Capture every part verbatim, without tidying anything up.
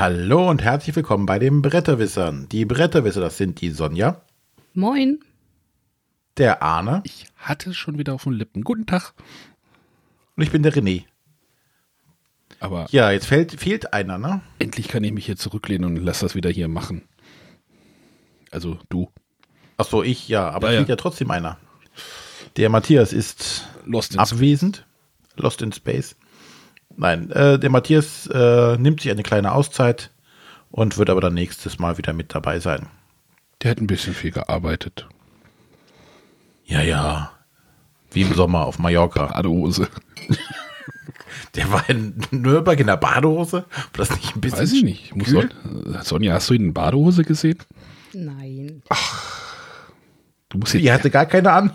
Hallo und herzlich willkommen bei den Bretterwissern. Die Bretterwisser, das sind die Sonja. Moin. Der Arne. Ich hatte es schon wieder auf den Lippen. Guten Tag. Und ich bin der René. Aber ja, jetzt fehlt, fehlt einer, ne? Endlich kann ich mich hier zurücklehnen und lass das wieder hier machen. Also du. Ach so, ich, ja, aber ja, es fehlt ja. ja trotzdem einer. Der Matthias ist Lost in abwesend. Space. Lost in Space. Nein, äh, der Matthias äh, nimmt sich eine kleine Auszeit und wird aber dann nächstes Mal wieder mit dabei sein. Der hat ein bisschen viel gearbeitet. Ja, ja. Wie im Sommer auf Mallorca. Badehose. Der war in Nürnberg in der Badehose? Ob das nicht ein bisschen Weiß ich nicht. Muss Son- Sonja, hast du ihn in Badehose gesehen? Nein. Ach. Du musst jetzt. Die hatte gar keine an.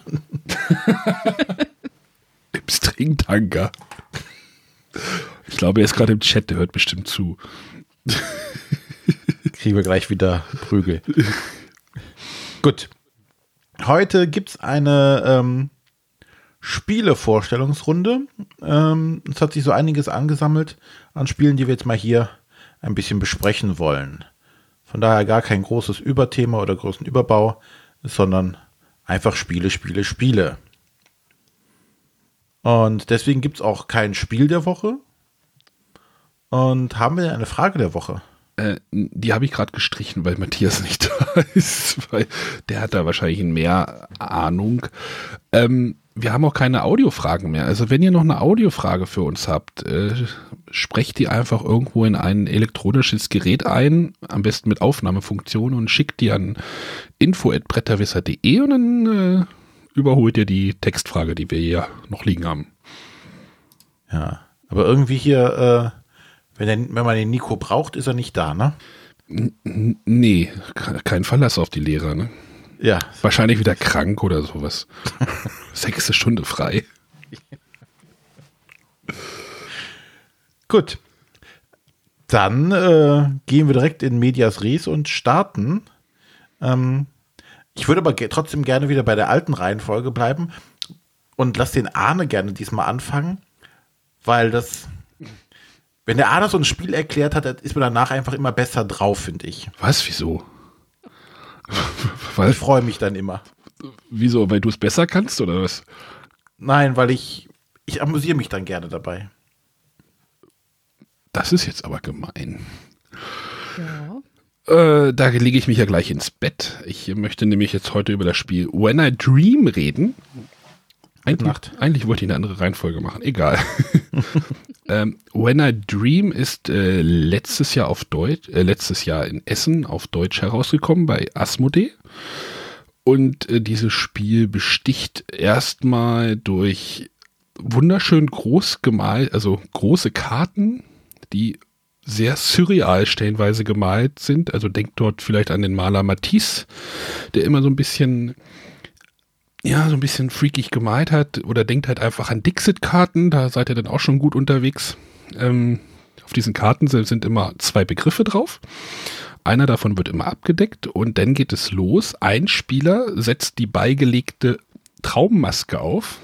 Im Stringtanker. Ich glaube, er ist gerade im Chat, der hört bestimmt zu. Kriegen wir gleich wieder Prügel. Gut. Heute gibt es eine ähm, Spielevorstellungsrunde. Ähm, es hat sich so einiges angesammelt an Spielen, die wir jetzt mal hier ein bisschen besprechen wollen. Von daher gar kein großes Überthema oder großen Überbau, sondern einfach Spiele, Spiele, Spiele. Und deswegen gibt es auch kein Spiel der Woche. Und haben wir eine Frage der Woche? Äh, die habe ich gerade gestrichen, weil Matthias nicht da ist. Weil der hat da wahrscheinlich mehr Ahnung. Ähm, wir haben auch keine Audiofragen mehr. Also wenn ihr noch eine Audiofrage für uns habt, äh, sprecht die einfach irgendwo in ein elektronisches Gerät ein, am besten mit Aufnahmefunktion und schickt die an info at bretterwisser punkt de und dann äh, überholt ihr die Textfrage, die wir hier noch liegen haben. Ja, aber irgendwie hier, äh, wenn, der, wenn man den Nico braucht, ist er nicht da, ne? N- nee, kein Verlass auf die Lehrer, ne? Ja. Wahrscheinlich wieder krank oder sowas. Sechste Stunde frei. Gut. Dann äh, gehen wir direkt in Medias Res und starten. Ähm, ich würde aber ge- trotzdem gerne wieder bei der alten Reihenfolge bleiben und lass den Arne gerne diesmal anfangen, weil das, wenn der Arne so ein Spiel erklärt hat, ist man danach einfach immer besser drauf, finde ich. Was? Wieso? Weil ich freue mich dann immer. Wieso? Weil du es besser kannst oder was? Nein, weil ich, ich amüsiere mich dann gerne dabei. Das ist jetzt aber gemein. Ja. Äh, da lege ich mich ja gleich ins Bett. Ich möchte nämlich jetzt heute über das Spiel When I Dream reden. Eigentlich, eigentlich wollte ich eine andere Reihenfolge machen. Egal. ähm, When I Dream ist äh, letztes Jahr auf Deutsch, äh, letztes Jahr in Essen auf Deutsch herausgekommen bei Asmodee. Und äh, dieses Spiel besticht erstmal durch wunderschön groß gemalt, also große Karten, die sehr surreal stellenweise gemalt sind. Also denkt dort vielleicht an den Maler Matisse, der immer so ein bisschen, ja, so ein bisschen freakig gemalt hat. Oder denkt halt einfach an Dixit-Karten, da seid ihr dann auch schon gut unterwegs. Ähm, auf diesen Karten sind immer zwei Begriffe drauf. Einer davon wird immer abgedeckt und dann geht es los. Ein Spieler setzt die beigelegte Traummaske auf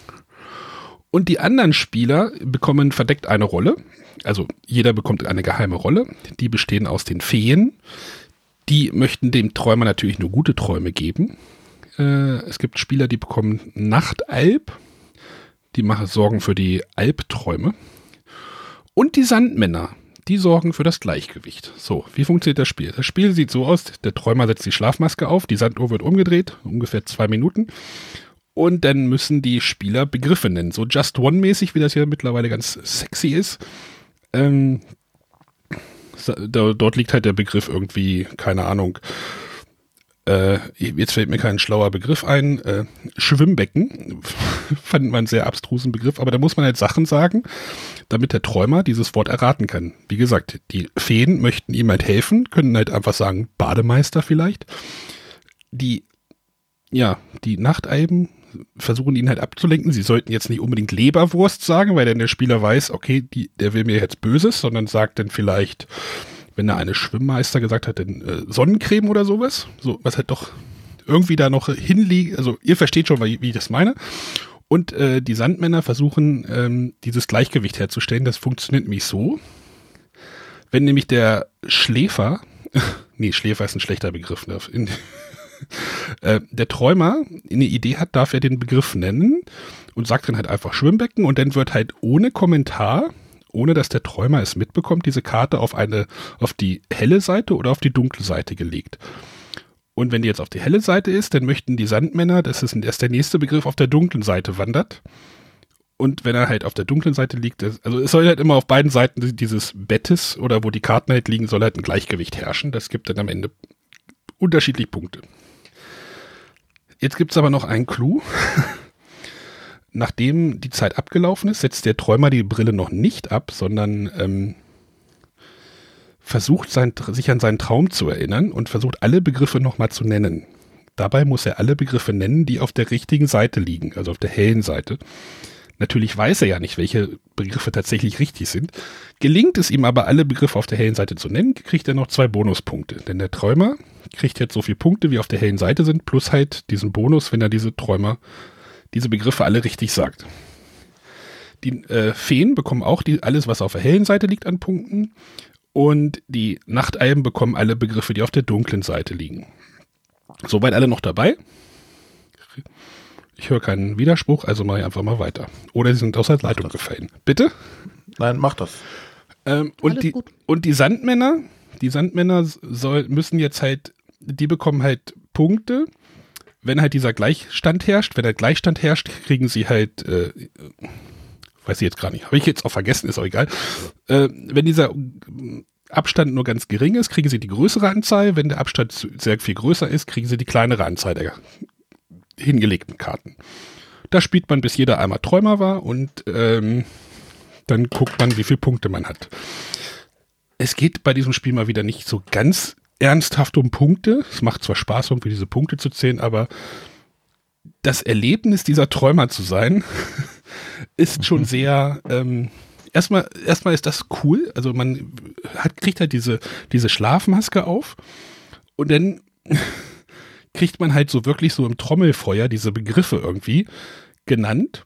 und die anderen Spieler bekommen verdeckt eine Rolle. Also jeder bekommt eine geheime Rolle. Die bestehen aus den Feen. Die möchten dem Träumer natürlich nur gute Träume geben. Äh, es gibt Spieler, die bekommen Nachtalb. Die machen, sorgen für die Albträume. Und die Sandmänner, die sorgen für das Gleichgewicht. So, wie funktioniert das Spiel? Das Spiel sieht so aus, der Träumer setzt die Schlafmaske auf, die Sanduhr wird umgedreht, ungefähr zwei Minuten. Und dann müssen die Spieler Begriffe nennen. So Just One-mäßig, wie das hier mittlerweile ganz sexy ist. Ähm, da, dort liegt halt der Begriff irgendwie, keine Ahnung, äh, jetzt fällt mir kein schlauer Begriff ein, äh, Schwimmbecken, fand man einen sehr abstrusen Begriff, aber da muss man halt Sachen sagen, damit der Träumer dieses Wort erraten kann. Wie gesagt, die Feen möchten ihm halt helfen, können halt einfach sagen, Bademeister vielleicht. Die, ja, die Nachtalben versuchen ihn halt abzulenken. Sie sollten jetzt nicht unbedingt Leberwurst sagen, weil dann der Spieler weiß, okay, die, der will mir jetzt Böses, sondern sagt dann vielleicht, wenn da eine Schwimmmeister gesagt hat, dann äh, Sonnencreme oder sowas. So, was halt doch irgendwie da noch hinliegt. Also ihr versteht schon, wie, wie ich das meine. Und äh, die Sandmänner versuchen, ähm, dieses Gleichgewicht herzustellen. Das funktioniert nämlich so. Wenn nämlich der Schläfer, nee, Schläfer ist ein schlechter Begriff, ne? In, äh, der Träumer eine Idee hat, darf er den Begriff nennen und sagt dann halt einfach Schwimmbecken und dann wird halt ohne Kommentar, ohne dass der Träumer es mitbekommt, diese Karte auf eine, auf die helle Seite oder auf die dunkle Seite gelegt. Und wenn die jetzt auf die helle Seite ist, dann möchten die Sandmänner, das ist erst der nächste Begriff, auf der dunklen Seite wandert. Und wenn er halt auf der dunklen Seite liegt, also es soll halt immer auf beiden Seiten dieses Bettes oder wo die Karten halt liegen, soll halt ein Gleichgewicht herrschen. Das gibt dann am Ende unterschiedlich Punkte. Jetzt gibt es aber noch einen Clou. Nachdem die Zeit abgelaufen ist, setzt der Träumer die Brille noch nicht ab, sondern ähm, versucht sein, sich an seinen Traum zu erinnern und versucht alle Begriffe nochmal zu nennen. Dabei muss er alle Begriffe nennen, die auf der richtigen Seite liegen, also auf der hellen Seite. Natürlich weiß er ja nicht, welche Begriffe tatsächlich richtig sind. Gelingt es ihm aber, alle Begriffe auf der hellen Seite zu nennen, kriegt er noch zwei Bonuspunkte. Denn der Träumer kriegt jetzt so viele Punkte, wie auf der hellen Seite sind, plus halt diesen Bonus, wenn er diese Träumer, diese Begriffe alle richtig sagt. Die äh, Feen bekommen auch die, alles, was auf der hellen Seite liegt, an Punkten. Und die Nachtalben bekommen alle Begriffe, die auf der dunklen Seite liegen. Soweit alle noch dabei? Ich höre keinen Widerspruch, also mache ich einfach mal weiter. Oder sie sind aus der Leitung gefallen. Bitte? Nein, mach das. Ähm, und, die, und die Sandmänner, die Sandmänner soll, müssen jetzt halt, die bekommen halt Punkte, wenn halt dieser Gleichstand herrscht. Wenn der Gleichstand herrscht, kriegen sie halt, äh, weiß ich jetzt gar nicht, habe ich jetzt auch vergessen, ist auch egal. Äh, wenn dieser Abstand nur ganz gering ist, kriegen sie die größere Anzahl. Wenn der Abstand sehr viel größer ist, kriegen sie die kleinere Anzahl der hingelegten Karten. Da spielt man, bis jeder einmal Träumer war und ähm, dann guckt man, wie viele Punkte man hat. Es geht bei diesem Spiel mal wieder nicht so ganz ernsthaft um Punkte. Es macht zwar Spaß, irgendwie diese Punkte zu zählen, aber das Erlebnis, dieser Träumer zu sein, ist schon sehr, ähm, erstmal, erstmal ist das cool. Also man hat, kriegt halt diese, diese Schlafmaske auf und dann kriegt man halt so wirklich so im Trommelfeuer diese Begriffe irgendwie genannt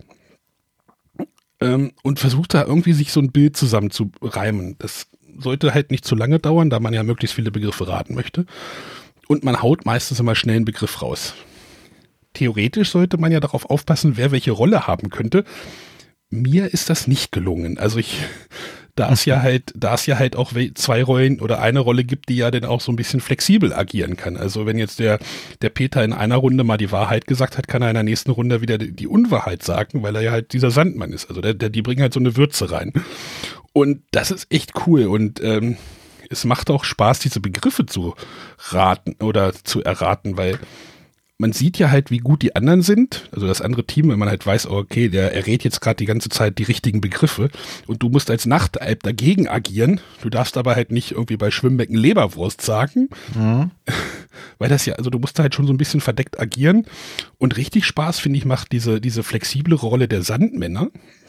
ähm, und versucht da irgendwie sich so ein Bild zusammenzureimen. Das sollte halt nicht zu lange dauern, da man ja möglichst viele Begriffe raten möchte. Und man haut meistens immer schnell einen Begriff raus. Theoretisch sollte man ja darauf aufpassen, wer welche Rolle haben könnte. Mir ist das nicht gelungen. Also ich, da es ja halt, da es ja halt auch zwei Rollen oder eine Rolle gibt, die ja dann auch so ein bisschen flexibel agieren kann. Also wenn jetzt der, der Peter in einer Runde mal die Wahrheit gesagt hat, kann er in der nächsten Runde wieder die, die Unwahrheit sagen, weil er ja halt dieser Sandmann ist. Also der, der, die bringen halt so eine Würze rein. Und das ist echt cool. Und ähm, es macht auch Spaß, diese Begriffe zu raten oder zu erraten, weil man sieht ja halt, wie gut die anderen sind, also das andere Team, wenn man halt weiß, okay, der errät jetzt gerade die ganze Zeit die richtigen Begriffe und du musst als Nachtalb dagegen agieren. Du darfst aber halt nicht irgendwie bei Schwimmbecken Leberwurst sagen, mhm. weil das ja, also du musst halt schon so ein bisschen verdeckt agieren und richtig Spaß, finde ich, macht diese, diese flexible Rolle der Sandmänner,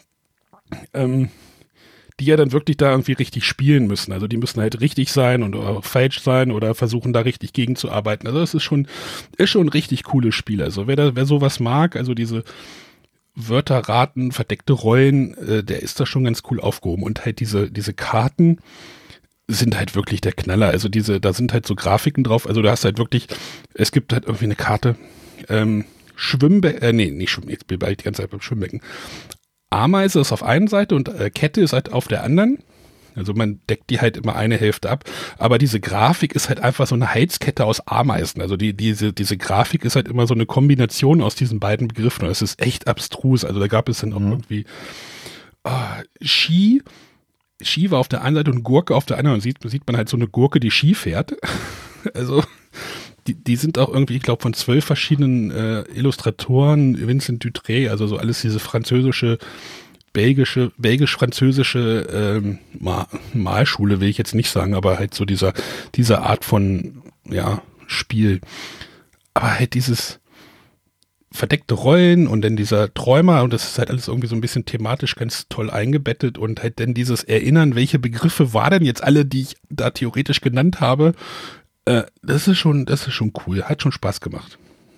ähm, die ja dann wirklich da irgendwie richtig spielen müssen. Also die müssen halt richtig sein und oder falsch sein oder versuchen da richtig gegenzuarbeiten. Also das ist schon, ist schon ein richtig cooles Spiel. Also wer da, wer sowas mag, also diese Wörter raten, verdeckte Rollen, äh, der ist da schon ganz cool aufgehoben. Und halt diese, diese Karten sind halt wirklich der Knaller. Also diese, da sind halt so Grafiken drauf. Also du hast halt wirklich, es gibt halt irgendwie eine Karte, ähm, Schwimmbecken, äh, nee, nicht Schwimmbecken, jetzt bin ich die ganze Zeit beim Schwimmbecken. Ameise ist auf einer Seite und äh, Kette ist halt auf der anderen. Also man deckt die halt immer eine Hälfte ab. Aber diese Grafik ist halt einfach so eine Heizkette aus Ameisen. Also die, diese, diese Grafik ist halt immer so eine Kombination aus diesen beiden Begriffen. Und es ist echt abstrus. Also da gab es dann auch mhm. irgendwie oh, Ski. Ski war auf der einen Seite und Gurke auf der anderen. Und sieht, sieht man halt so eine Gurke, die Ski fährt. Also die, die sind auch irgendwie, ich glaube, von zwölf verschiedenen äh, Illustratoren, Vincent Dutray, also so alles diese französische, belgische, belgisch-französische ähm, Mal, Malschule, will ich jetzt nicht sagen, aber halt so dieser, diese Art von, ja, Spiel. Aber halt dieses verdeckte Rollen und dann dieser Träumer und das ist halt alles irgendwie so ein bisschen thematisch ganz toll eingebettet und halt dann dieses Erinnern, welche Begriffe war denn jetzt alle, die ich da theoretisch genannt habe. Äh, das ist schon, das ist schon cool. Hat schon Spaß gemacht.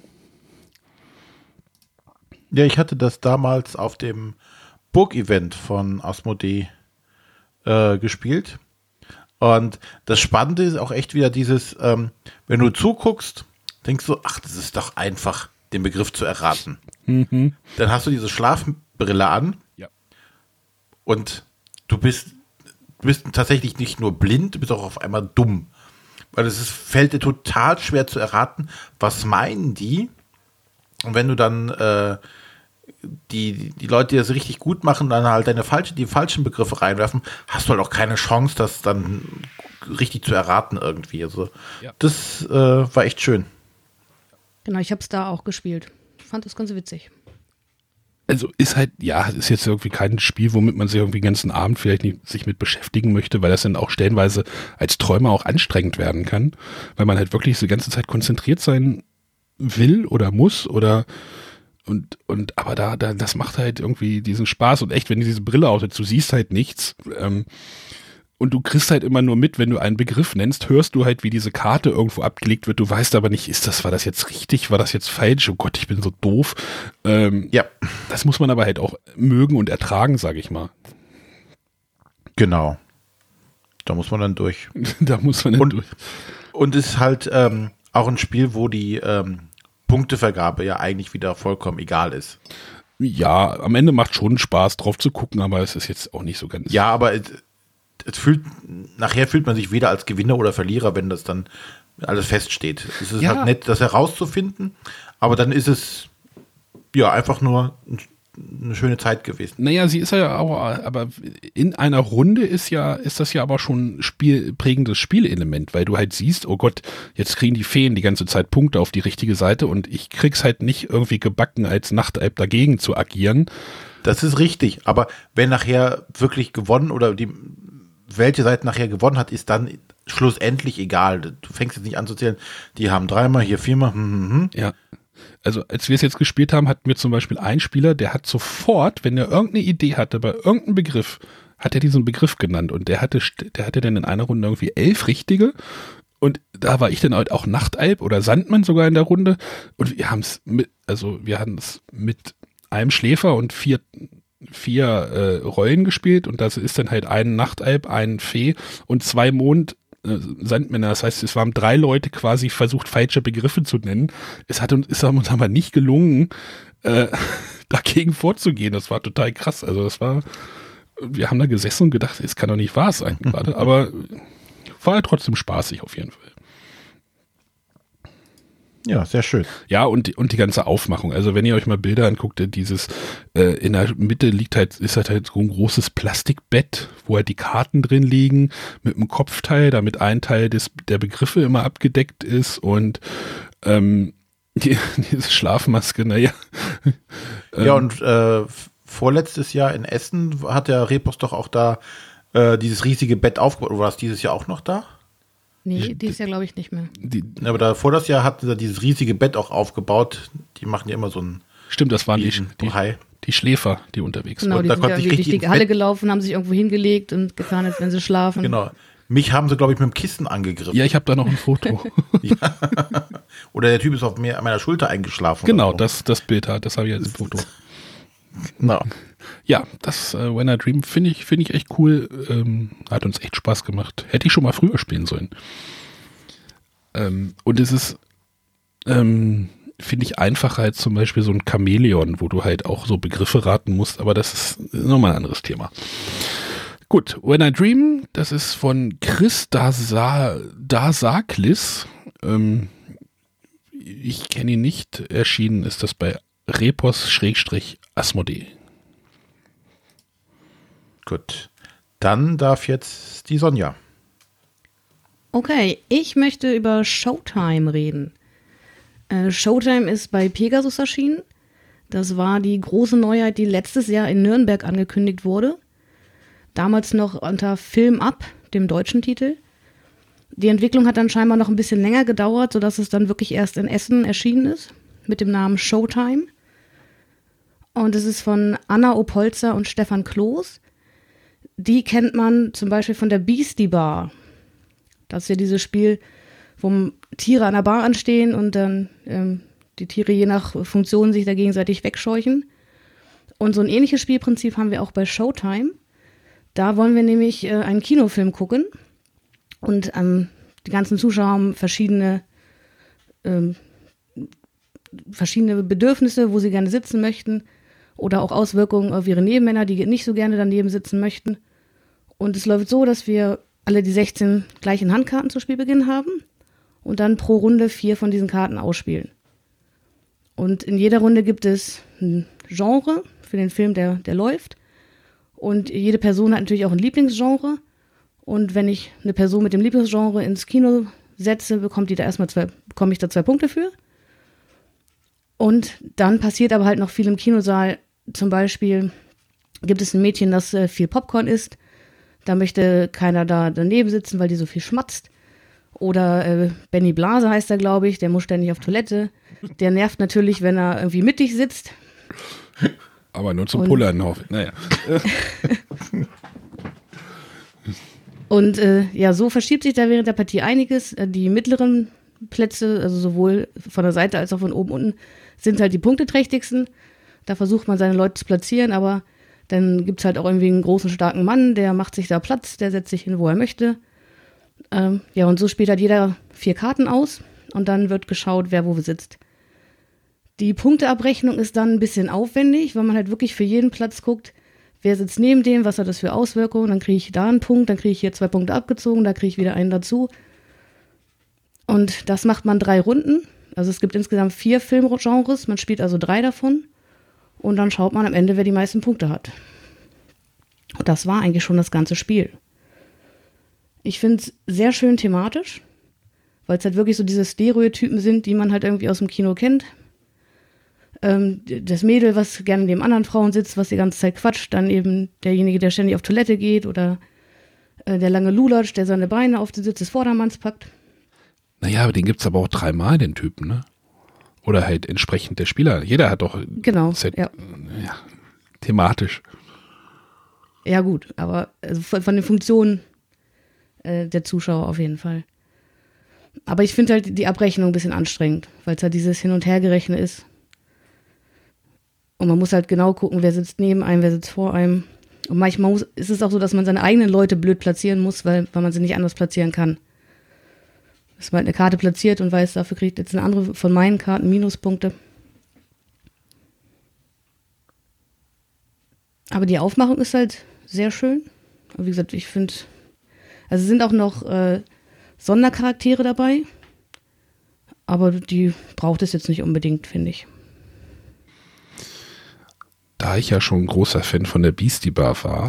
Ja, ich hatte das damals auf dem Burg-Event von Asmodee äh, gespielt. Und das Spannende ist auch echt wieder dieses, ähm, wenn du zuguckst, denkst du, ach, das ist doch einfach, den Begriff zu erraten. Mhm. Dann hast du diese Schlafbrille an Ja. und du bist, du bist tatsächlich nicht nur blind, du bist auch auf einmal dumm. Weil es ist, fällt dir total schwer zu erraten, was meinen die? Und wenn du dann äh, die, die Leute, die das richtig gut machen, dann halt deine falsche, die falschen Begriffe reinwerfen, hast du halt auch keine Chance, das dann richtig zu erraten irgendwie. Also Ja. das äh, war echt schön. Genau, ich habe es da auch gespielt. Ich fand das ganz witzig. Also ist halt, ja, es ist jetzt irgendwie kein Spiel, womit man sich irgendwie den ganzen Abend vielleicht nicht sich mit beschäftigen möchte, weil das dann auch stellenweise als Träumer auch anstrengend werden kann, weil man halt wirklich so die ganze Zeit konzentriert sein will oder muss oder und, und aber da, da, das macht halt irgendwie diesen Spaß und echt, wenn du diese Brille aufsetzt, du siehst halt nichts, ähm, und du kriegst halt immer nur mit, wenn du einen Begriff nennst, hörst du halt, wie diese Karte irgendwo abgelegt wird. Du weißt aber nicht, ist das, war das jetzt richtig, war das jetzt falsch? Oh Gott, ich bin so doof. Ähm, Ja. Das muss man aber halt auch mögen und ertragen, sage ich mal. Genau. Da muss man dann durch. Da muss man dann Und- durch. Und es ist halt ähm, auch ein Spiel, wo die ähm, Punktevergabe ja eigentlich wieder vollkommen egal ist. Ja, am Ende macht schon Spaß, drauf zu gucken, aber es ist jetzt auch nicht so ganz. Ja, aber es, es fühlt, nachher fühlt man sich weder als Gewinner oder Verlierer, wenn das dann alles feststeht. Es ist Ja. halt nett, das herauszufinden, aber dann ist es ja einfach nur ein- eine schöne Zeit gewesen. Naja, sie ist ja auch, aber in einer Runde ist ja, ist das ja aber schon Spiel, prägendes Spielelement, weil du halt siehst, oh Gott, jetzt kriegen die Feen die ganze Zeit Punkte auf die richtige Seite und ich krieg's halt nicht irgendwie gebacken, als Nachtalb dagegen zu agieren. Das ist richtig, aber wenn nachher wirklich gewonnen oder die welche Seite nachher gewonnen hat, ist dann schlussendlich egal. Du fängst jetzt nicht an zu zählen, die haben dreimal, hier viermal, hm, hm, hm. Ja. Also als wir es jetzt gespielt haben, hatten wir zum Beispiel einen Spieler, der hat sofort, wenn er irgendeine Idee hatte, bei irgendeinem Begriff, hat er diesen Begriff genannt und der hatte, der hatte dann in einer Runde irgendwie elf richtige und da war ich dann halt auch Nachtalb oder Sandmann sogar in der Runde und wir haben es mit, also wir haben es mit einem Schläfer und vier vier äh, Rollen gespielt und das ist dann halt ein Nachtalb, ein Fee und zwei Mond äh, Sandmänner. Das heißt, es waren drei Leute quasi versucht, falsche Begriffe zu nennen. Es hat uns, ist uns aber nicht gelungen, äh, dagegen vorzugehen. Das war total krass. Also das war, wir haben da gesessen und gedacht, es kann doch nicht wahr sein gerade, aber war halt trotzdem spaßig auf jeden Fall. Ja, sehr schön. Ja, und, die- und die ganze Aufmachung. Also wenn ihr euch mal Bilder anguckt, dieses äh, in der Mitte liegt halt, ist halt, halt so ein großes Plastikbett, wo halt die Karten drin liegen, mit einem Kopfteil, damit ein Teil des, der Begriffe immer abgedeckt ist und ähm, die, diese Schlafmaske, naja. Ja, und äh, f- vorletztes Jahr in Essen hat der Repos doch auch da äh, dieses riesige Bett aufgebaut. Oder war das dieses Jahr auch noch da? Nee, die ist ja, glaube ich, nicht mehr. Die, Ja, aber davor das Jahr hat er dieses riesige Bett auch aufgebaut. Die machen ja immer so ein stimmt, das waren die, Riesen- die, Bohai. die Schläfer, die unterwegs Genau, waren. die da sind konnte ja ich wie durch richtig die ins Halle Bett- gelaufen, haben sich irgendwo hingelegt und getan, als wenn sie schlafen. Genau. Mich haben sie, glaube ich, mit dem Kissen angegriffen. Ja, ich habe da noch ein Foto. Oder der Typ ist auf mir, an meiner Schulter eingeschlafen. Genau, oder so. das, das Bild hat, das habe ich als Foto. Genau. Ja, das äh, When I Dream finde ich, finde ich echt cool. Ähm, hat uns echt Spaß gemacht. Hätte ich schon mal früher spielen sollen. Ähm, und es ist, ähm, finde ich, einfacher als zum Beispiel so ein Chamäleon, wo du halt auch so Begriffe raten musst, aber das ist nochmal ein anderes Thema. Gut, When I Dream, das ist von Chris Dasa- Dasaklis. Ähm, ich kenne ihn nicht. Erschienen ist das bei Repos-Asmodee. Gut. Dann darf jetzt die Sonja. Okay, ich möchte über Showtime reden. Äh, Showtime ist bei Pegasus erschienen. Das war die große Neuheit, die letztes Jahr in Nürnberg angekündigt wurde. Damals noch unter Film Up, dem deutschen Titel. Die Entwicklung hat dann scheinbar noch ein bisschen länger gedauert, sodass es dann wirklich erst in Essen erschienen ist, mit dem Namen Showtime. Und es ist von Anna Opolzer und Stefan Kloß. Die kennt man zum Beispiel von der Beastie Bar. Das ist ja dieses Spiel, wo Tiere an der Bar anstehen und dann ähm, die Tiere je nach Funktion sich da gegenseitig wegscheuchen. Und so ein ähnliches Spielprinzip haben wir auch bei Showtime. Da wollen wir nämlich äh, einen Kinofilm gucken. Und ähm, die ganzen Zuschauer haben verschiedene, ähm, verschiedene Bedürfnisse, wo sie gerne sitzen möchten oder auch Auswirkungen auf ihre Nebenmänner, die nicht so gerne daneben sitzen möchten. Und es läuft so, dass wir alle die sechzehn gleichen Handkarten zu Spielbeginn haben und dann pro Runde vier von diesen Karten ausspielen. Und in jeder Runde gibt es ein Genre für den Film, der, der läuft. Und jede Person hat natürlich auch ein Lieblingsgenre. Und wenn ich eine Person mit dem Lieblingsgenre ins Kino setze, bekommt die da erstmal zwei, bekomme ich da zwei Punkte für. Und dann passiert aber halt noch viel im Kinosaal. Zum Beispiel gibt es ein Mädchen, das äh, viel Popcorn isst. Da möchte keiner da daneben sitzen, weil die so viel schmatzt. Oder äh, Benny Blase heißt er, glaube ich, der muss ständig auf Toilette. Der nervt natürlich, wenn er irgendwie mittig sitzt. Aber nur zum Pullern, hoffe ich. Naja. Und äh, ja, so verschiebt sich da während der Partie einiges. Äh, die mittleren Plätze, also sowohl von der Seite als auch von oben unten, sind halt die punkteträchtigsten. Da versucht man seine Leute zu platzieren, aber dann gibt es halt auch irgendwie einen großen, starken Mann, der macht sich da Platz, der setzt sich hin, wo er möchte. Ähm, ja, und so spielt halt jeder vier Karten aus und dann wird geschaut, wer wo sitzt. Die Punkteabrechnung ist dann ein bisschen aufwendig, weil man halt wirklich für jeden Platz guckt, wer sitzt neben dem, was hat das für Auswirkungen, dann kriege ich da einen Punkt, dann kriege ich hier zwei Punkte abgezogen, da kriege ich wieder einen dazu. Und das macht man drei Runden. Also es gibt insgesamt vier Filmgenres, man spielt also drei davon und dann schaut man am Ende, wer die meisten Punkte hat. Und das war eigentlich schon das ganze Spiel. Ich finde es sehr schön thematisch, weil es halt wirklich so diese Stereotypen sind, die man halt irgendwie aus dem Kino kennt. Ähm, das Mädel, was gerne neben anderen Frauen sitzt, was die ganze Zeit quatscht, dann eben derjenige, der ständig auf Toilette geht oder äh, der lange Lulatsch, der seine Beine auf den Sitz des Vordermanns packt. Naja, aber den gibt es aber auch dreimal, den Typen, ne? Oder halt entsprechend der Spieler. Jeder hat doch genau, Set, ja. Ja, thematisch. Ja gut, aber also von, von den Funktionen äh, der Zuschauer auf jeden Fall. Aber ich finde halt die Abrechnung ein bisschen anstrengend, weil es halt dieses Hin- und Hergerechne ist. Und man muss halt genau gucken, wer sitzt neben einem, wer sitzt vor einem. Und manchmal muss, ist es auch so, dass man seine eigenen Leute blöd platzieren muss, weil, weil man sie nicht anders platzieren kann. Dass man halt eine Karte platziert und weiß, dafür kriegt jetzt eine andere von meinen Karten Minuspunkte. Aber die Aufmachung ist halt sehr schön. Und wie gesagt, ich finde, also es sind auch noch äh, Sondercharaktere dabei, aber die braucht es jetzt nicht unbedingt, finde ich. Da ich ja schon ein großer Fan von der Beastie Bar war,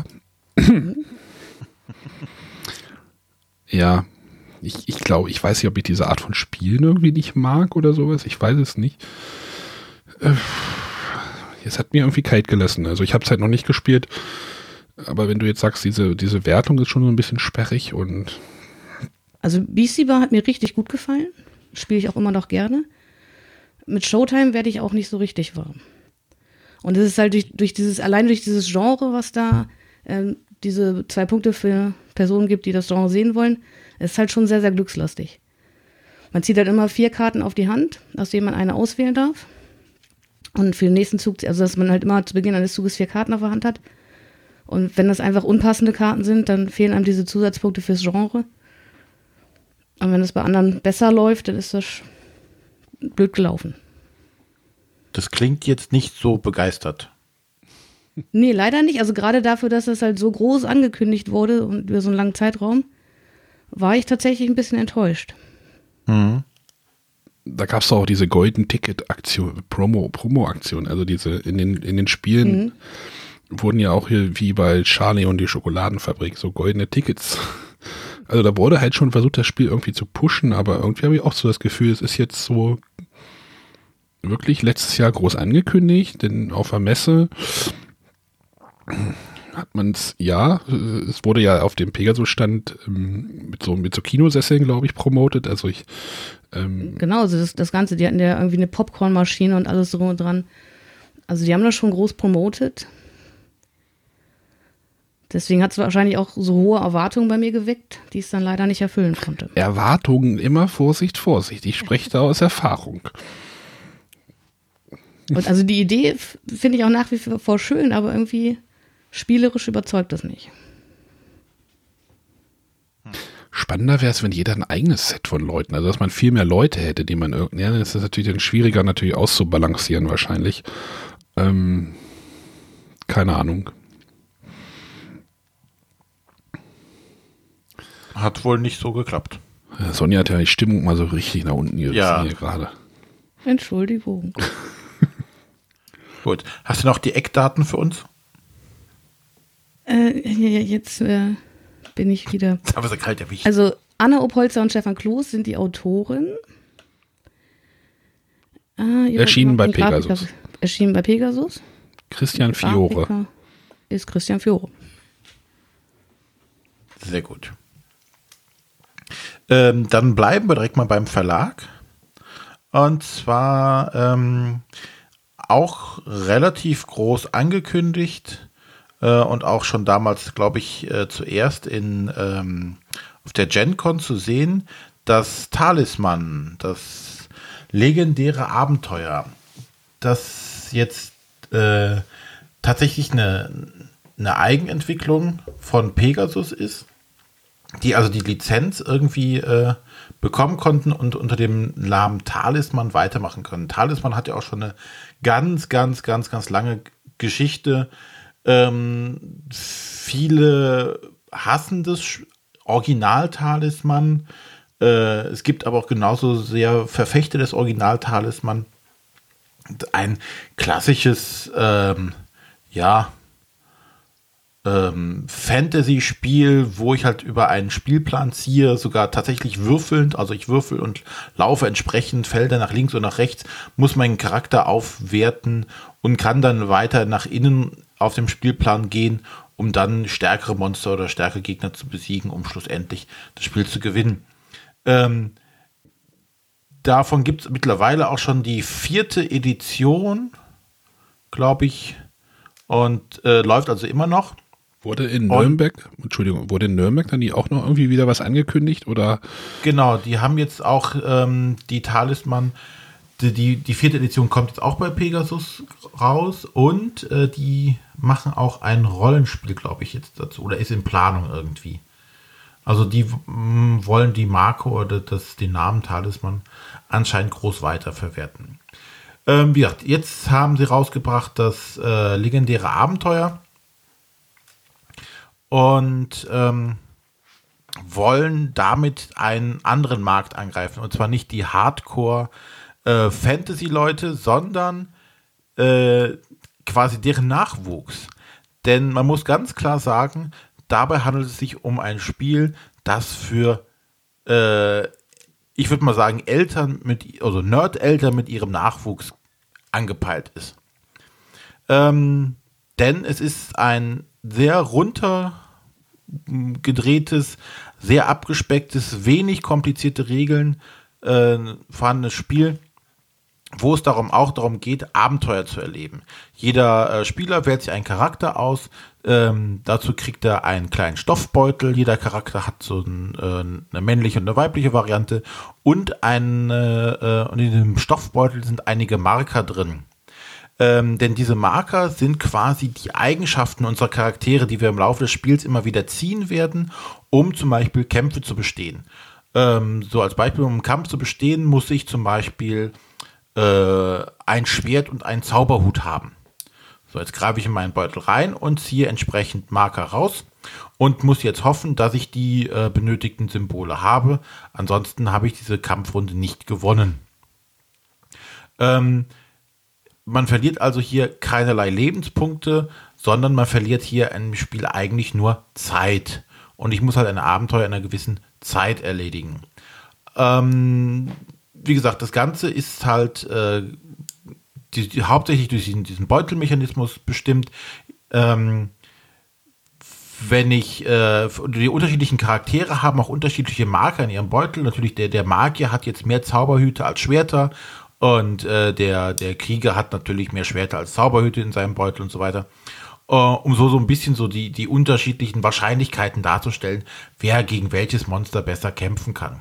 ja, ich, ich glaube, ich weiß nicht, ob ich diese Art von Spielen irgendwie nicht mag oder sowas, ich weiß es nicht. Äh, es hat mir irgendwie kalt gelassen, also ich habe es halt noch nicht gespielt, aber wenn du jetzt sagst, diese, diese Wertung ist schon so ein bisschen sperrig und... Also Beastie Bar hat mir richtig gut gefallen, spiele ich auch immer noch gerne. Mit Showtime werde ich auch nicht so richtig warm. Und es ist halt durch, durch dieses, allein durch dieses Genre, was da ähm, diese zwei Punkte für Personen gibt, die das Genre sehen wollen, ist halt schon sehr, sehr glückslastig. Man zieht halt immer vier Karten auf die Hand, aus denen man eine auswählen darf. Und für den nächsten Zug, also dass man halt immer zu Beginn eines Zuges vier Karten auf der Hand hat. Und wenn das einfach unpassende Karten sind, dann fehlen einem diese Zusatzpunkte fürs Genre. Und wenn es bei anderen besser läuft, dann ist das blöd gelaufen. Das klingt jetzt nicht so begeistert. Nee, leider nicht. Also gerade dafür, dass es halt so groß angekündigt wurde und über so einen langen Zeitraum, war ich tatsächlich ein bisschen enttäuscht. Mhm. Da gab es auch diese Golden Ticket-Aktion, Promo, Promo-Aktion, also diese in den, in den Spielen mhm. wurden ja auch hier wie bei Charlie und die Schokoladenfabrik so goldene Tickets. Also da wurde halt schon versucht, das Spiel irgendwie zu pushen, aber irgendwie habe ich auch so das Gefühl, es ist jetzt so wirklich letztes Jahr groß angekündigt, denn auf der Messe hat man es, ja, es wurde ja auf dem Pegasus-Stand ähm, mit so mit so Kinosesseln, glaube ich, promotet. Also ich ähm, genau, also das, das Ganze, die hatten ja irgendwie eine Popcornmaschine und alles drum und dran. Also die haben das schon groß promotet. Deswegen hat es wahrscheinlich auch so hohe Erwartungen bei mir geweckt, die es dann leider nicht erfüllen konnte. Erwartungen, immer Vorsicht, Vorsicht. Ich spreche da aus Erfahrung. Und also die Idee finde ich auch nach wie vor schön, aber irgendwie spielerisch überzeugt das nicht. Spannender wäre es, wenn jeder ein eigenes Set von Leuten, also dass man viel mehr Leute hätte, die man irgendwie, ja, das ist natürlich dann schwieriger natürlich auszubalancieren wahrscheinlich. Ähm, keine Ahnung. Hat wohl nicht so geklappt. Ja, Sonja hat ja die Stimmung mal so richtig nach unten gerissen ja. hier gerade. Entschuldigung. Gut. Hast du noch die Eckdaten für uns? Äh, ja, jetzt äh, bin ich wieder. Das haben wir so kalt erwischt. Also Anna Opolzer und Stefan Kloß sind die Autoren. Ah, erschienen bei Pegasus. Grafiker, erschienen bei Pegasus. Christian Fiore. Grafiker ist Christian Fiore. Sehr gut. Ähm, dann bleiben wir direkt mal beim Verlag. Und zwar ähm, auch relativ groß angekündigt äh, und auch schon damals, glaube ich, äh, zuerst in, ähm, auf der GenCon zu sehen, das Talisman, das legendäre Abenteuer, das jetzt äh, tatsächlich eine, eine Eigenentwicklung von Pegasus ist, die also die Lizenz irgendwie äh, bekommen konnten und unter dem Namen Talisman weitermachen können. Talisman hat ja auch schon eine ganz, ganz, ganz, ganz lange Geschichte. Ähm, viele hassen das Original-Talisman. Äh, es gibt aber auch genauso sehr Verfechter des Original-Talisman. Ein klassisches, ähm, ja, Fantasy-Spiel, wo ich halt über einen Spielplan ziehe, sogar tatsächlich würfelnd, also ich würfel und laufe entsprechend Felder nach links und nach rechts, muss meinen Charakter aufwerten und kann dann weiter nach innen auf dem Spielplan gehen, um dann stärkere Monster oder stärkere Gegner zu besiegen, um schlussendlich das Spiel zu gewinnen. Ähm, davon gibt es mittlerweile auch schon die vierte Edition, glaube ich, und äh, läuft also immer noch. Wurde in Nürnberg, und, Entschuldigung, wurde in Nürnberg dann die auch noch irgendwie wieder was angekündigt? Oder? Genau, die haben jetzt auch ähm, die Talisman, die, die, die vierte Edition kommt jetzt auch bei Pegasus raus und äh, die machen auch ein Rollenspiel, glaube ich, jetzt dazu, oder ist in Planung irgendwie. Also die mh, wollen die Marke oder das, den Namen Talisman anscheinend groß weiterverwerten. Ähm, wie gesagt, jetzt haben sie rausgebracht das äh, legendäre Abenteuer. Und ähm, wollen damit einen anderen Markt angreifen. Und zwar nicht die Hardcore-Fantasy-Leute, äh, sondern äh, quasi deren Nachwuchs. Denn man muss ganz klar sagen, dabei handelt es sich um ein Spiel, das für, äh, ich würde mal sagen, Eltern mit, also Nerd-Eltern mit ihrem Nachwuchs angepeilt ist. Ähm, denn es ist ein sehr runtergedrehtes, sehr abgespecktes, wenig komplizierte Regeln äh, vorhandenes Spiel, wo es darum auch darum geht, Abenteuer zu erleben. Jeder äh, Spieler wählt sich einen Charakter aus, ähm, dazu kriegt er einen kleinen Stoffbeutel, jeder Charakter hat so ein, äh, eine männliche und eine weibliche Variante und, eine, äh, und in dem Stoffbeutel sind einige Marker drin. Ähm, denn diese Marker sind quasi die Eigenschaften unserer Charaktere, die wir im Laufe des Spiels immer wieder ziehen werden, um zum Beispiel Kämpfe zu bestehen. Ähm, so als Beispiel, um einen Kampf zu bestehen, muss ich zum Beispiel äh, ein Schwert und einen Zauberhut haben. So, jetzt greife ich in meinen Beutel rein und ziehe entsprechend Marker raus und muss jetzt hoffen, dass ich die äh, benötigten Symbole habe. Ansonsten habe ich diese Kampfrunde nicht gewonnen. Ähm, Man verliert also hier keinerlei Lebenspunkte, sondern man verliert hier im Spiel eigentlich nur Zeit. Und ich muss halt ein Abenteuer in einer gewissen Zeit erledigen. Ähm, wie gesagt, das Ganze ist halt äh, die, die, hauptsächlich durch diesen, diesen Beutelmechanismus bestimmt. Ähm, wenn ich, äh, die unterschiedlichen Charaktere haben auch unterschiedliche Marker in ihrem Beutel. Natürlich der, der Magier hat jetzt mehr Zauberhüte als Schwerter. Und äh, der, der Krieger hat natürlich mehr Schwerter als Zauberhüte in seinem Beutel und so weiter. Uh, um so, so ein bisschen so die, die unterschiedlichen Wahrscheinlichkeiten darzustellen, wer gegen welches Monster besser kämpfen kann.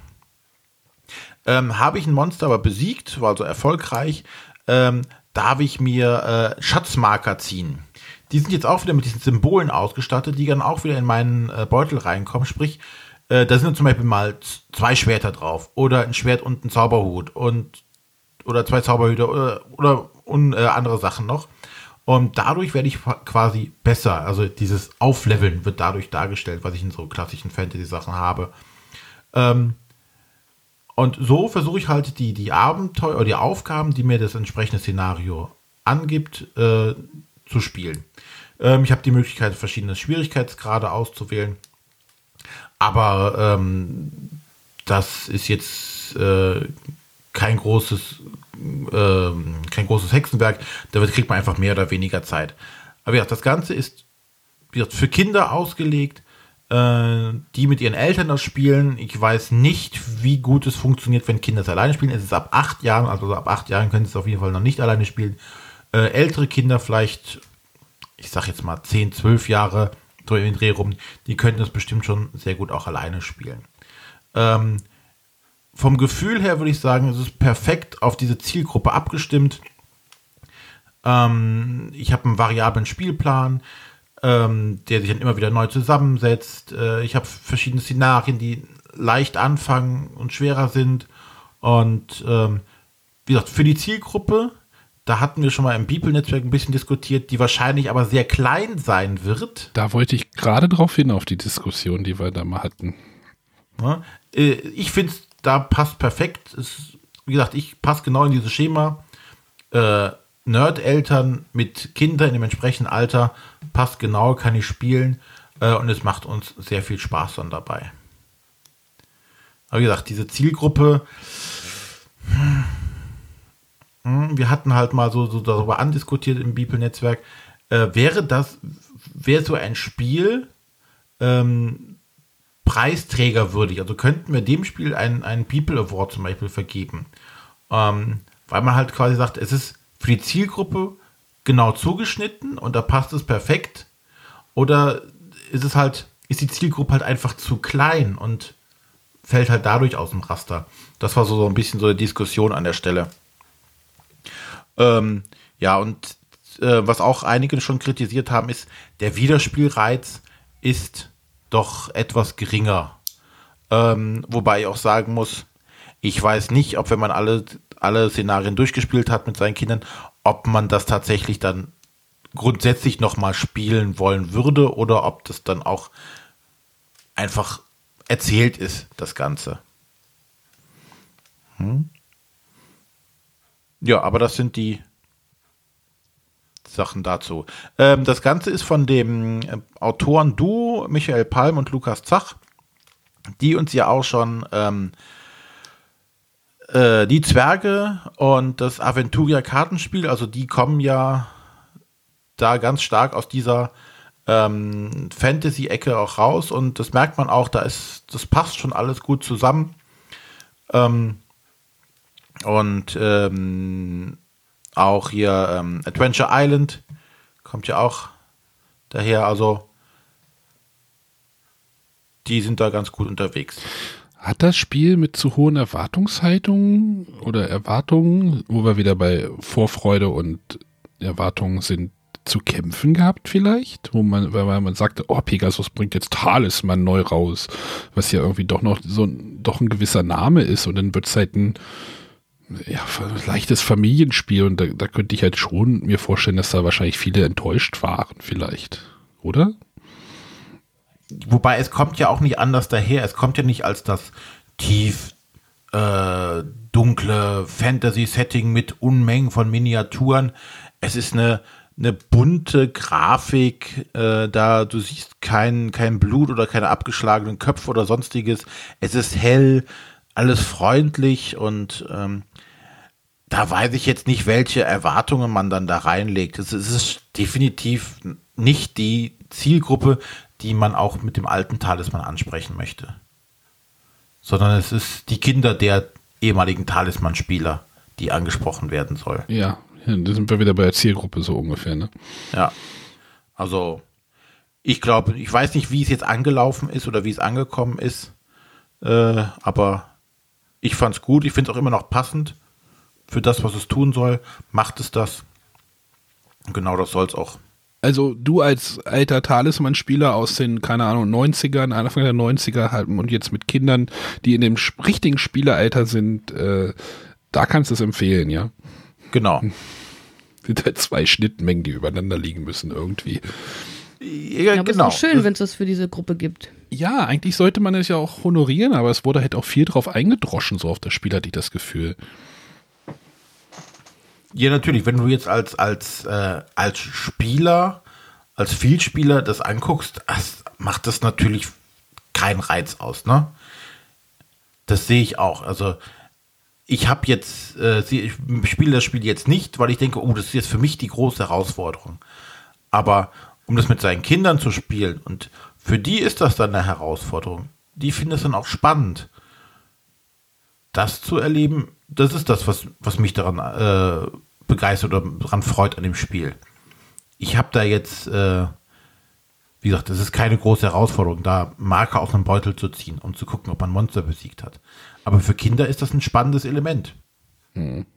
Ähm, habe ich ein Monster aber besiegt, war also erfolgreich, ähm, darf ich mir äh, Schatzmarker ziehen. Die sind jetzt auch wieder mit diesen Symbolen ausgestattet, die dann auch wieder in meinen äh, Beutel reinkommen. Sprich, äh, da sind zum Beispiel mal zwei Schwerter drauf oder ein Schwert und ein Zauberhut und oder zwei Zauberhüte oder, oder und, äh, andere Sachen noch. Und dadurch werde ich quasi besser. Also dieses Aufleveln wird dadurch dargestellt, was ich in so klassischen Fantasy-Sachen habe. Ähm, und so versuche ich halt die, die Abenteuer oder die Aufgaben, die mir das entsprechende Szenario angibt, äh, zu spielen. Ähm, ich habe die Möglichkeit, verschiedene Schwierigkeitsgrade auszuwählen. Aber ähm, das ist jetzt äh, kein großes Ähm, kein großes Hexenwerk, da kriegt man einfach mehr oder weniger Zeit. Aber ja, das Ganze ist wird für Kinder ausgelegt, äh, die mit ihren Eltern das spielen. Ich weiß nicht, wie gut es funktioniert, wenn Kinder es alleine spielen. Es ist ab acht Jahren, also ab acht Jahren können sie es auf jeden Fall noch nicht alleine spielen. Äh, ältere Kinder vielleicht, ich sag jetzt mal zehn, zwölf Jahre so in den Dreh rum, die könnten es bestimmt schon sehr gut auch alleine spielen. Ähm, Vom Gefühl her würde ich sagen, es ist perfekt auf diese Zielgruppe abgestimmt. Ähm, ich habe einen variablen Spielplan, ähm, der sich dann immer wieder neu zusammensetzt. Äh, ich habe verschiedene Szenarien, die leicht anfangen und schwerer sind. Und ähm, wie gesagt, für die Zielgruppe, da hatten wir schon mal im Beeple-Netzwerk ein bisschen diskutiert, die wahrscheinlich aber sehr klein sein wird. Da wollte ich gerade drauf hin, auf die Diskussion, die wir da mal hatten. Ja, äh, ich finde es da passt perfekt. Es, wie gesagt, ich passe genau in dieses Schema. Äh, Nerd-Eltern mit Kindern im entsprechenden Alter passt genau, kann ich spielen. Äh, und es macht uns sehr viel Spaß dann dabei. Aber wie gesagt, diese Zielgruppe, hm, wir hatten halt mal so, so darüber andiskutiert im Beeple-Netzwerk, äh, wäre das, wäre so ein Spiel, ähm, preisträgerwürdig. Also könnten wir dem Spiel einen, einen People Award zum Beispiel vergeben. Ähm, weil man halt quasi sagt, es ist für die Zielgruppe genau zugeschnitten und da passt es perfekt. Oder ist es halt, ist die Zielgruppe halt einfach zu klein und fällt halt dadurch aus dem Raster. Das war so, so ein bisschen so eine Diskussion an der Stelle. Ähm, ja, und äh, was auch einige schon kritisiert haben, ist, der Wiederspielreiz ist doch etwas geringer. Ähm, wobei ich auch sagen muss, ich weiß nicht, ob wenn man alle, alle Szenarien durchgespielt hat mit seinen Kindern, ob man das tatsächlich dann grundsätzlich nochmal spielen wollen würde oder ob das dann auch einfach erzählt ist, das Ganze. Hm? Ja, aber das sind die Sachen dazu. Ähm, das Ganze ist von dem äh, Autoren-Duo Michael Palm und Lukas Zach, die uns ja auch schon ähm, äh, die Zwerge und das Aventuria-Kartenspiel, also die kommen ja da ganz stark aus dieser ähm, Fantasy-Ecke auch raus und das merkt man auch, da ist, das passt schon alles gut zusammen. Ähm, und ähm, auch hier ähm, Adventure Island kommt ja auch daher, also die sind da ganz gut unterwegs. Hat das Spiel mit zu hohen Erwartungshaltungen oder Erwartungen, wo wir wieder bei Vorfreude und Erwartungen sind, zu kämpfen gehabt vielleicht? Wo man, weil man sagte, oh, Pegasus bringt jetzt Talisman neu raus, was ja irgendwie doch noch so ein, doch ein gewisser Name ist und dann wird es halt ein ja, leichtes Familienspiel und da, da könnte ich halt schon mir vorstellen, dass da wahrscheinlich viele enttäuscht waren vielleicht, oder? Wobei es kommt ja auch nicht anders daher, es kommt ja nicht als das tief äh, dunkle Fantasy-Setting mit Unmengen von Miniaturen. Es ist eine, eine bunte Grafik, äh, da du siehst kein, kein Blut oder keine abgeschlagenen Köpfe oder sonstiges. Es ist hell, alles freundlich und ähm, da weiß ich jetzt nicht, welche Erwartungen man dann da reinlegt. Es ist definitiv nicht die Zielgruppe, die man auch mit dem alten Talisman ansprechen möchte. Sondern es ist die Kinder der ehemaligen Talisman-Spieler, die angesprochen werden soll. Ja, ja, da sind wir wieder bei der Zielgruppe so ungefähr, ne? Ja, also ich glaube, ich weiß nicht, wie es jetzt angelaufen ist oder wie es angekommen ist, äh, aber ich fand es gut, ich finde es auch immer noch passend für das, was es tun soll, macht es das. Genau das soll es auch Also du als alter Talisman-Spieler aus den, keine Ahnung, neunzigern, Anfang der neunziger halt, und jetzt mit Kindern, die in dem richtigen Spieleralter sind, äh, da kannst du es empfehlen, ja? Genau. Sind halt zwei Schnittmengen, die übereinander liegen müssen irgendwie. Ja, aber genau. ist doch schön, wenn es das für diese Gruppe gibt. Ja, eigentlich sollte man es ja auch honorieren, aber es wurde halt auch viel drauf eingedroschen, so auf das Spiel hatte ich das Gefühl. Ja, natürlich, wenn du jetzt als, als, äh, als Spieler, als Vielspieler das anguckst, das macht das natürlich keinen Reiz aus, ne? Das sehe ich auch. Also ich habe jetzt, äh, ich spiele das Spiel jetzt nicht, weil ich denke, oh, das ist jetzt für mich die große Herausforderung. Aber um das mit seinen Kindern zu spielen, und für die ist das dann eine Herausforderung. Die finden es dann auch spannend. Das zu erleben, das ist das, was, was mich daran äh, begeistert oder daran freut an dem Spiel. Ich habe da jetzt, äh, wie gesagt, das ist keine große Herausforderung, da Marker aus einem Beutel zu ziehen und zu gucken, ob man Monster besiegt hat. Aber für Kinder ist das ein spannendes Element. Hm.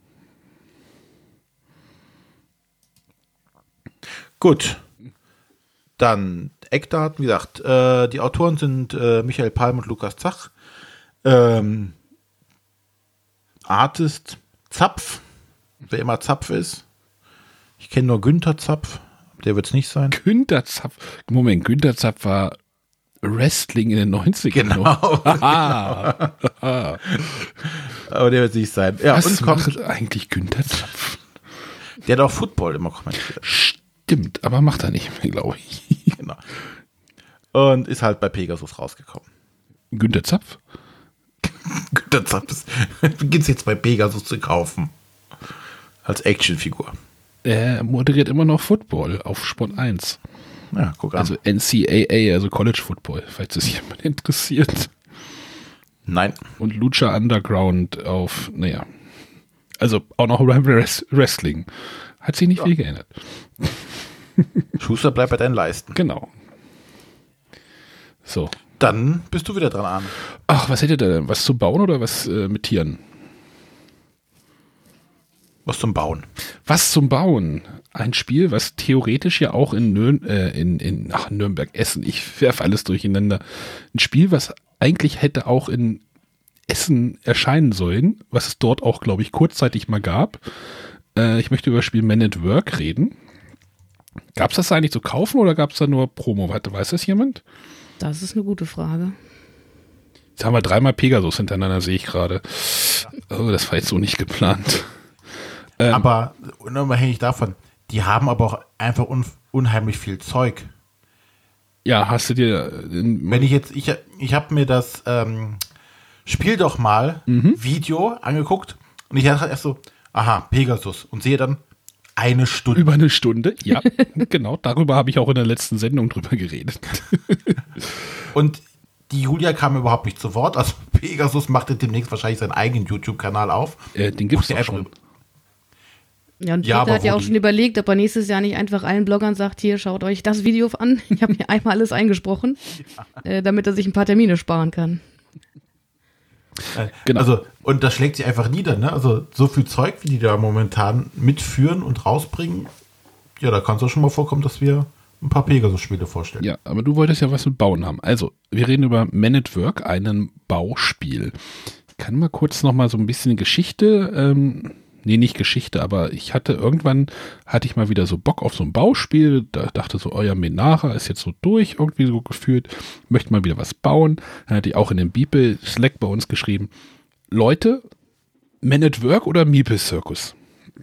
Gut. Dann Eckdaten, wie gesagt, äh, die Autoren sind äh, Michael Palm und Lukas Zach. Ähm, Artist Zapf, wer immer Zapf ist. Ich kenne nur Günther Zapf, der wird es nicht sein. Günther Zapf, Moment, Günther Zapf war Wrestling in den neunzigern. Genau. genau. Aber der wird es nicht sein. Ja, Was und macht kommt eigentlich Günther Zapf? Der hat auch Football immer kommentiert. Stimmt, aber macht er nicht mehr, glaube ich. Genau. Und ist halt bei Pegasus rausgekommen. Günther Zapf? Günther Zapf gibt es jetzt bei Pegasus zu kaufen. Als Actionfigur. Er moderiert immer noch Football auf Sport eins. Ja, guck an. Also N C A A, also College Football, falls es jemand interessiert. Nein. Und Lucha Underground auf, naja. Also auch noch Wrestling. Hat sich nicht ja. viel geändert. Schuster, bleib bei deinen Leisten. Genau. So. Dann bist du wieder dran, Arne. Ach, was hättet ihr denn? Was zu bauen oder was äh, mit Tieren? Was zum Bauen. Was zum Bauen? Ein Spiel, was theoretisch ja auch in, Nür- äh, in, in ach, Nürnberg, Essen, ich werfe alles durcheinander. Ein Spiel, was eigentlich hätte auch in Essen erscheinen sollen, was es dort auch, glaube ich, kurzzeitig mal gab. Äh, ich möchte über das Spiel Man at Work reden. Gab es das eigentlich zu kaufen oder gab es da nur Promo? Weiß das jemand? Das ist eine gute Frage. Jetzt haben wir dreimal Pegasus hintereinander, sehe ich gerade. Oh, das war jetzt so nicht geplant. Ähm, aber unabhängig davon, die haben aber auch einfach un- unheimlich viel Zeug. Ja, hast du dir... Wenn ich jetzt, ich, ich habe mir das ähm, Spiel doch mal mhm. Video angeguckt und ich dachte erst so, aha, Pegasus, und sehe dann eine Stunde. Über eine Stunde, ja, genau. Darüber habe ich auch in der letzten Sendung drüber geredet. Und die Julia kam überhaupt nicht zu Wort. Also Pegasus machte demnächst wahrscheinlich seinen eigenen YouTube-Kanal auf. Äh, den gibt es auch schon. Ja, und ja, Peter hat ja auch schon überlegt, ob er nächstes Jahr nicht einfach allen Bloggern sagt, hier, schaut euch das Video an. Ich habe mir einmal alles eingesprochen, ja. äh, damit er sich ein paar Termine sparen kann. Genau. Also, und das schlägt sich einfach nieder, ne? Also, so viel Zeug, wie die da momentan mitführen und rausbringen, ja, da kann es auch schon mal vorkommen, dass wir ein paar Pegasus-Spiele vorstellen. Ja, aber du wolltest ja was mit Bauen haben. Also, wir reden über Man at Work, ein Bauspiel. Ich kann mal kurz noch mal so ein bisschen Geschichte, ähm, nee, nicht Geschichte, aber ich hatte irgendwann, hatte ich mal wieder so Bock auf so ein Bauspiel, da dachte so, euer Menara ist jetzt so durch, irgendwie so gefühlt, möchte mal wieder was bauen. Dann hatte ich auch in dem Beeple Slack bei uns geschrieben, Leute, Man at Work oder Meeple Circus?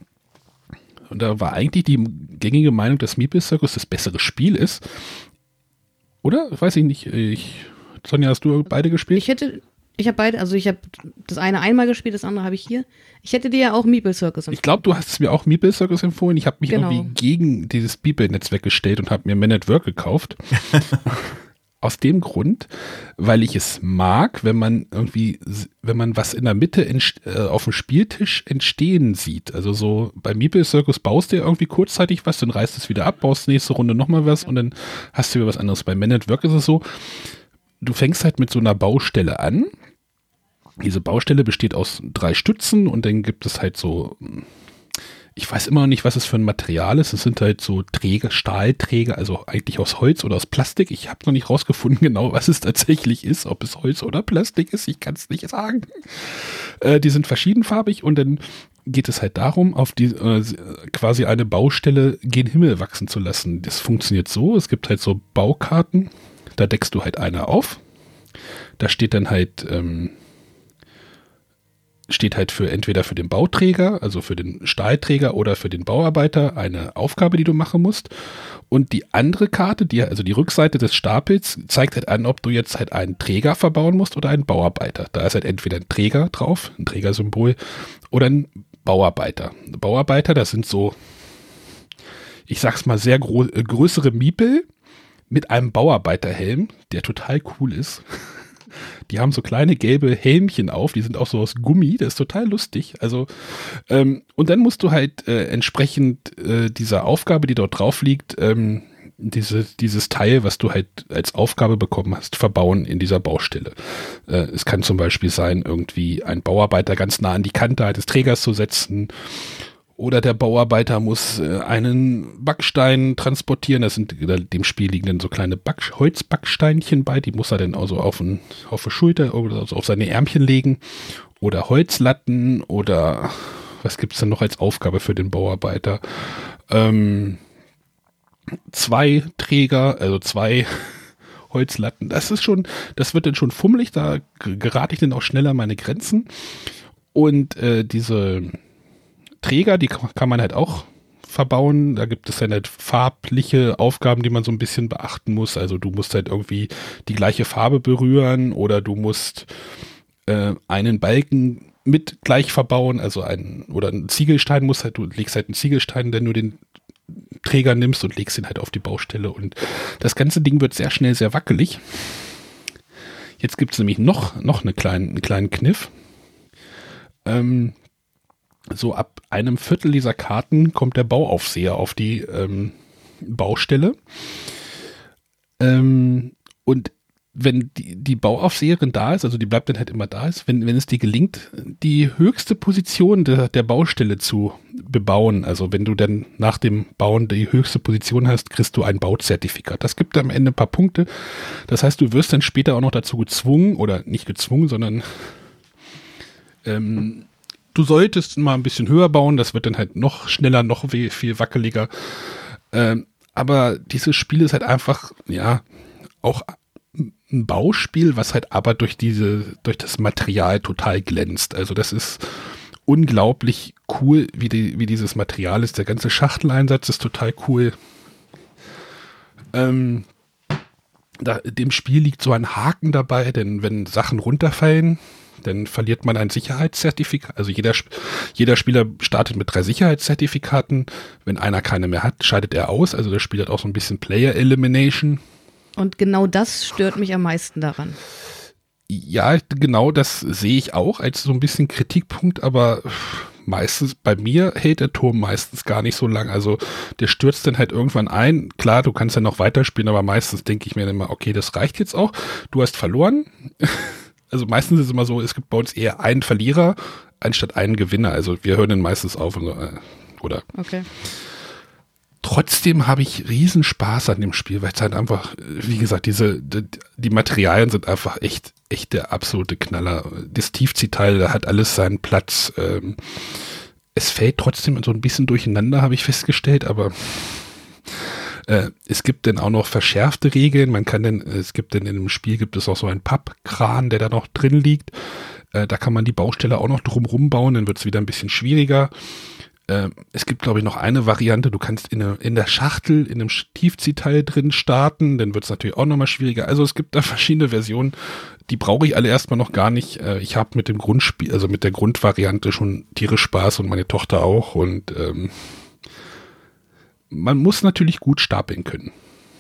Und da war eigentlich die gängige Meinung, dass Meeple Circus das bessere Spiel ist. Oder? Weiß ich nicht. Ich, Sonja, hast du beide gespielt? Ich hätte... Ich habe beide, also ich habe das eine einmal gespielt, das andere habe ich hier. Ich hätte dir ja auch Meeple Circus empfohlen. Ich glaube, du hast es mir auch Meeple Circus empfohlen. Ich habe mich genau. irgendwie gegen dieses Beeple-Netzwerk gestellt und habe mir Man at Work gekauft. Aus dem Grund, weil ich es mag, wenn man irgendwie, wenn man was in der Mitte entst- äh, auf dem Spieltisch entstehen sieht. Also so bei Meeple Circus baust du ja irgendwie kurzzeitig was, dann reißt es wieder ab, baust nächste Runde nochmal was und dann hast du wieder was anderes. Bei Man at Work ist es so, du fängst halt mit so einer Baustelle an. Diese Baustelle besteht aus drei Stützen und dann gibt es halt so Ich weiß immer noch nicht, was es für ein Material ist. Es sind halt so Träger, Stahlträger, also eigentlich aus Holz oder aus Plastik. Ich habe noch nicht rausgefunden genau, was es tatsächlich ist, ob es Holz oder Plastik ist. Ich kann es nicht sagen. Äh, die sind verschiedenfarbig und dann geht es halt darum, auf die äh, quasi eine Baustelle gen Himmel wachsen zu lassen. Das funktioniert so, es gibt halt so Baukarten, da deckst du halt eine auf. Da steht dann halt ähm, steht halt für entweder für den Bauträger, also für den Stahlträger oder für den Bauarbeiter eine Aufgabe, die du machen musst. Und die andere Karte, die, also die Rückseite des Stapels, zeigt halt an, ob du jetzt halt einen Träger verbauen musst oder einen Bauarbeiter. Da ist halt entweder ein Träger drauf, ein Trägersymbol, oder ein Bauarbeiter. Bauarbeiter, das sind so, ich sag's mal, sehr gro- äh, größere Miepel mit einem Bauarbeiterhelm, der total cool ist. Die haben so kleine gelbe Helmchen auf, die sind auch so aus Gummi, das ist total lustig. Also, ähm, und dann musst du halt äh, entsprechend äh, dieser Aufgabe, die dort drauf liegt, ähm, diese, dieses Teil, was du halt als Aufgabe bekommen hast, verbauen in dieser Baustelle. Äh, es kann zum Beispiel sein, irgendwie ein Bauarbeiter ganz nah an die Kante des Trägers zu setzen. Oder der Bauarbeiter muss äh, einen Backstein transportieren. Das sind äh, dem Spiel liegen dann so kleine Back- Holzbacksteinchen bei. Die muss er dann also auf, ein, auf die Schulter oder also auf seine Ärmchen legen. Oder Holzlatten oder was gibt es denn noch als Aufgabe für den Bauarbeiter? Ähm, zwei Träger, also zwei Holzlatten. Das ist schon, das wird dann schon fummelig. Da gerate ich dann auch schneller an meine Grenzen. Und äh, diese Träger, die kann man halt auch verbauen. Da gibt es dann halt farbliche Aufgaben, die man so ein bisschen beachten muss. Also du musst halt irgendwie die gleiche Farbe berühren oder du musst äh, einen Balken mit gleich verbauen. Also ein oder ein Ziegelstein muss halt, du legst halt einen Ziegelstein, wenn du den Träger nimmst und legst ihn halt auf die Baustelle. Und das ganze Ding wird sehr schnell sehr wackelig. Jetzt gibt es nämlich noch, noch eine kleinen, einen kleinen Kniff. Ähm, So ab einem Viertel dieser Karten kommt der Bauaufseher auf die ähm, Baustelle. Ähm, und wenn die, die Bauaufseherin da ist, also die bleibt dann halt immer da ist, wenn, wenn es dir gelingt, die höchste Position de, der Baustelle zu bebauen, also wenn du dann nach dem Bauen die höchste Position hast, kriegst du ein Bauzertifikat. Das gibt am Ende ein paar Punkte. Das heißt, du wirst dann später auch noch dazu gezwungen, oder nicht gezwungen, sondern ähm, du solltest mal ein bisschen höher bauen, das wird dann halt noch schneller, noch viel wackeliger. Ähm, aber dieses Spiel ist halt einfach, ja, auch ein Bauspiel, was halt aber durch diese, durch das Material total glänzt. Also das ist unglaublich cool, wie, die, wie dieses Material ist. Der ganze Schachteleinsatz ist total cool. Ähm, da, dem Spiel liegt so ein Haken dabei, denn wenn Sachen runterfallen, dann verliert man ein Sicherheitszertifikat. Also jeder, jeder Spieler startet mit drei Sicherheitszertifikaten. Wenn einer keine mehr hat, scheidet er aus. Also das Spiel hat auch so ein bisschen Player Elimination. Und genau das stört mich am meisten daran. Ja, genau das sehe ich auch als so ein bisschen Kritikpunkt, aber meistens, bei mir hält der Turm meistens gar nicht so lang. Also der stürzt dann halt irgendwann ein. Klar, du kannst ja noch weiterspielen, aber meistens denke ich mir dann immer, okay, das reicht jetzt auch. Du hast verloren. Also meistens ist es immer so, es gibt bei uns eher einen Verlierer anstatt einen Gewinner. Also wir hören dann meistens auf und so, äh, oder. Okay. Trotzdem habe ich riesen Spaß an dem Spiel, weil es halt einfach, wie gesagt, diese, die, die Materialien sind einfach echt, echt der absolute Knaller. Das Tiefziehteil, da hat alles seinen Platz. Ähm, es fällt trotzdem so ein bisschen durcheinander, habe ich festgestellt, aber Äh, es gibt dann auch noch verschärfte Regeln. Man kann dann, es gibt dann in dem Spiel gibt es auch so einen Pappkran, der da noch drin liegt. Äh, da kann man die Baustelle auch noch drumrum bauen, dann wird es wieder ein bisschen schwieriger. Äh, es gibt, glaube ich, noch eine Variante. Du kannst in, eine, in der Schachtel, in einem Tiefziehteil drin starten, dann wird es natürlich auch nochmal schwieriger. Also es gibt da verschiedene Versionen. Die brauche ich alle erstmal noch gar nicht. Äh, ich habe mit dem Grundspiel, also mit der Grundvariante schon tierisch Spaß und meine Tochter auch und ähm, man muss natürlich gut stapeln können.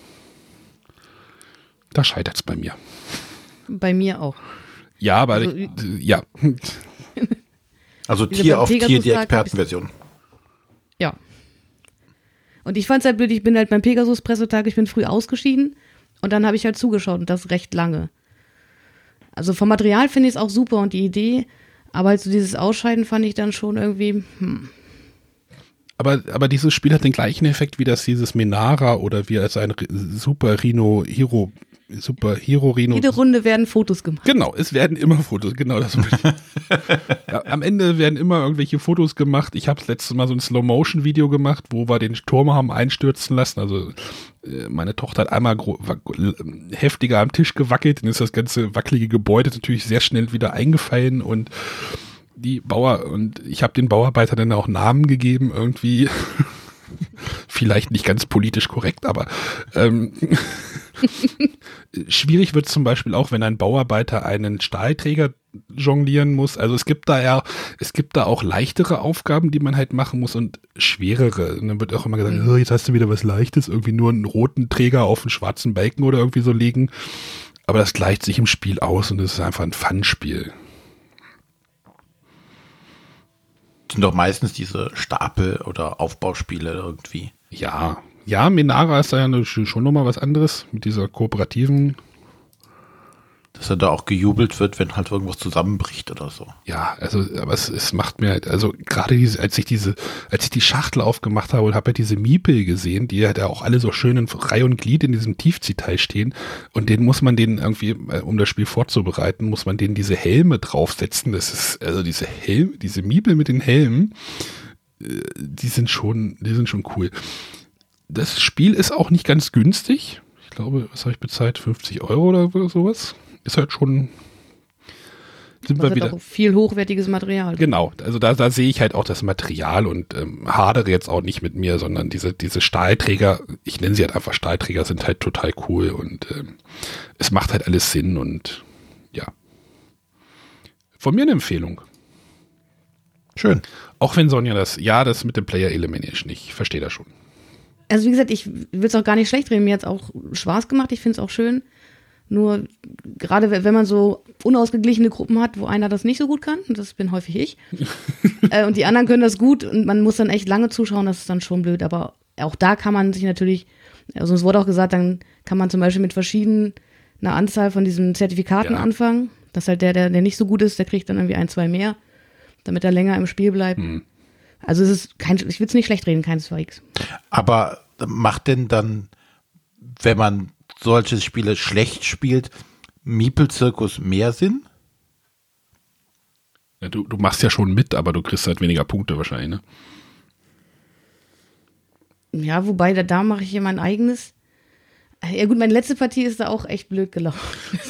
Da scheitert es bei mir. Bei mir auch. Ja, aber also, äh, ja. Also Tier auf Tier, die Expertenversion. Ja. Und ich fand es halt blöd, ich bin halt beim Pegasus-Pressetag, ich bin früh ausgeschieden und dann habe ich halt zugeschaut und das recht lange. Also vom Material finde ich es auch super und die Idee, aber halt so dieses Ausscheiden fand ich dann schon irgendwie, hm. Aber, aber dieses Spiel hat den gleichen Effekt wie das dieses Menara oder wie als ein Super Rhino Hero Super Hero Rhino. Jede Runde werden Fotos gemacht. Genau, es werden immer Fotos, genau das. Ja, am Ende werden immer irgendwelche Fotos gemacht. Ich habe das letzte Mal so ein Slow-Motion-Video gemacht, wo wir den Turm haben einstürzen lassen. Also äh, meine Tochter hat einmal heftiger am Tisch gewackelt, dann ist das ganze wackelige Gebäude natürlich sehr schnell wieder eingefallen und die Bauer und ich habe den Bauarbeiter dann auch Namen gegeben irgendwie. Vielleicht nicht ganz politisch korrekt, aber ähm, schwierig wird zum Beispiel auch, wenn ein Bauarbeiter einen Stahlträger jonglieren muss. Also es gibt da ja, es gibt da auch leichtere Aufgaben, die man halt machen muss und schwerere. Und dann wird auch immer gesagt, oh, jetzt hast du wieder was Leichtes, irgendwie nur einen roten Träger auf einen schwarzen Balken oder irgendwie so legen. Aber das gleicht sich im Spiel aus und es ist einfach ein Fun-Spiel. Sind doch meistens diese Stapel- oder Aufbauspiele irgendwie. Ja, ja, Menara ist da ja eine, schon nochmal was anderes mit dieser kooperativen. Dass er da auch gejubelt wird, wenn halt irgendwas zusammenbricht oder so. Ja, also, aber es, es macht mir halt, also gerade diese, als ich diese, als ich die Schachtel aufgemacht habe und habe ja diese Miepel gesehen, die halt ja auch alle so schön in Reihe und Glied in diesem Tiefziehteil stehen und den muss man denen irgendwie, um das Spiel vorzubereiten, muss man denen diese Helme draufsetzen. Das ist, also diese Helme, diese Miepel mit den Helmen, die sind schon, die sind schon cool. Das Spiel ist auch nicht ganz günstig. Ich glaube, was habe ich bezahlt? fünfzig Euro oder sowas? Ist halt schon, sind wir wieder. Auch viel hochwertiges Material. Genau, also da, da sehe ich halt auch das Material und ähm, hadere jetzt auch nicht mit mir, sondern diese, diese Stahlträger, ich nenne sie halt einfach Stahlträger, sind halt total cool und ähm, es macht halt alles Sinn und ja. Von mir eine Empfehlung. Schön. Auch wenn Sonja das, ja, das mit dem Player Elimination, ich verstehe das schon. Also wie gesagt, ich will es auch gar nicht schlecht reden, mir hat es auch Spaß gemacht, ich finde es auch schön. Nur gerade wenn man so unausgeglichene Gruppen hat, wo einer das nicht so gut kann, und das bin häufig ich, äh, und die anderen können das gut und man muss dann echt lange zuschauen, das ist dann schon blöd. Aber auch da kann man sich natürlich, also es wurde auch gesagt, dann kann man zum Beispiel mit verschiedenen, einer Anzahl von diesen Zertifikaten ja. anfangen. Dass halt der, der, der nicht so gut ist, der kriegt dann irgendwie ein, zwei mehr, damit er länger im Spiel bleibt. Hm. Also es ist kein, ich will es nicht schlecht reden, kein zwei X. Aber macht denn dann, wenn man solche Spiele schlecht spielt, Miepel-Zirkus mehr Sinn? Ja, du, du machst ja schon mit, aber du kriegst halt weniger Punkte wahrscheinlich, ne? Ja, wobei, da, da mache ich hier mein eigenes. Ja gut, meine letzte Partie ist da auch echt blöd gelaufen.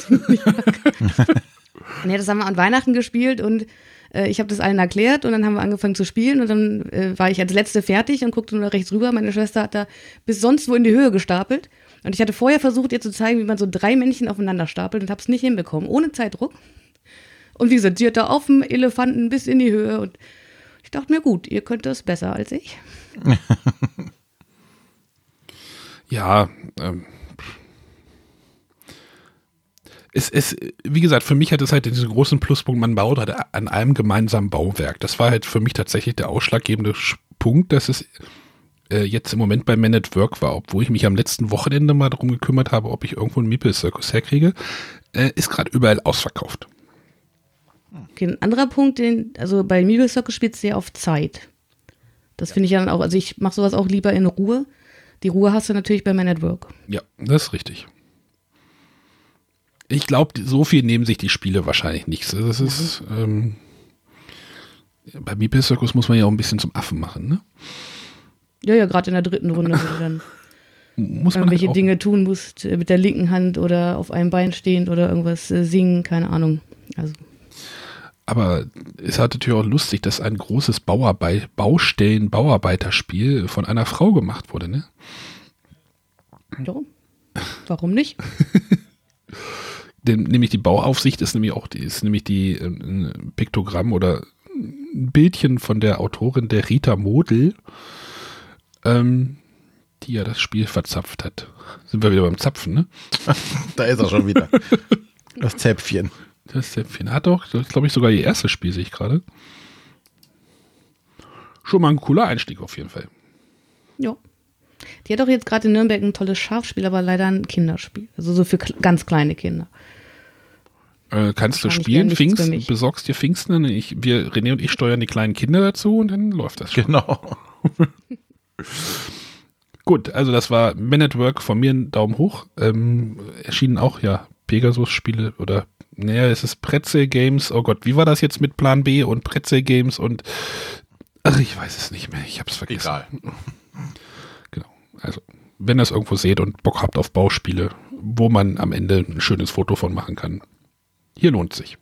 Ja, das haben wir an Weihnachten gespielt und äh, ich habe das allen erklärt und dann haben wir angefangen zu spielen und dann äh, war ich als Letzte fertig und guckte nur nach rechts rüber. Meine Schwester hat da bis sonst wo in die Höhe gestapelt und ich hatte vorher versucht, ihr zu zeigen, wie man so drei Männchen aufeinander stapelt und habe es nicht hinbekommen, ohne Zeitdruck. Und wie gesagt, sie hat da auf dem Elefanten bis in die Höhe und ich dachte mir, gut, ihr könnt das besser als ich. Ja, ähm. Es ist, wie gesagt, für mich hat es halt diesen großen Pluspunkt, man baut halt an einem gemeinsamen Bauwerk. Das war halt für mich tatsächlich der ausschlaggebende Punkt, dass es äh, jetzt im Moment bei Man at Work war, obwohl ich mich am letzten Wochenende mal darum gekümmert habe, ob ich irgendwo einen Miepel-Zirkus herkriege, äh, ist gerade überall ausverkauft. Okay, ein anderer Punkt, den, also bei Miepel-Zirkus spielt es sehr auf Zeit. Das finde ich ja dann auch, also ich mache sowas auch lieber in Ruhe. Die Ruhe hast du natürlich bei Man at Work. Ja, das ist richtig. Ich glaube, so viel nehmen sich die Spiele wahrscheinlich nicht. Das ist, ähm, bei Miepel-Zirkus muss man ja auch ein bisschen zum Affen machen, ne? Ja, ja, gerade in der dritten Runde, wo du dann muss man irgendwelche halt Dinge tun musst, mit der linken Hand oder auf einem Bein stehend oder irgendwas äh, singen, keine Ahnung. Also. Aber es hat natürlich auch lustig, dass ein großes Bauarbeit, Baustellen-Bauarbeiterspiel von einer Frau gemacht wurde, ne? Ja, warum nicht? Denn, nämlich die Bauaufsicht ist nämlich auch die, ist nämlich die äh, Piktogramm oder ein Bildchen von der Autorin der Rita Model, ähm, die ja das Spiel verzapft hat. Sind wir wieder beim Zapfen, ne? Da ist er schon wieder. Das Zäpfchen. Das Zäpfchen hat doch, das ist, glaube ich, sogar ihr erstes Spiel, sehe ich gerade. Schon mal ein cooler Einstieg auf jeden Fall. Ja. Die hat auch jetzt gerade in Nürnberg ein tolles Schachspiel, aber leider ein Kinderspiel. Also so für ganz kleine Kinder. Äh, kannst du spielen, Pfingsten, besorgst dir Pfingsten, ich, wir, René und ich steuern die kleinen Kinder dazu und dann läuft das schon. Genau. Gut, also das war Men at Work von mir, ein Daumen hoch. Ähm, erschienen auch, ja, Pegasus-Spiele oder, naja, es ist Pretzel Games. Oh Gott, wie war das jetzt mit Plan B und Pretzel Games und, ach, ich weiß es nicht mehr, ich hab's vergessen. Egal. Genau, also, wenn ihr es irgendwo seht und Bock habt auf Bauspiele, wo man am Ende ein schönes Foto von machen kann, hier lohnt sich.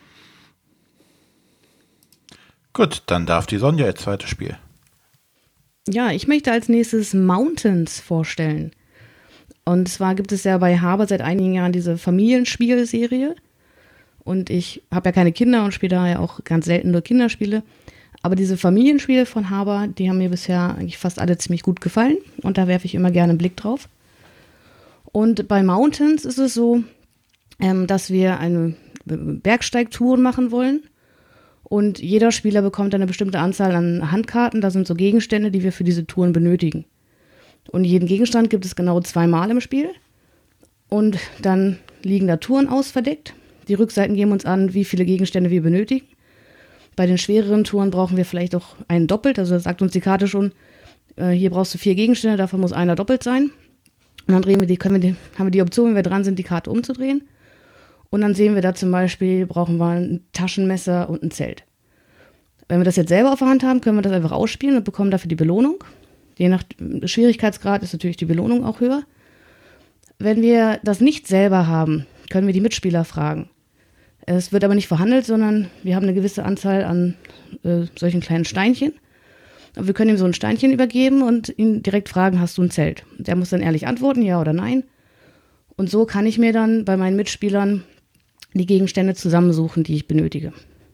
Gut, dann darf die Sonja ihr zweites Spiel. Ja, ich möchte als nächstes Mountains vorstellen. Und zwar gibt es ja bei Haber seit einigen Jahren diese Familienspielserie. Und ich habe ja keine Kinder und spiele daher auch ganz selten nur Kinderspiele. Aber diese Familienspiele von Haber, die haben mir bisher eigentlich fast alle ziemlich gut gefallen. Und da werfe ich immer gerne einen Blick drauf. Und bei Mountains ist es so, ähm, dass wir eine Bergsteigtour machen wollen. Und jeder Spieler bekommt eine bestimmte Anzahl an Handkarten. Das sind so Gegenstände, die wir für diese Touren benötigen. Und jeden Gegenstand gibt es genau zweimal im Spiel. Und dann liegen da Touren aus verdeckt. Die Rückseiten geben uns an, wie viele Gegenstände wir benötigen. Bei den schwereren Touren brauchen wir vielleicht auch einen doppelt. Also das sagt uns die Karte schon, äh, hier brauchst du vier Gegenstände, davon muss einer doppelt sein. Und dann drehen wir die, können wir die, haben wir die Option, wenn wir dran sind, die Karte umzudrehen. Und dann sehen wir da zum Beispiel, brauchen wir ein Taschenmesser und ein Zelt. Wenn wir das jetzt selber auf der Hand haben, können wir das einfach ausspielen und bekommen dafür die Belohnung. Je nach Schwierigkeitsgrad ist natürlich die Belohnung auch höher. Wenn wir das nicht selber haben, können wir die Mitspieler fragen. Es wird aber nicht verhandelt, sondern wir haben eine gewisse Anzahl an äh, solchen kleinen Steinchen. Wir können ihm so ein Steinchen übergeben und ihn direkt fragen, hast du ein Zelt? Der muss dann ehrlich antworten, ja oder nein. Und so kann ich mir dann bei meinen Mitspielern die Gegenstände zusammensuchen, die ich benötige.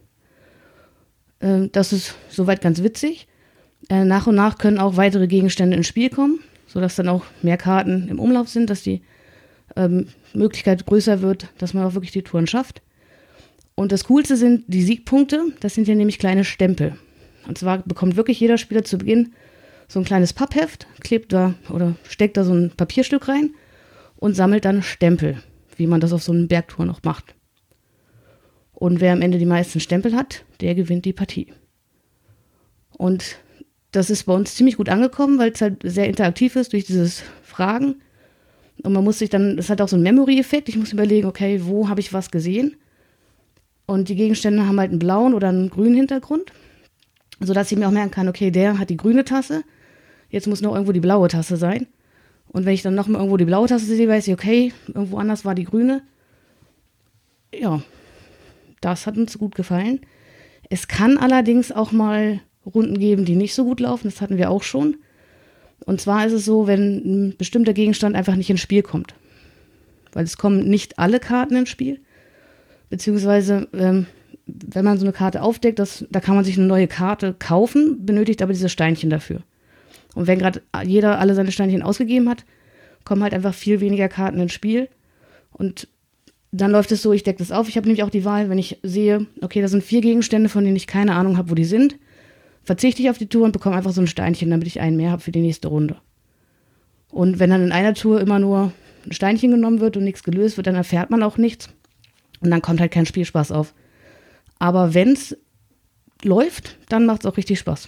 Äh, das ist soweit ganz witzig. Äh, nach und nach können auch weitere Gegenstände ins Spiel kommen, sodass dann auch mehr Karten im Umlauf sind, dass die ähm, Möglichkeit größer wird, dass man auch wirklich die Touren schafft. Und das Coolste sind die Siegpunkte. Das sind ja nämlich kleine Stempel. Und zwar bekommt wirklich jeder Spieler zu Beginn so ein kleines Pappheft, klebt da oder steckt da so ein Papierstück rein und sammelt dann Stempel, wie man das auf so einer Bergtour noch macht. Und wer am Ende die meisten Stempel hat, der gewinnt die Partie. Und das ist bei uns ziemlich gut angekommen, weil es halt sehr interaktiv ist durch dieses Fragen. Und man muss sich dann, das hat auch so einen Memory-Effekt. Ich muss überlegen, okay, wo habe ich was gesehen? Und die Gegenstände haben halt einen blauen oder einen grünen Hintergrund, sodass ich mir auch merken kann, okay, der hat die grüne Tasse, jetzt muss noch irgendwo die blaue Tasse sein. Und wenn ich dann nochmal irgendwo die blaue Tasse sehe, weiß ich, okay, irgendwo anders war die grüne. Ja, das hat uns gut gefallen. Es kann allerdings auch mal Runden geben, die nicht so gut laufen. Das hatten wir auch schon. Und zwar ist es so, wenn ein bestimmter Gegenstand einfach nicht ins Spiel kommt. Weil es kommen nicht alle Karten ins Spiel. Beziehungsweise, ähm, wenn man so eine Karte aufdeckt, das, da kann man sich eine neue Karte kaufen, benötigt aber diese Steinchen dafür. Und wenn gerade jeder alle seine Steinchen ausgegeben hat, kommen halt einfach viel weniger Karten ins Spiel. Und dann läuft es so, ich decke das auf. Ich habe nämlich auch die Wahl, wenn ich sehe, okay, da sind vier Gegenstände, von denen ich keine Ahnung habe, wo die sind, verzichte ich auf die Tour und bekomme einfach so ein Steinchen, damit ich einen mehr habe für die nächste Runde. Und wenn dann in einer Tour immer nur ein Steinchen genommen wird und nichts gelöst wird, dann erfährt man auch nichts. Und dann kommt halt kein Spielspaß auf. Aber wenn es läuft, dann macht es auch richtig Spaß.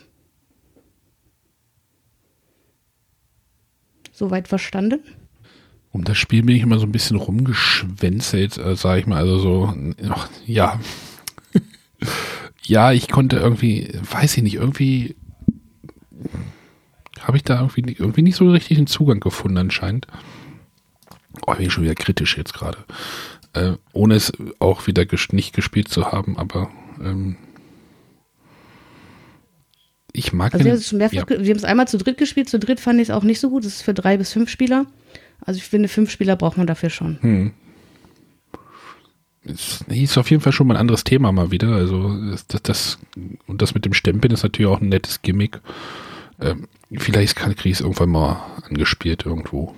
Soweit verstanden? Um das Spiel bin ich immer so ein bisschen rumgeschwänzelt, äh, sage ich mal. Also so, ach, ja. Ja, ich konnte irgendwie, weiß ich nicht, irgendwie habe ich da irgendwie, irgendwie nicht so richtig einen Zugang gefunden anscheinend. Oh, bin ich schon wieder kritisch jetzt gerade. Äh, ohne es auch wieder ges- nicht gespielt zu haben, aber ähm, ich mag also den, wir haben es schon mehrfach, ja. wir haben es einmal zu dritt gespielt, zu dritt fand ich es auch nicht so gut, das ist für drei bis fünf Spieler. Also ich finde, fünf Spieler braucht man dafür schon. Hm. Es ist auf jeden Fall schon mal ein anderes Thema mal wieder. Also das, das und das mit dem Stempeln ist natürlich auch ein nettes Gimmick. Ähm, vielleicht kann kriege ich es irgendwann mal angespielt irgendwo.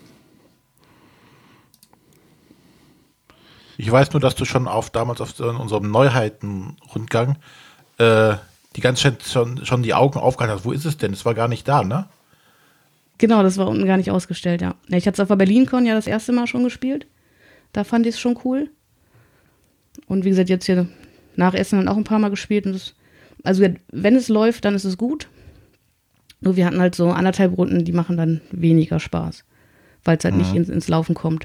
Ich weiß nur, dass du schon auf damals auf in unserem Neuheiten-Rundgang äh, die ganze Zeit schon, schon die Augen aufgehalten hast. Wo ist es denn? Es war gar nicht da, ne? Genau, das war unten gar nicht ausgestellt, ja. Ich hatte es auf der BerlinCon ja das erste Mal schon gespielt. Da fand ich es schon cool. Und wie gesagt, jetzt hier nach Essen dann auch ein paar Mal gespielt. Und das, also wenn es läuft, dann ist es gut. Nur wir hatten halt so anderthalb Runden, die machen dann weniger Spaß, weil es halt mhm. nicht ins, ins Laufen kommt.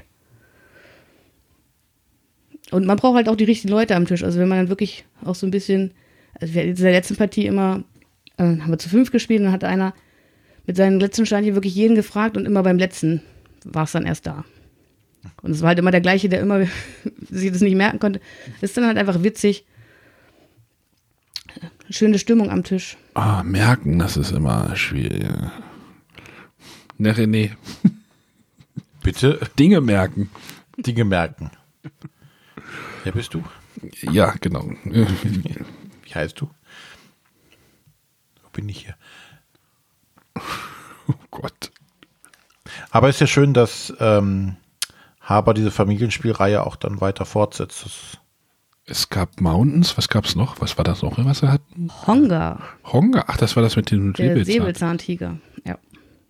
Und man braucht halt auch die richtigen Leute am Tisch. Also wenn man dann wirklich auch so ein bisschen, also wir in der letzten Partie immer, äh, haben wir zu fünf gespielt und dann hat einer mit seinen letzten Steinchen wirklich jeden gefragt und immer beim letzten war es dann erst da. Und es war halt immer der gleiche, der immer sich das nicht merken konnte. Das ist dann halt einfach witzig. Schöne Stimmung am Tisch. Ah, merken, das ist immer schwierig. Ne, René. Bitte? Dinge merken. Dinge merken. Wer bist du? Ja, genau. Wie heißt du? Wo bin ich hier? Oh Gott. Aber es ist ja schön, dass ähm, Haber diese Familienspielreihe auch dann weiter fortsetzt. Das es gab Mountains, was gab es noch? Was war das noch, was wir hatten? Honga. Honga, ach, das war das mit dem Der Säbelzahntiger, ja.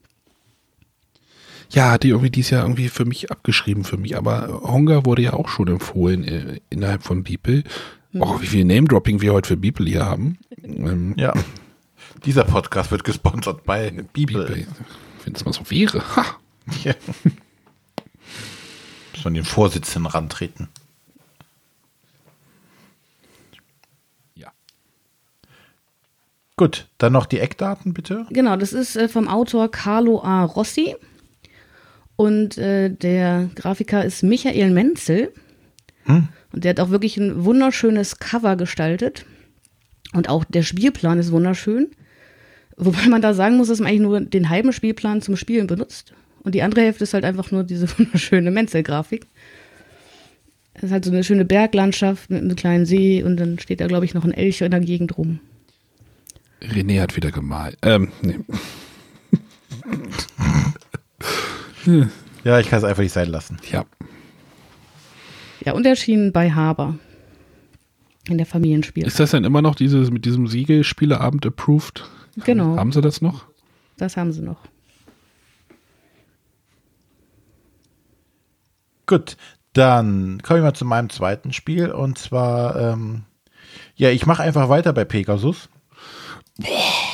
Ja, hat die irgendwie dieses Jahr irgendwie für mich abgeschrieben für mich, aber Honga wurde ja auch schon empfohlen äh, innerhalb von Beeple. Hm. Oh, wie viel Name-Dropping wir heute für Beeple hier haben. ähm, ja, dieser Podcast wird gesponsert bei Beeple. Wenn es mal so wäre. Ha. Ja. Muss man den Vorsitzenden rantreten. Ja. Gut, dann noch die Eckdaten, bitte. Genau, das ist äh, vom Autor Carlo A. Rossi. Und äh, der Grafiker ist Michael Menzel. Hm? Und der hat auch wirklich ein wunderschönes Cover gestaltet. Und auch der Spielplan ist wunderschön. Wobei man da sagen muss, dass man eigentlich nur den halben Spielplan zum Spielen benutzt. Und die andere Hälfte ist halt einfach nur diese wunderschöne Menzel-Grafik. Es ist halt so eine schöne Berglandschaft mit einem kleinen See. Und dann steht da, glaube ich, noch ein Elch in der Gegend rum. René hat wieder gemalt. Ähm, nee. Ja, ich kann es einfach nicht sein lassen. Ja. Ja, und erschienen bei Haber in der Familienspiel. Ist das denn immer noch dieses mit diesem Siegelspieleabend approved? Genau. Haben sie das noch? Das haben sie noch. Gut, dann komme ich mal zu meinem zweiten Spiel und zwar, ähm, ja, ich mache einfach weiter bei Pegasus. Boah.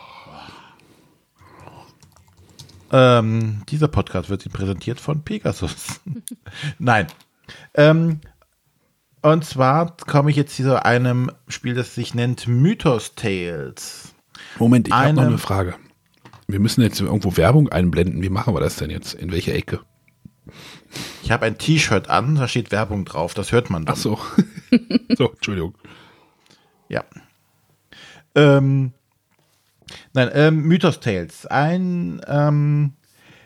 Ähm, dieser Podcast wird Ihnen präsentiert von Pegasus. Nein. Ähm, und zwar komme ich jetzt hier zu einem Spiel, das sich nennt Mythos Tales. Moment, ich habe noch eine Frage. Wir müssen jetzt irgendwo Werbung einblenden. Wie machen wir das denn jetzt? In welche Ecke? Ich habe ein T-Shirt an, da steht Werbung drauf. Das hört man dann. Ach so. So, Entschuldigung. Ja. Ähm, nein, ähm, Mythos Tales. Ein ähm,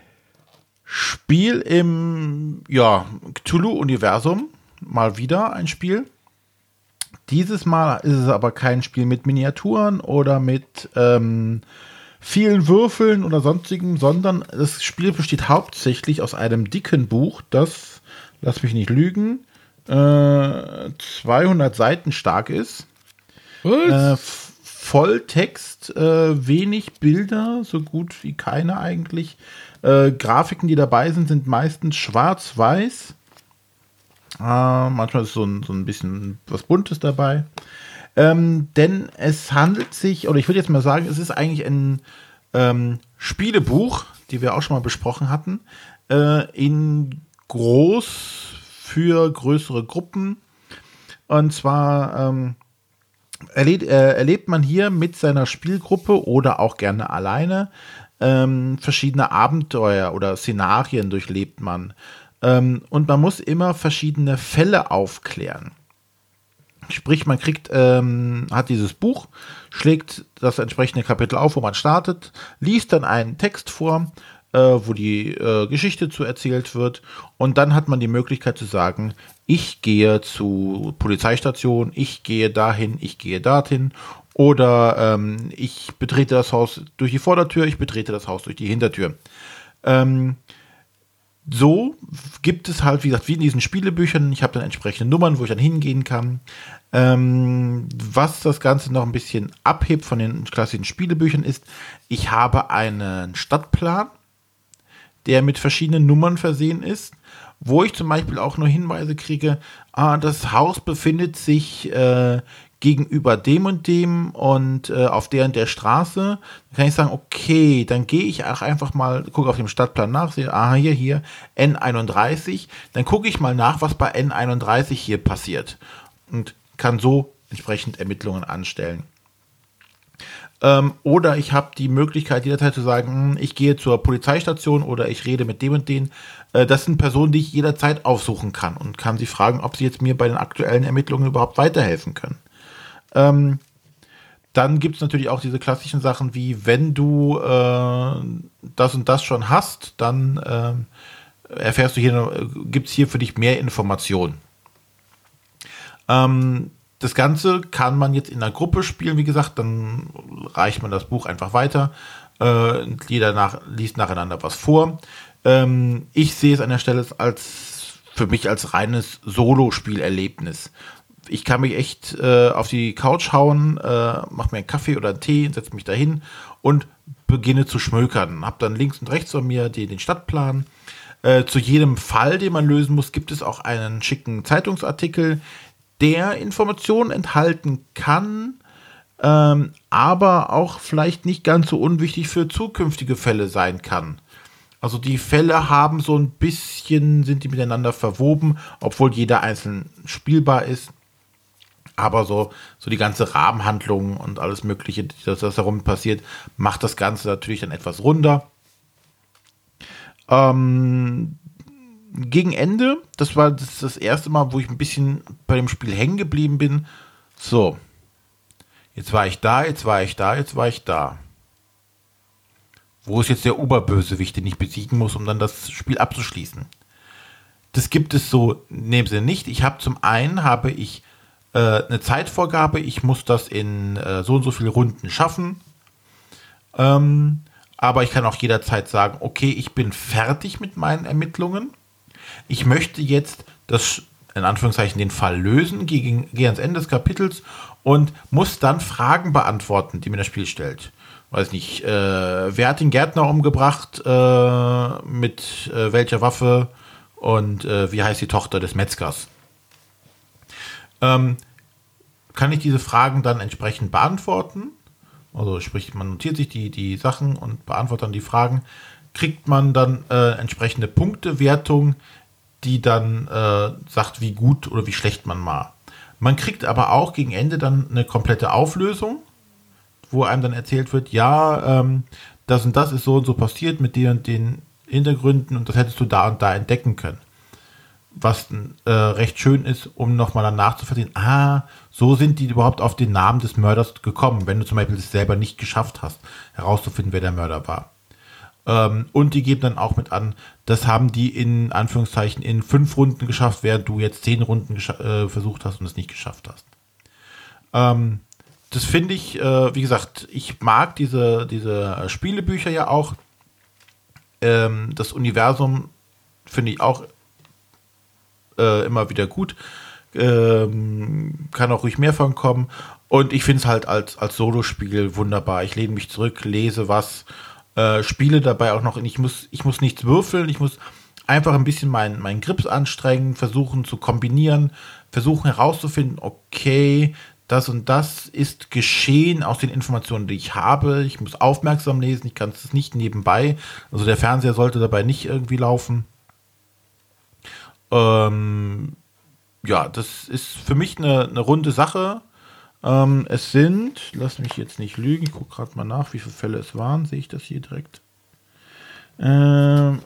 Spiel im ja, Cthulhu-Universum. Mal wieder ein Spiel. Dieses Mal ist es aber kein Spiel mit Miniaturen oder mit ähm, vielen Würfeln oder sonstigem, sondern das Spiel besteht hauptsächlich aus einem dicken Buch, das, lass mich nicht lügen, äh, zweihundert Seiten stark ist. Äh, Volltext, äh, wenig Bilder, so gut wie keine eigentlich. Äh, Grafiken, die dabei sind, sind meistens schwarz-weiß. Äh, manchmal ist so ein, so ein bisschen was Buntes dabei. Ähm, denn es handelt sich, oder ich würde jetzt mal sagen, es ist eigentlich ein ähm, Spielebuch, die wir auch schon mal besprochen hatten, äh, in groß für größere Gruppen. Und zwar ähm, erlebt, äh, erlebt man hier mit seiner Spielgruppe oder auch gerne alleine ähm, verschiedene Abenteuer oder Szenarien durchlebt man. Ähm, und man muss immer verschiedene Fälle aufklären. Sprich, man kriegt, ähm, hat dieses Buch, schlägt das entsprechende Kapitel auf, wo man startet, liest dann einen Text vor, äh, wo die äh, Geschichte zu erzählt wird, und dann hat man die Möglichkeit zu sagen, ich gehe zur Polizeistation, ich gehe dahin, ich gehe dorthin, oder ähm, ich betrete das Haus durch die Vordertür, ich betrete das Haus durch die Hintertür. Ähm, So gibt es halt, wie gesagt, wie in diesen Spielebüchern, ich habe dann entsprechende Nummern, wo ich dann hingehen kann. Ähm, was das Ganze noch ein bisschen abhebt von den klassischen Spielebüchern ist, ich habe einen Stadtplan, der mit verschiedenen Nummern versehen ist, wo ich zum Beispiel auch nur Hinweise kriege, ah, das Haus befindet sich äh, gegenüber dem und dem und äh, auf der und der Straße, dann kann ich sagen, okay, dann gehe ich auch einfach mal, gucke auf dem Stadtplan nach, sehe, aha, hier, hier, N einunddreißig, dann gucke ich mal nach, was bei N einunddreißig hier passiert und kann so entsprechend Ermittlungen anstellen. Ähm, oder ich habe die Möglichkeit jederzeit zu sagen, ich gehe zur Polizeistation oder ich rede mit dem und den. Äh, das sind Personen, die ich jederzeit aufsuchen kann und kann sie fragen, ob sie jetzt mir bei den aktuellen Ermittlungen überhaupt weiterhelfen können. Ähm, dann gibt es natürlich auch diese klassischen Sachen wie, wenn du äh, das und das schon hast, dann äh, erfährst du hier, gibt es hier für dich mehr Informationen. Ähm, Das Ganze kann man jetzt in einer Gruppe spielen, wie gesagt, dann reicht man das Buch einfach weiter. Äh, jeder nach, liest nacheinander was vor. Ähm, ich sehe es an der Stelle als für mich als reines Solo-Spielerlebnis. Ich kann mich echt äh, auf die Couch hauen, äh, mache mir einen Kaffee oder einen Tee, setze mich dahin und beginne zu schmökern. Hab dann links und rechts von mir die, den Stadtplan. Äh, zu jedem Fall, den man lösen muss, gibt es auch einen schicken Zeitungsartikel, der Informationen enthalten kann, ähm, aber auch vielleicht nicht ganz so unwichtig für zukünftige Fälle sein kann. Also die Fälle haben so ein bisschen, sind die miteinander verwoben, obwohl jeder einzeln spielbar ist. Aber so, so die ganze Rahmenhandlung und alles Mögliche, das, das darum passiert, macht das Ganze natürlich dann etwas runder. Ähm, Gegen Ende, das war das, das erste Mal, wo ich ein bisschen bei dem Spiel hängen geblieben bin. So, jetzt war ich da, jetzt war ich da, jetzt war ich da. Wo ist jetzt der Oberbösewicht, den ich besiegen muss, um dann das Spiel abzuschließen? Das gibt es so in dem Sinne nicht. Ich habe zum einen habe ich äh, eine Zeitvorgabe, ich muss das in äh, so und so viele Runden schaffen. Ähm, aber ich kann auch jederzeit sagen, okay, ich bin fertig mit meinen Ermittlungen. Ich möchte jetzt das, in Anführungszeichen, den Fall lösen, gehe, gehe ans Ende des Kapitels und muss dann Fragen beantworten, die mir das Spiel stellt. Weiß nicht, äh, wer hat den Gärtner umgebracht, äh, mit äh, welcher Waffe und äh, wie heißt die Tochter des Metzgers? Ähm, kann ich diese Fragen dann entsprechend beantworten? Also sprich, man notiert sich die, die Sachen und beantwortet dann die Fragen. Kriegt man dann äh, entsprechende Punktewertung, die dann äh, sagt, wie gut oder wie schlecht man war. Man kriegt aber auch gegen Ende dann eine komplette Auflösung, wo einem dann erzählt wird, ja, ähm, das und das ist so und so passiert mit den und den Hintergründen und das hättest du da und da entdecken können. Was äh, recht schön ist, um nochmal dann nachzuvollziehen, ah, so sind die überhaupt auf den Namen des Mörders gekommen, wenn du zum Beispiel es selber nicht geschafft hast, herauszufinden, wer der Mörder war. Ähm, und die geben dann auch mit an, das haben die in Anführungszeichen in fünf Runden geschafft, während du jetzt zehn Runden gescha- äh, versucht hast und es nicht geschafft hast. Ähm, das finde ich, äh, wie gesagt, ich mag diese, diese Spielebücher ja auch. Ähm, das Universum finde ich auch äh, immer wieder gut. Ähm, kann auch ruhig mehr von kommen. Und ich finde es halt als, als Solospiel wunderbar. Ich lehne mich zurück, lese was, äh, spiele dabei auch noch. Ich muss, ich muss nichts würfeln, ich muss einfach ein bisschen meinen mein Grips anstrengen, versuchen zu kombinieren, versuchen herauszufinden, okay, das und das ist geschehen aus den Informationen, die ich habe. Ich muss aufmerksam lesen, ich kann es nicht nebenbei. Also der Fernseher sollte dabei nicht irgendwie laufen. Ähm, ja, das ist für mich eine, eine runde Sache. Ähm, es sind, lass mich jetzt nicht lügen, ich gucke gerade mal nach, wie viele Fälle es waren. Sehe ich das hier direkt? Ähm,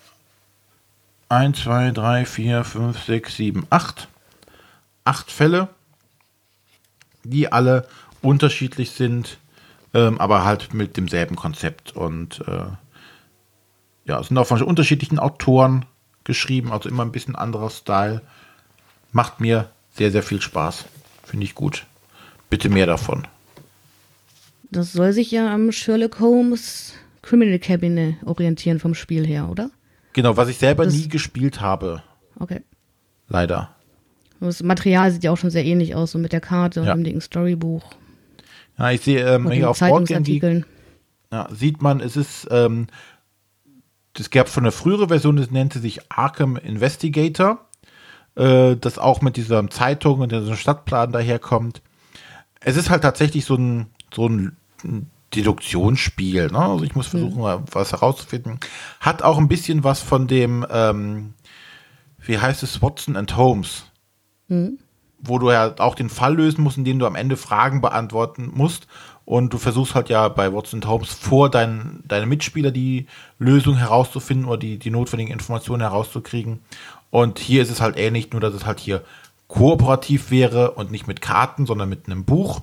eins, zwei, drei, vier, fünf, sechs, sieben, acht. Acht Fälle, die alle unterschiedlich sind, ähm, aber halt mit demselben Konzept. Und äh, ja, es sind auch von unterschiedlichen Autoren geschrieben, also immer ein bisschen anderer Style. Macht mir sehr, sehr viel Spaß. Finde ich gut. Bitte mehr davon. Das soll sich ja am Sherlock Holmes Criminal Cabinet orientieren vom Spiel her, oder? Genau, was ich selber das nie gespielt habe. Okay. Leider. Das Material sieht ja auch schon sehr ähnlich aus, so mit der Karte und ja. dem dicken Storybuch. Ja, ich sehe ähm, hier auf Zeitungsartikeln. Ja, sieht man, es ist, ähm, es gab schon eine frühere Version, das nannte sich Arkham Investigator, äh, das auch mit dieser Zeitung und diesem Stadtplan daherkommt. es ist halt tatsächlich so ein, so ein Deduktionsspiel. Ne? Also ich muss versuchen, mhm. was herauszufinden. Hat auch ein bisschen was von dem, ähm, wie heißt es, Watson and Holmes. Mhm. Wo du ja auch den Fall lösen musst, indem du am Ende Fragen beantworten musst. Und du versuchst halt ja bei Watson and Holmes vor deinen deine Mitspieler die Lösung herauszufinden oder die, die notwendigen Informationen herauszukriegen. Und hier ist es halt ähnlich, nur dass es halt hier kooperativ wäre und nicht mit Karten, sondern mit einem Buch.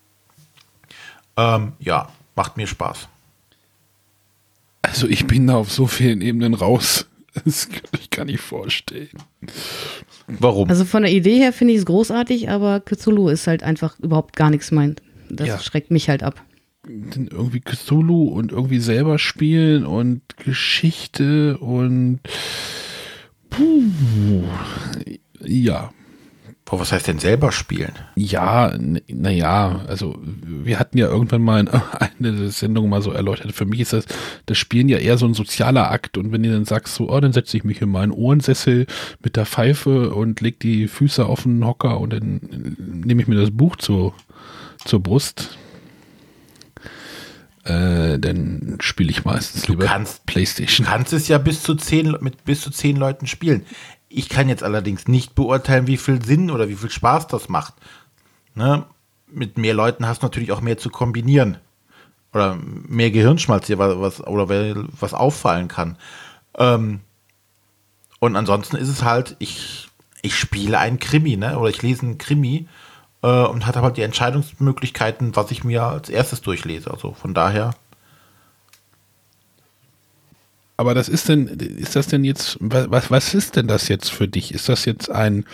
Ähm, ja, macht mir Spaß. Also ich bin da auf so vielen Ebenen raus. Das kann ich gar nicht vorstellen. Warum? Also von der Idee her finde ich es großartig, aber Cthulhu ist halt einfach überhaupt gar nichts mein. Das ja. schreckt mich halt ab. Irgendwie Cthulhu und irgendwie selber spielen und Geschichte und puh, ja. Boah, was heißt denn selber spielen? Ja, naja, also wir hatten ja irgendwann mal in einer der Sendungen mal so erläutert, für mich ist das, das Spielen ja eher so ein sozialer Akt und wenn du dann sagst so, oh, dann setze ich mich in meinen Ohrensessel mit der Pfeife und leg die Füße auf den Hocker und dann nehme ich mir das Buch zu, zur Brust, äh, dann spiele ich meistens du lieber kannst, PlayStation. Du kannst es ja bis zu zehn, mit bis zu zehn Leuten spielen. Ich kann jetzt allerdings nicht beurteilen, wie viel Sinn oder wie viel Spaß das macht. Ne? Mit mehr Leuten hast du natürlich auch mehr zu kombinieren. Oder mehr Gehirnschmalz hier, was, oder was auffallen kann. Ähm, und ansonsten ist es halt, ich, ich spiele einen Krimi, ne? Oder ich lese einen Krimi äh, und hatte halt die Entscheidungsmöglichkeiten, was ich mir als erstes durchlese. Also von daher. Aber das ist denn, ist das denn jetzt, was, was ist denn das jetzt für dich? Ist das jetzt ein,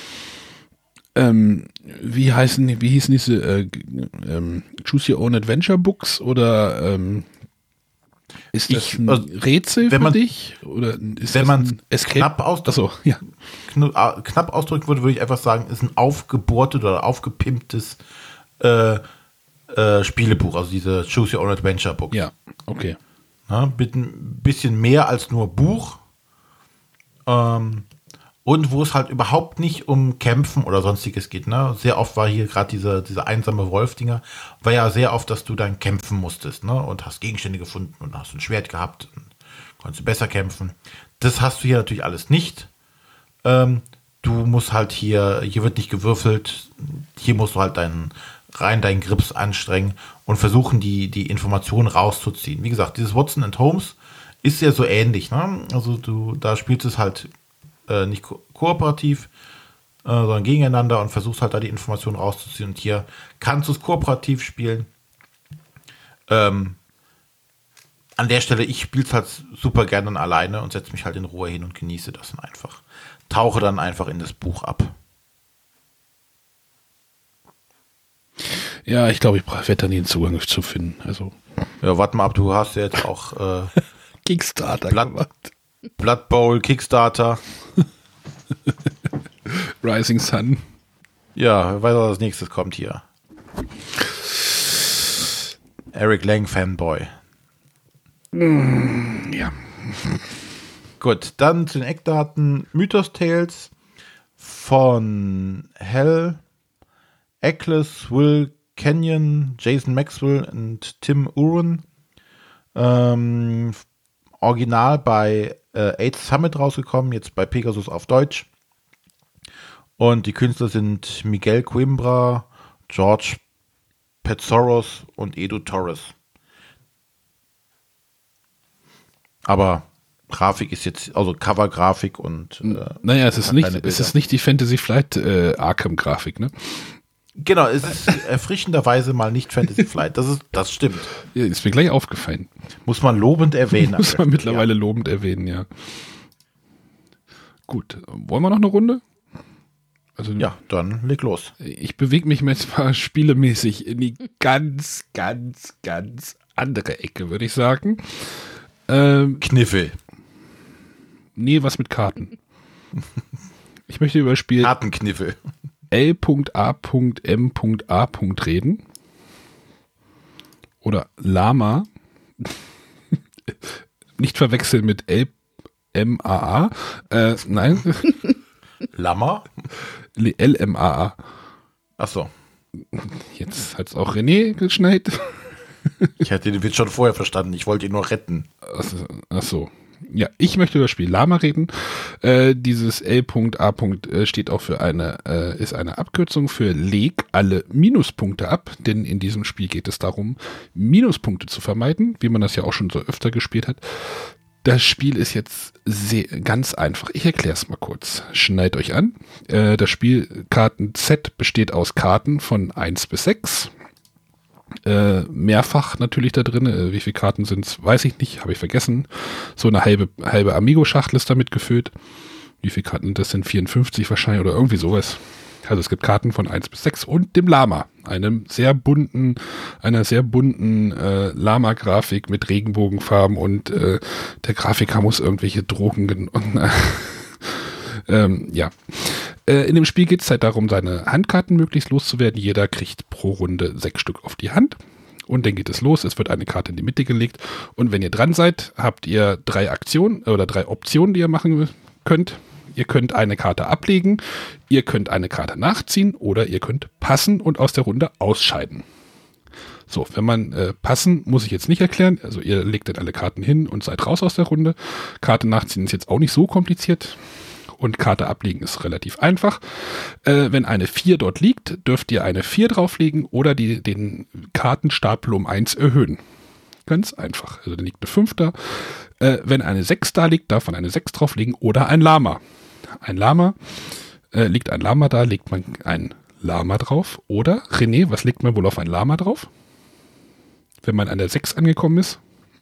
ähm, wie heißen, wie hießen diese, äh, ähm, Choose Your Own Adventure Books oder ähm, ist das ich, ein also, Rätsel für man, dich? Oder ist wenn man es knapp, Achso, ja. knapp, knapp ausdrücken würde, würde ich einfach sagen, ist ein aufgebohrtes oder aufgepimptes äh, äh, Spielebuch, also diese Choose Your Own Adventure Books. Ja, okay. Ja, mit ein bisschen mehr als nur Buch. Ähm, und wo es halt überhaupt nicht um Kämpfen oder sonstiges geht. Ne? Sehr oft war hier gerade diese, diese einsame Wolf-Dinger, war ja sehr oft, dass du dann kämpfen musstest, ne? Und hast Gegenstände gefunden und hast ein Schwert gehabt und konntest du besser kämpfen. Das hast du hier natürlich alles nicht. Ähm, du musst halt hier, hier wird nicht gewürfelt, hier musst du halt deinen rein deinen Grips anstrengen und versuchen, die, die Informationen rauszuziehen. Wie gesagt, dieses Watson and Holmes ist ja so ähnlich. Ne? Also du, da spielst du es halt äh, nicht ko- kooperativ, äh, sondern gegeneinander und versuchst halt da die Informationen rauszuziehen. Und hier kannst du es kooperativ spielen. Ähm, an der Stelle, ich spiele es halt super gerne dann alleine und setze mich halt in Ruhe hin und genieße das dann einfach. Tauche dann einfach in das Buch ab. Ja, ich glaube, ich werde da nie einen Zugang zu finden. Also. Ja, warte mal ab, du hast ja jetzt auch äh, Kickstarter Blood, gemacht. Blood Bowl, Kickstarter. Rising Sun. Ja, wer weiß, was als nächstes kommt hier. Eric Lang Fanboy. Mm, ja. Gut, dann zu den Eckdaten. Mythos Tales von Hell, Eccles, Will Kenyon, Jason Maxwell und Tim Uren. Ähm, original bei äh, eighth Summit rausgekommen, jetzt bei Pegasus auf Deutsch. Und die Künstler sind Miguel Coimbra, George Petzoros und Edu Torres. Aber Grafik ist jetzt, also Cover-Grafik und äh, naja, es ist nicht, es ist nicht die Fantasy Flight äh, Arkham-Grafik, ne? Genau, es ist erfrischenderweise mal nicht Fantasy Flight. Das ist, das stimmt. Ja, ist mir gleich aufgefallen. Muss man lobend erwähnen. Muss man mittlerweile ja. lobend erwähnen, ja. Gut, wollen wir noch eine Runde? Also, ja, dann leg los. Ich bewege mich jetzt mal spielemäßig in die ganz, ganz, ganz andere Ecke, würde ich sagen. Ähm, Kniffel. Nee, was mit Karten. Ich möchte über das Spiel Kartenkniffel. L A M A reden. Oder Lama. Nicht verwechseln mit L M A A. Äh, nein. Lama? L M A A. Ach so. Jetzt hat es auch René geschneit. Ich hatte den Witz schon vorher verstanden. Ich wollte ihn nur retten. Ach so. Ja, ich möchte über das Spiel Lama reden. Äh, dieses L A äh, steht auch für eine, äh, ist eine Abkürzung für leg alle Minuspunkte ab, denn in diesem Spiel geht es darum, Minuspunkte zu vermeiden, wie man das ja auch schon so öfter gespielt hat. Das Spiel ist jetzt sehr, ganz einfach. Ich erkläre es mal kurz. Schneid euch an. Äh, das Spielkarten-Set besteht aus Karten von eins bis sechs. Äh, mehrfach natürlich da drin. Äh, wie viele Karten sind es, weiß ich nicht, habe ich vergessen. So eine halbe, halbe Amigo-Schachtel ist damit gefüllt. Wie viele Karten, das sind vierundfünfzig wahrscheinlich oder irgendwie sowas. Also es gibt Karten von eins bis sechs und dem Lama, einem sehr bunten, einer sehr bunten äh, Lama-Grafik mit Regenbogenfarben und äh, der Grafiker muss irgendwelche Drogen gen- und, äh, ähm, ja. Äh, in dem Spiel geht es halt darum, seine Handkarten möglichst loszuwerden. Jeder kriegt pro Runde sechs Stück auf die Hand. Und dann geht es los. Es wird eine Karte in die Mitte gelegt. Und wenn ihr dran seid, habt ihr drei Aktionen oder drei Optionen, die ihr machen könnt. Ihr könnt eine Karte ablegen, ihr könnt eine Karte nachziehen oder ihr könnt passen und aus der Runde ausscheiden. So, wenn man äh, passen, muss ich jetzt nicht erklären. Also ihr legt dann alle Karten hin und seid raus aus der Runde. Karte nachziehen ist jetzt auch nicht so kompliziert. Und Karte ablegen ist relativ einfach. Äh, wenn eine vier dort liegt, dürft ihr eine vier drauflegen oder die, den Kartenstapel um eins erhöhen. Ganz einfach. Also dann liegt eine fünf da. Äh, wenn eine sechs da liegt, darf man eine sechs drauflegen oder ein Lama. Ein Lama, äh, liegt ein Lama da, legt man ein Lama drauf. Oder, René, was legt man wohl auf ein Lama drauf? Wenn man an der sechs angekommen ist?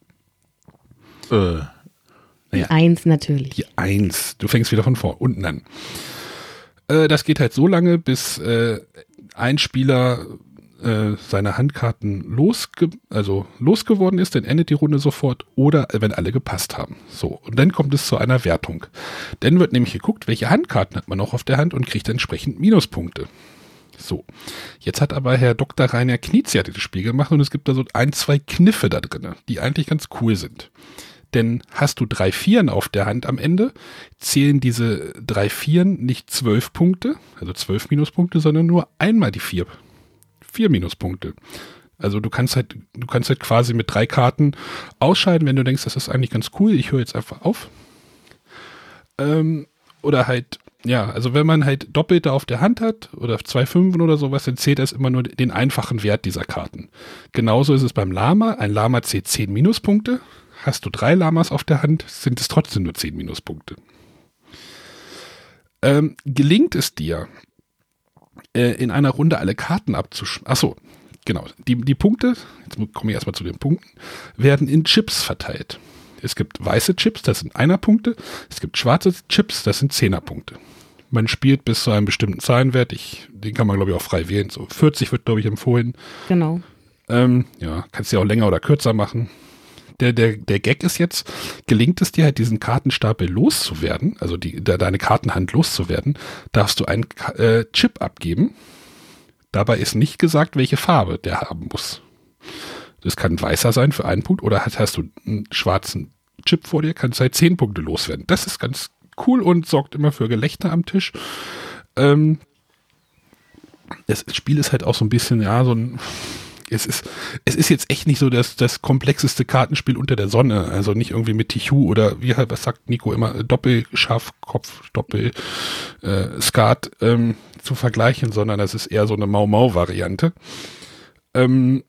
Äh... Die eins natürlich. Die eins. Du fängst wieder von vor unten an. Äh, das geht halt so lange, bis äh, ein Spieler äh, seine Handkarten losge- also losgeworden ist, dann endet die Runde sofort oder äh, wenn alle gepasst haben. So, und dann kommt es zu einer Wertung. Dann wird nämlich geguckt, welche Handkarten hat man noch auf der Hand und kriegt entsprechend Minuspunkte. So, jetzt hat aber Herr Doktor Rainer Knizia das Spiel gemacht und es gibt da so ein, zwei Kniffe da drin, die eigentlich ganz cool sind. Denn hast du drei Vieren auf der Hand am Ende, zählen diese drei Vieren nicht zwölf Punkte, also zwölf Minuspunkte, sondern nur einmal die vier. Vier Minuspunkte. Also du kannst halt, du kannst halt quasi mit drei Karten ausscheiden, wenn du denkst, das ist eigentlich ganz cool, ich höre jetzt einfach auf. Ähm, oder halt, ja, also wenn man halt Doppelte auf der Hand hat oder zwei Fünfen oder sowas, dann zählt das immer nur den einfachen Wert dieser Karten. Genauso ist es beim Lama. Ein Lama zählt zehn Minuspunkte. Hast du drei Lamas auf der Hand, sind es trotzdem nur zehn Minuspunkte. Ähm, gelingt es dir, äh, in einer Runde alle Karten abzuschneiden? Achso, genau. Die, die Punkte, jetzt komme ich erstmal zu den Punkten, werden in Chips verteilt. Es gibt weiße Chips, das sind Einer-Punkte. Es gibt schwarze Chips, das sind Zehner-Punkte. Man spielt bis zu einem bestimmten Zahlenwert. Ich, den kann man, glaube ich, auch frei wählen. So vierzig wird, glaube ich, empfohlen. Genau. Ähm, ja, kannst du ja auch länger oder kürzer machen. Der, der, der Gag ist jetzt, gelingt es dir halt diesen Kartenstapel loszuwerden, also die, de, deine Kartenhand loszuwerden, darfst du einen äh, Chip abgeben. Dabei ist nicht gesagt, welche Farbe der haben muss. Das kann ein weißer sein für einen Punkt oder hast, hast du einen schwarzen Chip vor dir, kannst halt zehn Punkte loswerden. Das ist ganz cool und sorgt immer für Gelächter am Tisch. Ähm, das Spiel ist halt auch so ein bisschen, ja, so ein... Es ist, es ist jetzt echt nicht so das, das komplexeste Kartenspiel unter der Sonne. Also nicht irgendwie mit Tichu oder wie was sagt Nico immer, Doppelschafkopf, Doppel äh, Skat ähm, zu vergleichen, sondern das ist eher so eine Mau-Mau-Variante. Ähm,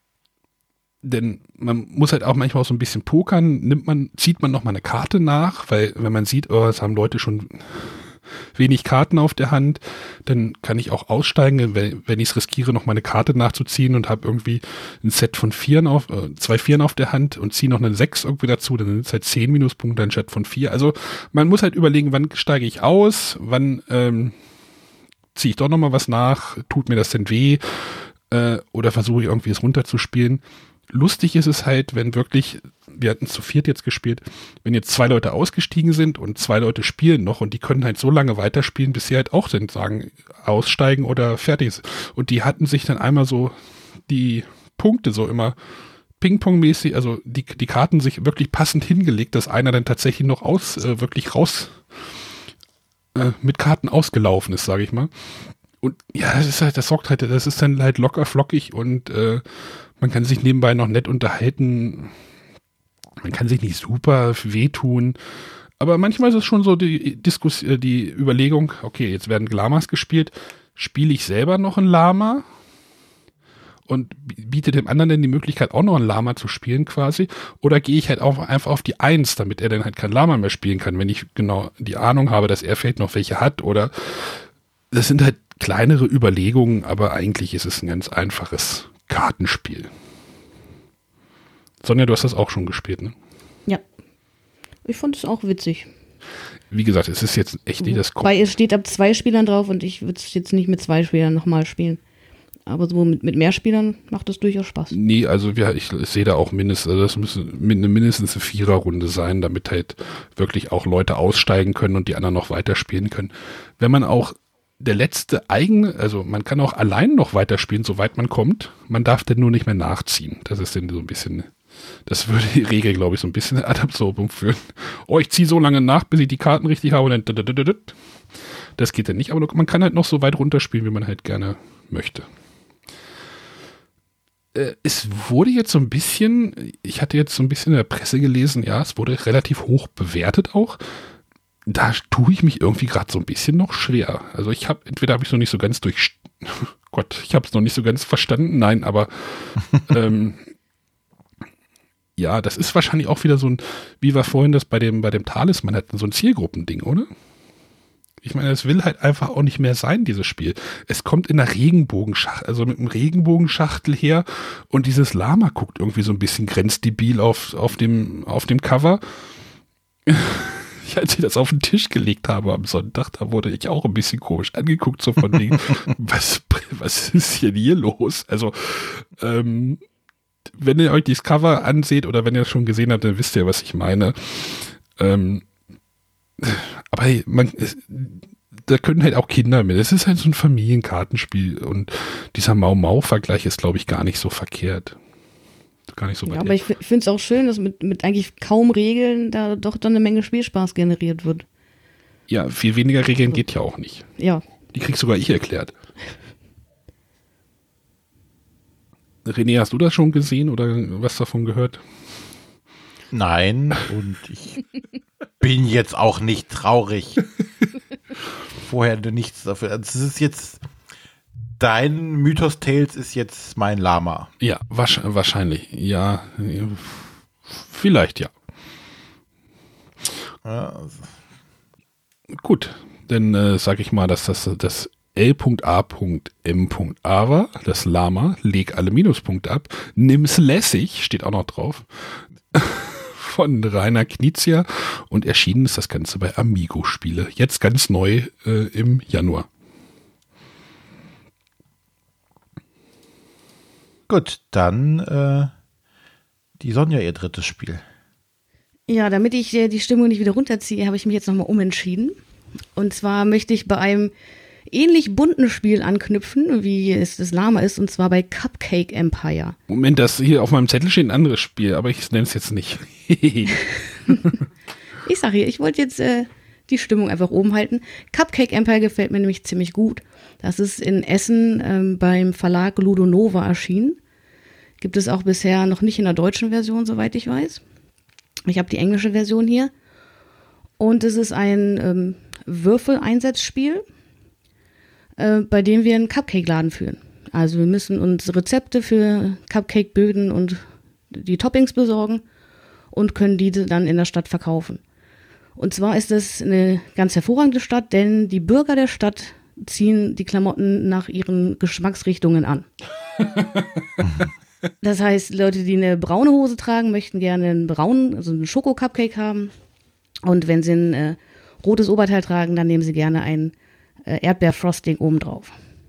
denn man muss halt auch manchmal auch so ein bisschen pokern, nimmt man, zieht man nochmal eine Karte nach, weil wenn man sieht, oh, es haben Leute schon wenig Karten auf der Hand, dann kann ich auch aussteigen, wenn, wenn ich es riskiere, noch meine Karte nachzuziehen und habe irgendwie ein Set von Vieren auf, äh, zwei Vieren auf der Hand und ziehe noch eine Sechs irgendwie dazu, dann sind es halt zehn Minuspunkte anstatt von vier. Also man muss halt überlegen, wann steige ich aus, wann ähm, ziehe ich doch nochmal was nach, tut mir das denn weh äh, oder versuche ich irgendwie es runterzuspielen. Lustig ist es halt, wenn wirklich, wir hatten es zu viert jetzt gespielt, wenn jetzt zwei Leute ausgestiegen sind und zwei Leute spielen noch und die können halt so lange weiterspielen, bis sie halt auch sind, sagen, aussteigen oder fertig ist. Und die hatten sich dann einmal so die Punkte so immer Ping-Pong-mäßig, also die, die Karten sich wirklich passend hingelegt, dass einer dann tatsächlich noch aus, äh, wirklich raus, äh, mit Karten ausgelaufen ist, sage ich mal. Und ja, das ist halt, das sorgt halt, das ist dann halt locker flockig und äh, man kann sich nebenbei noch nett unterhalten. Man kann sich nicht super wehtun. Aber manchmal ist es schon so die Diskussion, die Überlegung, okay, jetzt werden Lamas gespielt. Spiele ich selber noch ein Lama? Und biete dem anderen dann die Möglichkeit, auch noch ein Lama zu spielen quasi. Oder gehe ich halt auch einfach auf die Eins, damit er dann halt kein Lama mehr spielen kann, wenn ich genau die Ahnung habe, dass er vielleicht noch welche hat. Oder das sind halt kleinere Überlegungen, aber eigentlich ist es ein ganz einfaches Kartenspiel. Sonja, du hast das auch schon gespielt, ne? Ja. Ich fand es auch witzig. Wie gesagt, es ist jetzt echt nicht das Kopf. Weil es steht ab zwei Spielern drauf und ich würde es jetzt nicht mit zwei Spielern nochmal spielen. Aber so mit, mit mehr Spielern macht das durchaus Spaß. Nee, also ja, ich, ich sehe da auch mindestens, also das müsste eine, mindestens eine Viererrunde sein, damit halt wirklich auch Leute aussteigen können und die anderen noch weiterspielen können. Wenn man auch der letzte eigene, also man kann auch allein noch weiterspielen, soweit man kommt. Man darf dann nur nicht mehr nachziehen. Das ist dann so ein bisschen, das würde die Regel, glaube ich, so ein bisschen ad absurdum führen. Oh, ich ziehe so lange nach, bis ich die Karten richtig habe und dann das geht dann nicht, aber man kann halt noch so weit runterspielen, wie man halt gerne möchte. Es wurde jetzt so ein bisschen, ich hatte jetzt so ein bisschen in der Presse gelesen, ja, es wurde relativ hoch bewertet auch. Da tue ich mich irgendwie gerade so ein bisschen noch schwer. Also ich habe, entweder habe ich es noch nicht so ganz durch, Gott, ich habe es noch nicht so ganz verstanden, nein, aber ähm, ja, das ist wahrscheinlich auch wieder so ein, wie wir vorhin das bei dem, bei dem Talisman hatten, so ein Zielgruppending, oder? Ich meine, es will halt einfach auch nicht mehr sein, dieses Spiel. Es kommt in einer Regenbogenschachtel, also mit einem Regenbogenschachtel her und dieses Lama guckt irgendwie so ein bisschen grenzdebil auf, auf, dem, auf dem Cover. Als ich das auf den Tisch gelegt habe am Sonntag, da wurde ich auch ein bisschen komisch angeguckt, so von wegen, was, was ist denn hier los? Also, ähm, wenn ihr euch dieses Cover anseht oder wenn ihr es schon gesehen habt, dann wisst ihr, was ich meine. Ähm, aber hey, man, es, da können halt auch Kinder mit. Es ist halt so ein Familienkartenspiel und dieser Mau-Mau-Vergleich ist, glaube ich, gar nicht so verkehrt. Gar nicht so ja, aber ich, ich finde es auch schön, dass mit, mit eigentlich kaum Regeln da doch dann eine Menge Spielspaß generiert wird. Ja, viel weniger Regeln geht ja auch nicht. Ja. Die krieg sogar ich erklärt. René, hast du das schon gesehen oder was davon gehört? Nein, und ich bin jetzt auch nicht traurig. Vorher nichts dafür. Also es ist jetzt, dein Mythos Tales ist jetzt mein Lama. Ja, wahrscheinlich. Ja, vielleicht ja. ja also. Gut, dann äh, sage ich mal, dass das das L A M A war, das Lama, leg alle Minuspunkte ab, nimm's lässig, steht auch noch drauf, von Rainer Knizia und erschienen ist das Ganze bei Amigo Spiele, jetzt ganz neu äh, im Januar. Gut, dann äh, die Sonja ihr drittes Spiel. Ja, damit ich äh, die Stimmung nicht wieder runterziehe, habe ich mich jetzt nochmal umentschieden. Und zwar möchte ich bei einem ähnlich bunten Spiel anknüpfen, wie es das Lama ist, und zwar bei Cupcake Empire. Moment, das hier auf meinem Zettel steht ein anderes Spiel, aber ich nenne es jetzt nicht. Ich sage hier, ich wollte jetzt äh, die Stimmung einfach oben halten. Cupcake Empire gefällt mir nämlich ziemlich gut. Das ist in Essen ähm, beim Verlag Ludo Nova erschienen. Gibt es auch bisher noch nicht in der deutschen Version, soweit ich weiß. Ich habe die englische Version hier. Und es ist ein ähm, Würfeleinsatzspiel, äh, bei dem wir einen Cupcake-Laden führen. Also wir müssen uns Rezepte für Cupcake-Böden und die Toppings besorgen und können diese dann in der Stadt verkaufen. Und zwar ist das eine ganz hervorragende Stadt, denn die Bürger der Stadt ziehen die Klamotten nach ihren Geschmacksrichtungen an. Das heißt, Leute, die eine braune Hose tragen, möchten gerne einen braunen, also einen Schoko-Cupcake haben. Und wenn sie ein äh, rotes Oberteil tragen, dann nehmen sie gerne ein äh, Erdbeerfrosting obendrauf.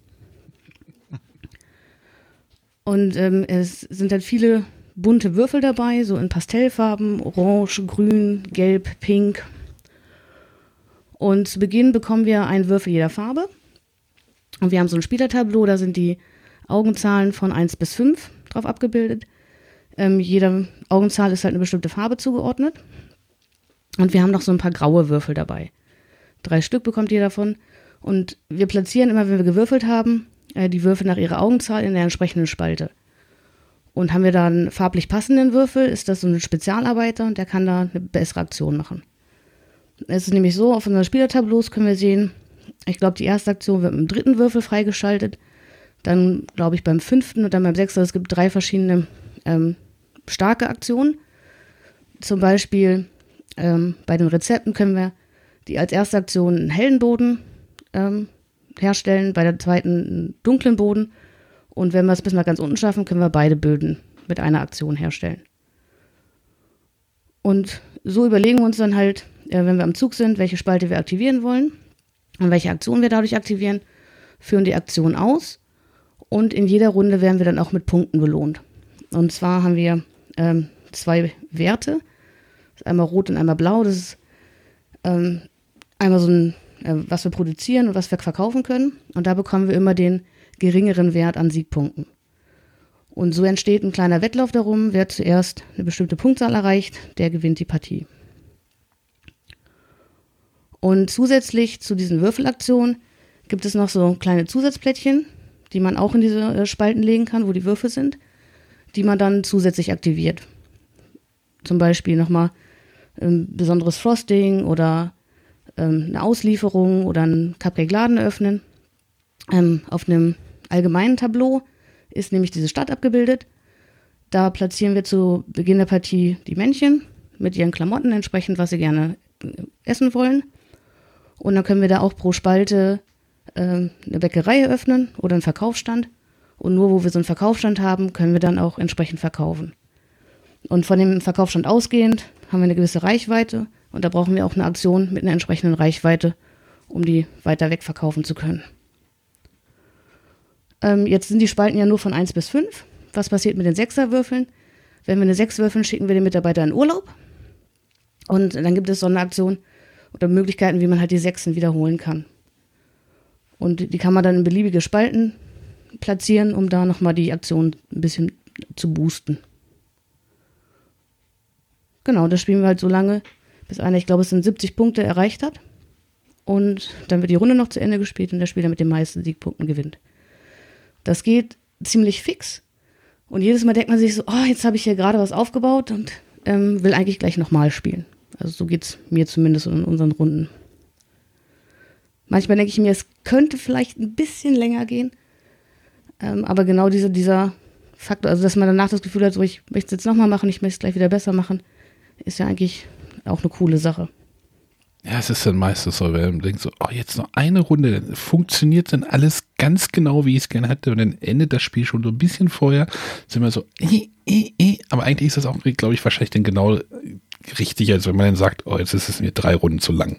Und ähm, es sind dann viele bunte Würfel dabei, so in Pastellfarben, orange, grün, gelb, pink. Und zu Beginn bekommen wir einen Würfel jeder Farbe. Und wir haben so ein Spielertableau, da sind die Augenzahlen von eins bis fünf drauf abgebildet. Ähm, jeder Augenzahl ist halt eine bestimmte Farbe zugeordnet. Und wir haben noch so ein paar graue Würfel dabei. Drei Stück bekommt ihr davon. Und wir platzieren immer, wenn wir gewürfelt haben, äh, die Würfel nach ihrer Augenzahl in der entsprechenden Spalte. Und haben wir da einen farblich passenden Würfel, ist das so ein Spezialarbeiter und der kann da eine bessere Aktion machen. Es ist nämlich so, auf unseren Spielertableaus können wir sehen, ich glaube, die erste Aktion wird mit dem dritten Würfel freigeschaltet, dann glaube ich beim fünften und dann beim sechsten. Es gibt drei verschiedene ähm, starke Aktionen. Zum Beispiel ähm, bei den Rezepten können wir die als erste Aktion einen hellen Boden ähm, herstellen, bei der zweiten einen dunklen Boden. Und wenn wir es bis nach ganz unten schaffen, können wir beide Böden mit einer Aktion herstellen. Und so überlegen wir uns dann halt, äh, wenn wir am Zug sind, welche Spalte wir aktivieren wollen und welche Aktion wir dadurch aktivieren, führen die Aktion aus und in jeder Runde werden wir dann auch mit Punkten belohnt. Und zwar haben wir ähm, zwei Werte, das ist einmal rot und einmal blau, das ist ähm, einmal so ein, äh, was wir produzieren und was wir verkaufen können und da bekommen wir immer den geringeren Wert an Siegpunkten. Und so entsteht ein kleiner Wettlauf darum, wer zuerst eine bestimmte Punktzahl erreicht, der gewinnt die Partie. Und zusätzlich zu diesen Würfelaktionen gibt es noch so kleine Zusatzplättchen, die man auch in diese äh, Spalten legen kann, wo die Würfel sind, die man dann zusätzlich aktiviert. Zum Beispiel nochmal ein besonderes Frosting oder ähm, eine Auslieferung oder ein Cupcake-Laden öffnen. Ähm, auf einem allgemeinen Tableau ist nämlich diese Stadt abgebildet. Da platzieren wir zu Beginn der Partie die Männchen mit ihren Klamotten entsprechend, was sie gerne essen wollen. Und dann können wir da auch pro Spalte äh, eine Bäckerei eröffnen oder einen Verkaufsstand. Und nur wo wir so einen Verkaufsstand haben, können wir dann auch entsprechend verkaufen. Und von dem Verkaufsstand ausgehend haben wir eine gewisse Reichweite. Und da brauchen wir auch eine Aktion mit einer entsprechenden Reichweite, um die weiter weg verkaufen zu können. Ähm, jetzt sind die Spalten ja nur von eins bis fünf. Was passiert mit den Sechserwürfeln? Wenn wir eine sechs würfeln, schicken wir den Mitarbeiter in Urlaub. Und dann gibt es Sonderaktionen oder Möglichkeiten, wie man halt die Sechsen wiederholen kann. Und die kann man dann in beliebige Spalten platzieren, um da nochmal die Aktion ein bisschen zu boosten. Genau, das spielen wir halt so lange, bis einer, ich glaube, es sind siebzig Punkte erreicht hat. Und dann wird die Runde noch zu Ende gespielt und der Spieler mit den meisten Siegpunkten gewinnt. Das geht ziemlich fix. Und jedes Mal denkt man sich so, oh, jetzt habe ich hier gerade was aufgebaut und ähm, will eigentlich gleich nochmal spielen. Also so geht es mir zumindest in unseren Runden. Manchmal denke ich mir, es könnte vielleicht ein bisschen länger gehen. Ähm, aber genau diese, dieser Faktor, also dass man danach das Gefühl hat, so ich möchte es jetzt nochmal machen, ich möchte es gleich wieder besser machen, ist ja eigentlich auch eine coole Sache. Ja, es ist dann meistens so, wenn man denkt so, oh, jetzt noch eine Runde, dann funktioniert dann alles ganz genau, wie ich es gerne hatte und dann endet das Spiel schon so ein bisschen vorher, sind wir so, eh, eh, eh. Aber eigentlich ist das auch, glaube ich, wahrscheinlich dann genau richtig, als wenn man dann sagt, oh, jetzt ist es mir drei Runden zu lang.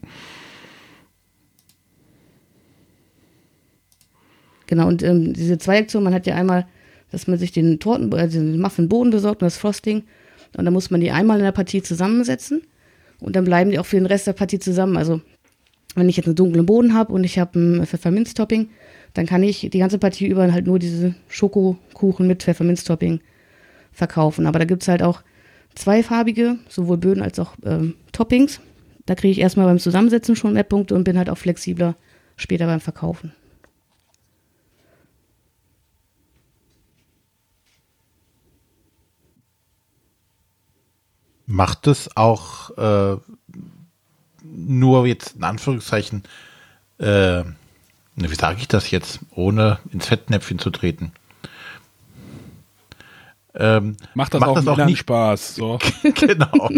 Genau, und ähm, diese zwei Aktionen, man hat ja einmal, dass man sich den Torten, also den Muffinboden besorgt und das Frosting und dann muss man die einmal in der Partie zusammensetzen. Und dann bleiben die auch für den Rest der Partie zusammen. Also wenn ich jetzt einen dunklen Boden habe und ich habe ein Pfefferminztopping, dann kann ich die ganze Partie über halt nur diese Schokokuchen mit Pfefferminztopping verkaufen. Aber da gibt es halt auch zweifarbige, sowohl Böden als auch ähm, Toppings. Da kriege ich erstmal beim Zusammensetzen schon mehr Punkte und bin halt auch flexibler später beim Verkaufen. Macht es auch äh, nur jetzt in Anführungszeichen, äh, wie sage ich das jetzt, ohne ins Fettnäpfchen zu treten? Ähm, macht das macht auch, das auch nicht Spaß. So. Genau.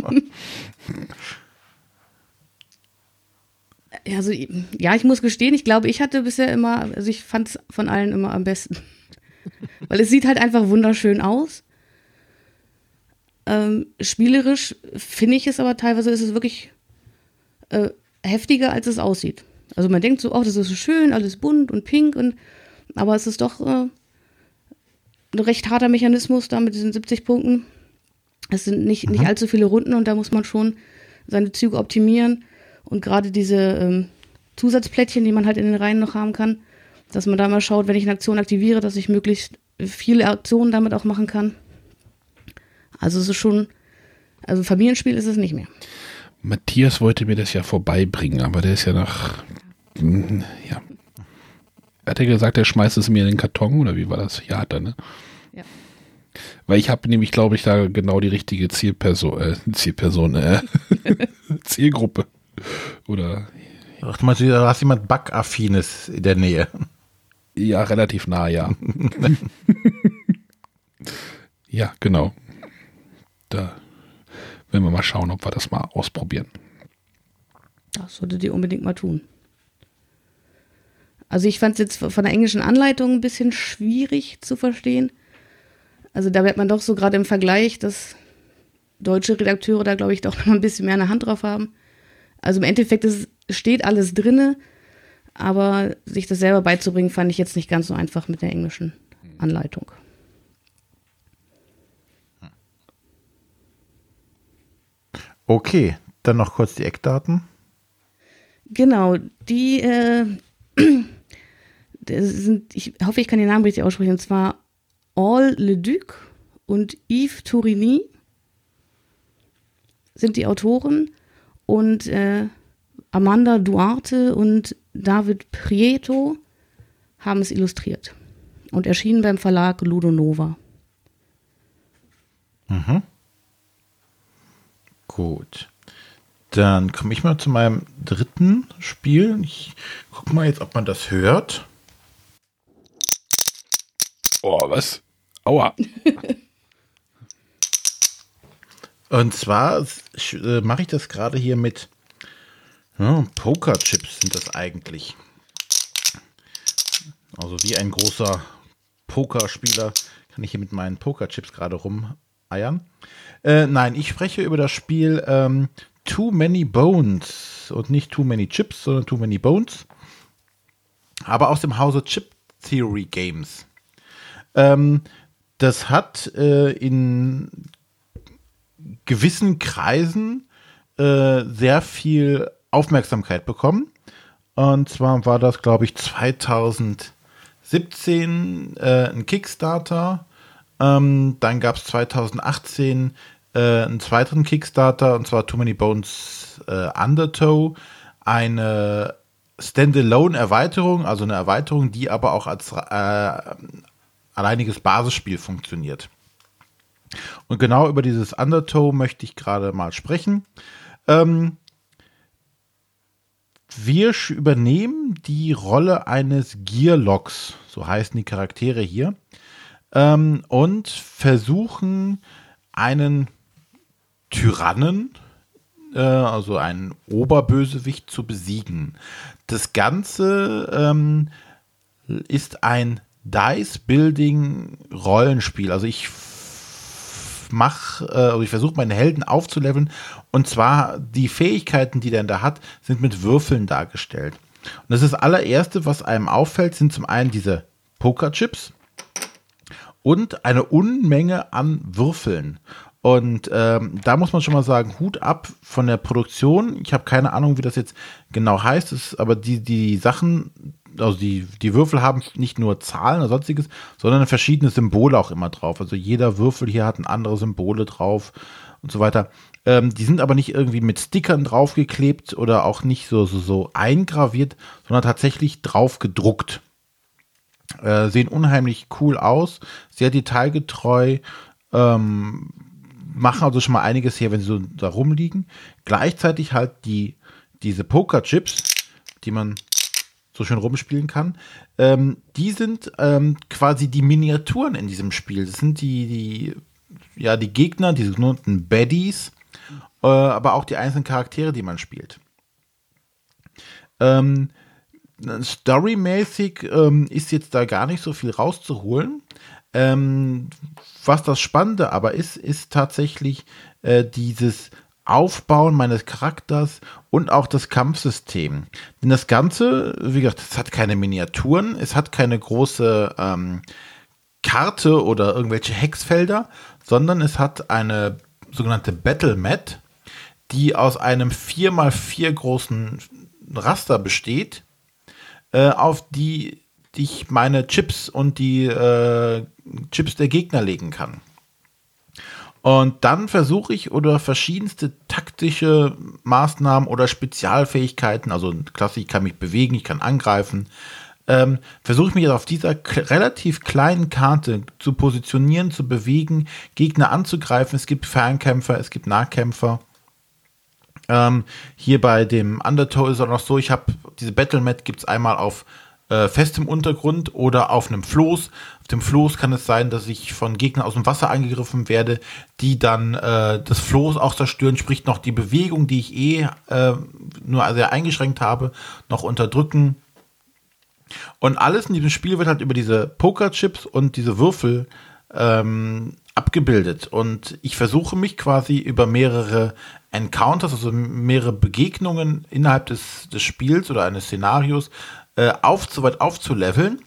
Also, ja, ich muss gestehen, ich glaube, ich hatte bisher immer, also ich fand es von allen immer am besten. Weil es sieht halt einfach wunderschön aus. Ähm, spielerisch finde ich es aber teilweise, ist es wirklich äh, heftiger, als es aussieht. Also man denkt so, oh, das ist so schön, alles bunt und pink, und aber es ist doch äh, ein recht harter Mechanismus da mit diesen siebzig Punkten. Es sind nicht, mhm. nicht allzu viele Runden und da muss man schon seine Züge optimieren. Und gerade diese ähm, Zusatzplättchen, die man halt in den Reihen noch haben kann, dass man da mal schaut, wenn ich eine Aktion aktiviere, dass ich möglichst viele Aktionen damit auch machen kann. Also es ist schon, also Familienspiel ist es nicht mehr. Matthias wollte mir das ja vorbeibringen, aber der ist ja nach, ja, hat er gesagt, er schmeißt es mir in den Karton oder wie war das? Ja, hat er, ne? Ja. Weil ich habe nämlich, glaube ich, da genau die richtige Zielperson, äh, Zielperson, äh, Zielgruppe. Oder. Ach, du meinst, du hast jemand Bug-Affines in der Nähe. Ja, relativ nah, ja. Ja, genau. Da werden wir mal schauen, ob wir das mal ausprobieren. Das solltet ihr unbedingt mal tun. Also ich fand es jetzt von der englischen Anleitung ein bisschen schwierig zu verstehen. Also da wird man doch so gerade im Vergleich, dass deutsche Redakteure da, glaube ich, doch noch ein bisschen mehr eine Hand drauf haben. Also im Endeffekt ist, steht alles drinne, aber sich das selber beizubringen, fand ich jetzt nicht ganz so einfach mit der englischen Anleitung. Okay, dann noch kurz die Eckdaten. Genau, die äh, das sind, ich hoffe, ich kann den Namen richtig aussprechen, und zwar All Leduc und Yves Tourigny sind die Autoren und äh, Amanda Duarte und David Prieto haben es illustriert und erschienen beim Verlag Ludonova. Mhm. Gut. Dann komme ich mal zu meinem dritten Spiel. Ich gucke mal jetzt, ob man das hört. Oh, was? Aua. Und zwar äh, mache ich das gerade hier mit ja, Pokerchips sind das eigentlich. Also wie ein großer Pokerspieler kann ich hier mit meinen Pokerchips gerade rumeiern. Äh, nein, ich spreche über das Spiel ähm, Too Many Bones und nicht Too Many Chips, sondern Too Many Bones. Aber aus dem Hause Chip Theory Games. Ähm, das hat äh, in gewissen Kreisen äh, sehr viel Aufmerksamkeit bekommen. Und zwar war das, glaube ich, zwanzig siebzehn äh, ein Kickstarter. Ähm, dann gab es zwanzig achtzehn äh, einen zweiten Kickstarter, und zwar Too Many Bones äh, Undertow. Eine Standalone-Erweiterung, also eine Erweiterung, die aber auch als äh, alleiniges Basisspiel funktioniert. Und genau über dieses Undertow möchte ich gerade mal sprechen. Ähm, wir übernehmen die Rolle eines Gearlocks, so heißen die Charaktere hier, ähm, und versuchen einen Tyrannen, äh, also einen Oberbösewicht, zu besiegen. Das Ganze ähm, ist ein Dice-Building-Rollenspiel. Also ich mache, äh, also ich versuche meine Helden aufzuleveln, und zwar die Fähigkeiten, die der da hat, sind mit Würfeln dargestellt. Und das ist das allererste, was einem auffällt, sind zum einen diese Pokerchips und eine Unmenge an Würfeln. Und ähm, da muss man schon mal sagen, Hut ab von der Produktion. Ich habe keine Ahnung, wie das jetzt genau heißt, es, aber die, die Sachen, also die, die Würfel haben nicht nur Zahlen oder sonstiges, sondern verschiedene Symbole auch immer drauf. Also jeder Würfel hier hat ein andere Symbole drauf und so weiter. Ähm, die sind aber nicht irgendwie mit Stickern draufgeklebt oder auch nicht so, so, so eingraviert, sondern tatsächlich drauf gedruckt. Äh, sehen unheimlich cool aus, sehr detailgetreu, ähm, machen also schon mal einiges her, wenn sie so da rumliegen. Gleichzeitig halt die, diese Pokerchips, die man so schön rumspielen kann, ähm, die sind ähm, quasi die Miniaturen in diesem Spiel. Das sind die, die, ja, die Gegner, die sogenannten Baddies, äh, aber auch die einzelnen Charaktere, die man spielt. Ähm, Storymäßig ähm, ist jetzt da gar nicht so viel rauszuholen. Ähm, was das Spannende aber ist, ist tatsächlich äh, dieses Aufbauen meines Charakters und auch das Kampfsystem. Denn das Ganze, wie gesagt, es hat keine Miniaturen, es hat keine große ähm, Karte oder irgendwelche Hexfelder, sondern es hat eine sogenannte Battle Mat, die aus einem vier mal vier großen Raster besteht, äh, auf die ich meine Chips und die äh, Chips der Gegner legen kann. Und dann versuche ich oder verschiedenste taktische Maßnahmen oder Spezialfähigkeiten, also klassisch, ich kann mich bewegen, ich kann angreifen, ähm, versuche ich mich auf dieser k- relativ kleinen Karte zu positionieren, zu bewegen, Gegner anzugreifen. Es gibt Fernkämpfer, es gibt Nahkämpfer. Ähm, hier bei dem Undertow ist es auch noch so, ich habe diese Battlemat gibt es einmal auf äh, festem Untergrund oder auf einem Floß. Auf dem Floß kann es sein, dass ich von Gegnern aus dem Wasser angegriffen werde, die dann äh, das Floß auch zerstören, sprich noch die Bewegung, die ich eh äh, nur sehr eingeschränkt habe, noch unterdrücken. Und alles in diesem Spiel wird halt über diese Pokerchips und diese Würfel ähm, abgebildet. Und ich versuche mich quasi über mehrere Encounters, also mehrere Begegnungen innerhalb des, des Spiels oder eines Szenarios äh, auf, so weit aufzuleveln,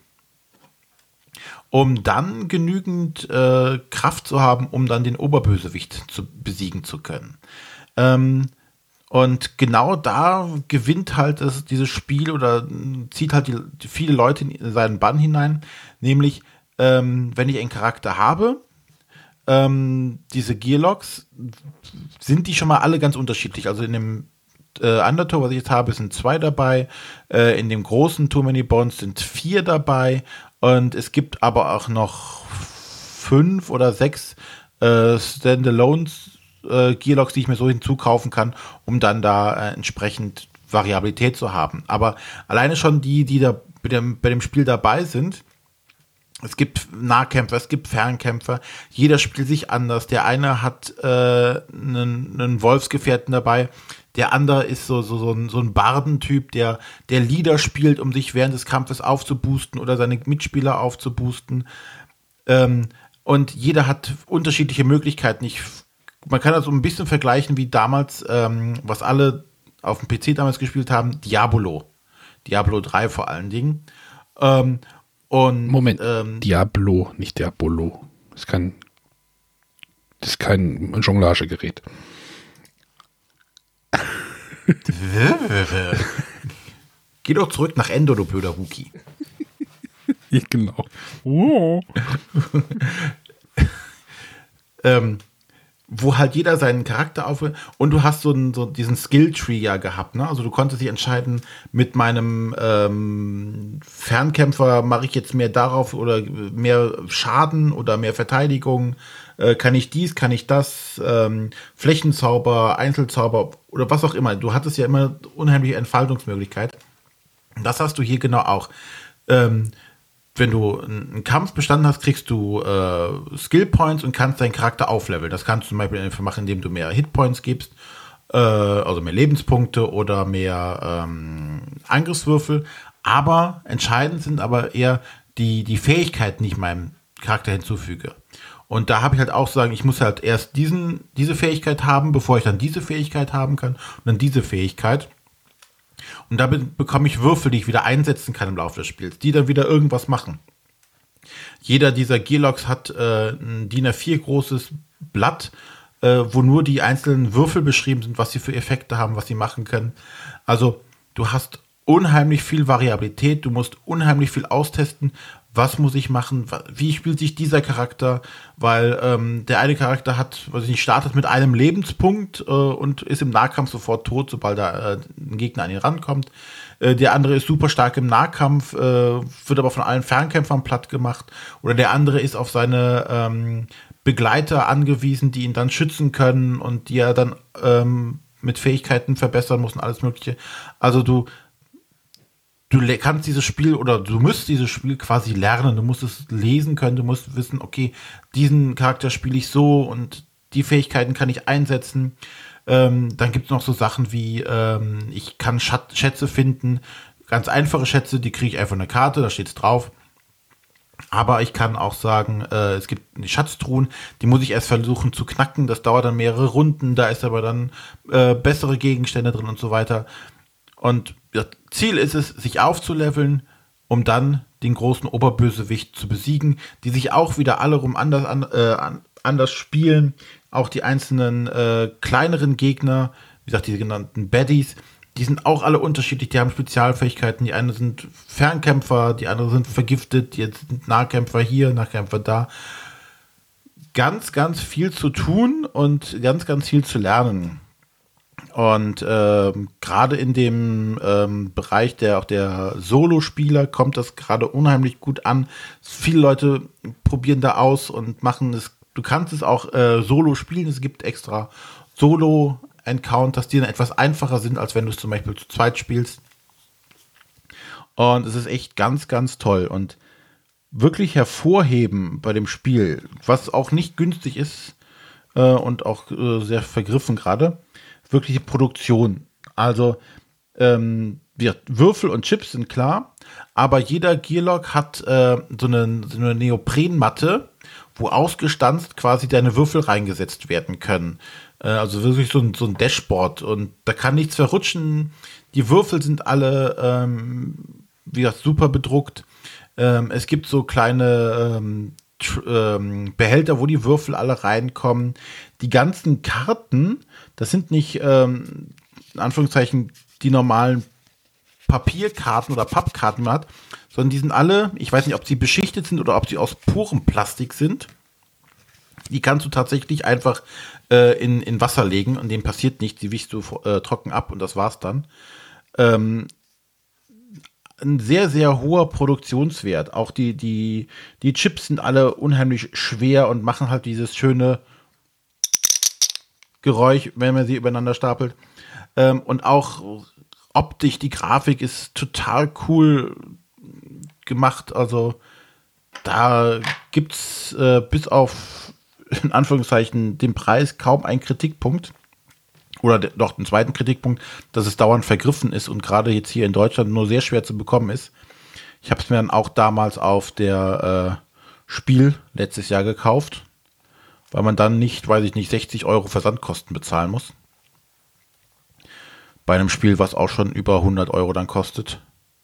um dann genügend äh, Kraft zu haben, um dann den Oberbösewicht zu besiegen zu können. Ähm, und genau da gewinnt halt das, dieses Spiel oder zieht halt die, die viele Leute in seinen Bann hinein, nämlich ähm, wenn ich einen Charakter habe, ähm, diese Gearlocks, sind die schon mal alle ganz unterschiedlich. Also in dem äh, Undertow, was ich jetzt habe, sind zwei dabei, äh, in dem großen Too Many Bones sind vier dabei und es gibt aber auch noch fünf oder sechs äh, Standalones äh, Gearlocks, die ich mir so hinzukaufen kann, um dann da äh, entsprechend Variabilität zu haben. Aber alleine schon die, die da bei dem, bei dem Spiel dabei sind, es gibt Nahkämpfer, es gibt Fernkämpfer, jeder spielt sich anders. Der eine hat äh, einen, einen Wolfsgefährten dabei, der andere ist so, so, so ein, so ein Bardentyp, der, der Lieder spielt, um sich während des Kampfes aufzuboosten oder seine Mitspieler aufzuboosten. Ähm, und jeder hat unterschiedliche Möglichkeiten. Ich, man kann das so ein bisschen vergleichen wie damals, ähm, was alle auf dem P C damals gespielt haben, Diablo. Diablo drei vor allen Dingen. Ähm, Und, Moment, ähm, Diablo, nicht Diabolo. Das ist kein, das ist kein Jonglagegerät. Geh doch zurück nach Endor, du blöder Wookie. Ja, genau. Oh. ähm, wo halt jeder seinen Charakter auf und du hast so, einen, so diesen Skill-Tree ja gehabt, ne? Also du konntest dich entscheiden, mit meinem ähm, Fernkämpfer mache ich jetzt mehr darauf oder mehr Schaden oder mehr Verteidigung, äh, kann ich dies, kann ich das, ähm, Flächenzauber, Einzelzauber oder was auch immer. Du hattest ja immer unheimliche Entfaltungsmöglichkeit. Das hast du hier genau auch. Ähm, Wenn du einen Kampf bestanden hast, kriegst du äh, Skill Points und kannst deinen Charakter aufleveln. Das kannst du zum Beispiel machen, indem du mehr Hitpoints gibst, äh, also mehr Lebenspunkte oder mehr ähm, Angriffswürfel. Aber entscheidend sind aber eher die, die Fähigkeiten, die ich meinem Charakter hinzufüge. Und da habe ich halt auch zu sagen, ich muss halt erst diesen, diese Fähigkeit haben, bevor ich dann diese Fähigkeit haben kann und dann diese Fähigkeit. Und damit bekomme ich Würfel, die ich wieder einsetzen kann im Laufe des Spiels, die dann wieder irgendwas machen. Jeder dieser Gearlocks hat äh, ein D I N A vier großes Blatt, äh, wo nur die einzelnen Würfel beschrieben sind, was sie für Effekte haben, was sie machen können. Also du hast unheimlich viel Variabilität, du musst unheimlich viel austesten, was muss ich machen, wie spielt sich dieser Charakter, weil ähm, der eine Charakter hat, weiß ich nicht, startet mit einem Lebenspunkt äh, und ist im Nahkampf sofort tot, sobald da äh, ein Gegner an ihn rankommt. Äh, der andere ist super stark im Nahkampf, äh, wird aber von allen Fernkämpfern platt gemacht. Oder der andere ist auf seine ähm, Begleiter angewiesen, die ihn dann schützen können und die er dann ähm, mit Fähigkeiten verbessern muss und alles Mögliche. Also du Du kannst dieses Spiel oder du musst dieses Spiel quasi lernen, du musst es lesen können, du musst wissen, okay, diesen Charakter spiele ich so und die Fähigkeiten kann ich einsetzen. Ähm, dann gibt es noch so Sachen wie, ähm, ich kann Schat- Schätze finden, ganz einfache Schätze, die kriege ich einfach eine Karte, da steht es drauf. Aber ich kann auch sagen, äh, es gibt die Schatztruhen, die muss ich erst versuchen zu knacken, das dauert dann mehrere Runden, da ist aber dann äh, bessere Gegenstände drin und so weiter. Und das Ziel ist es, sich aufzuleveln, um dann den großen Oberbösewicht zu besiegen, die sich auch wieder alle rum anders, an, äh, anders spielen. Auch die einzelnen äh, kleineren Gegner, wie gesagt, die genannten Baddies, die sind auch alle unterschiedlich, die haben Spezialfähigkeiten. Die einen sind Fernkämpfer, die anderen sind vergiftet, die sind Nahkämpfer hier, Nahkämpfer da. Ganz, ganz viel zu tun und ganz, ganz viel zu lernen. Und ähm, gerade in dem ähm, Bereich der auch der Solospieler kommt das gerade unheimlich gut an. Viele Leute probieren da aus und machen es. Du kannst es auch äh, solo spielen. Es gibt extra Solo-Encounters, die dann etwas einfacher sind, als wenn du es zum Beispiel zu zweit spielst. Und es ist echt ganz, ganz toll. Und wirklich hervorheben bei dem Spiel, was auch nicht günstig ist äh, und auch äh, sehr vergriffen gerade, wirkliche Produktion. Also ähm, wir, Würfel und Chips sind klar, aber jeder Gearlock hat äh, so, eine, so eine Neoprenmatte, wo ausgestanzt quasi deine Würfel reingesetzt werden können. Äh, also wirklich so ein, so ein Dashboard und da kann nichts verrutschen. Die Würfel sind alle ähm, wie gesagt, super bedruckt. Ähm, es gibt so kleine ähm, tr- ähm, Behälter, wo die Würfel alle reinkommen. Die ganzen Karten, das sind nicht, ähm, in Anführungszeichen, die normalen Papierkarten oder Pappkarten, die man hat, sondern die sind alle, ich weiß nicht, ob sie beschichtet sind oder ob sie aus purem Plastik sind. Die kannst du tatsächlich einfach äh, in, in Wasser legen und dem passiert nichts. Die wischst du äh, trocken ab und das war's dann. Ähm, ein sehr, sehr hoher Produktionswert. Auch die, die, die Chips sind alle unheimlich schwer und machen halt dieses schöne Geräusch, wenn man sie übereinander stapelt. Ähm, und auch optisch, die Grafik ist total cool gemacht. Also da gibt's äh, bis auf, in Anführungszeichen, den Preis kaum einen Kritikpunkt. Oder de- doch den zweiten Kritikpunkt, dass es dauernd vergriffen ist und gerade jetzt hier in Deutschland nur sehr schwer zu bekommen ist. Ich habe es mir dann auch damals auf der äh, Spiel letztes Jahr gekauft, weil man dann nicht, weiß ich nicht, sechzig Euro Versandkosten bezahlen muss. Bei einem Spiel, was auch schon über hundert Euro dann kostet.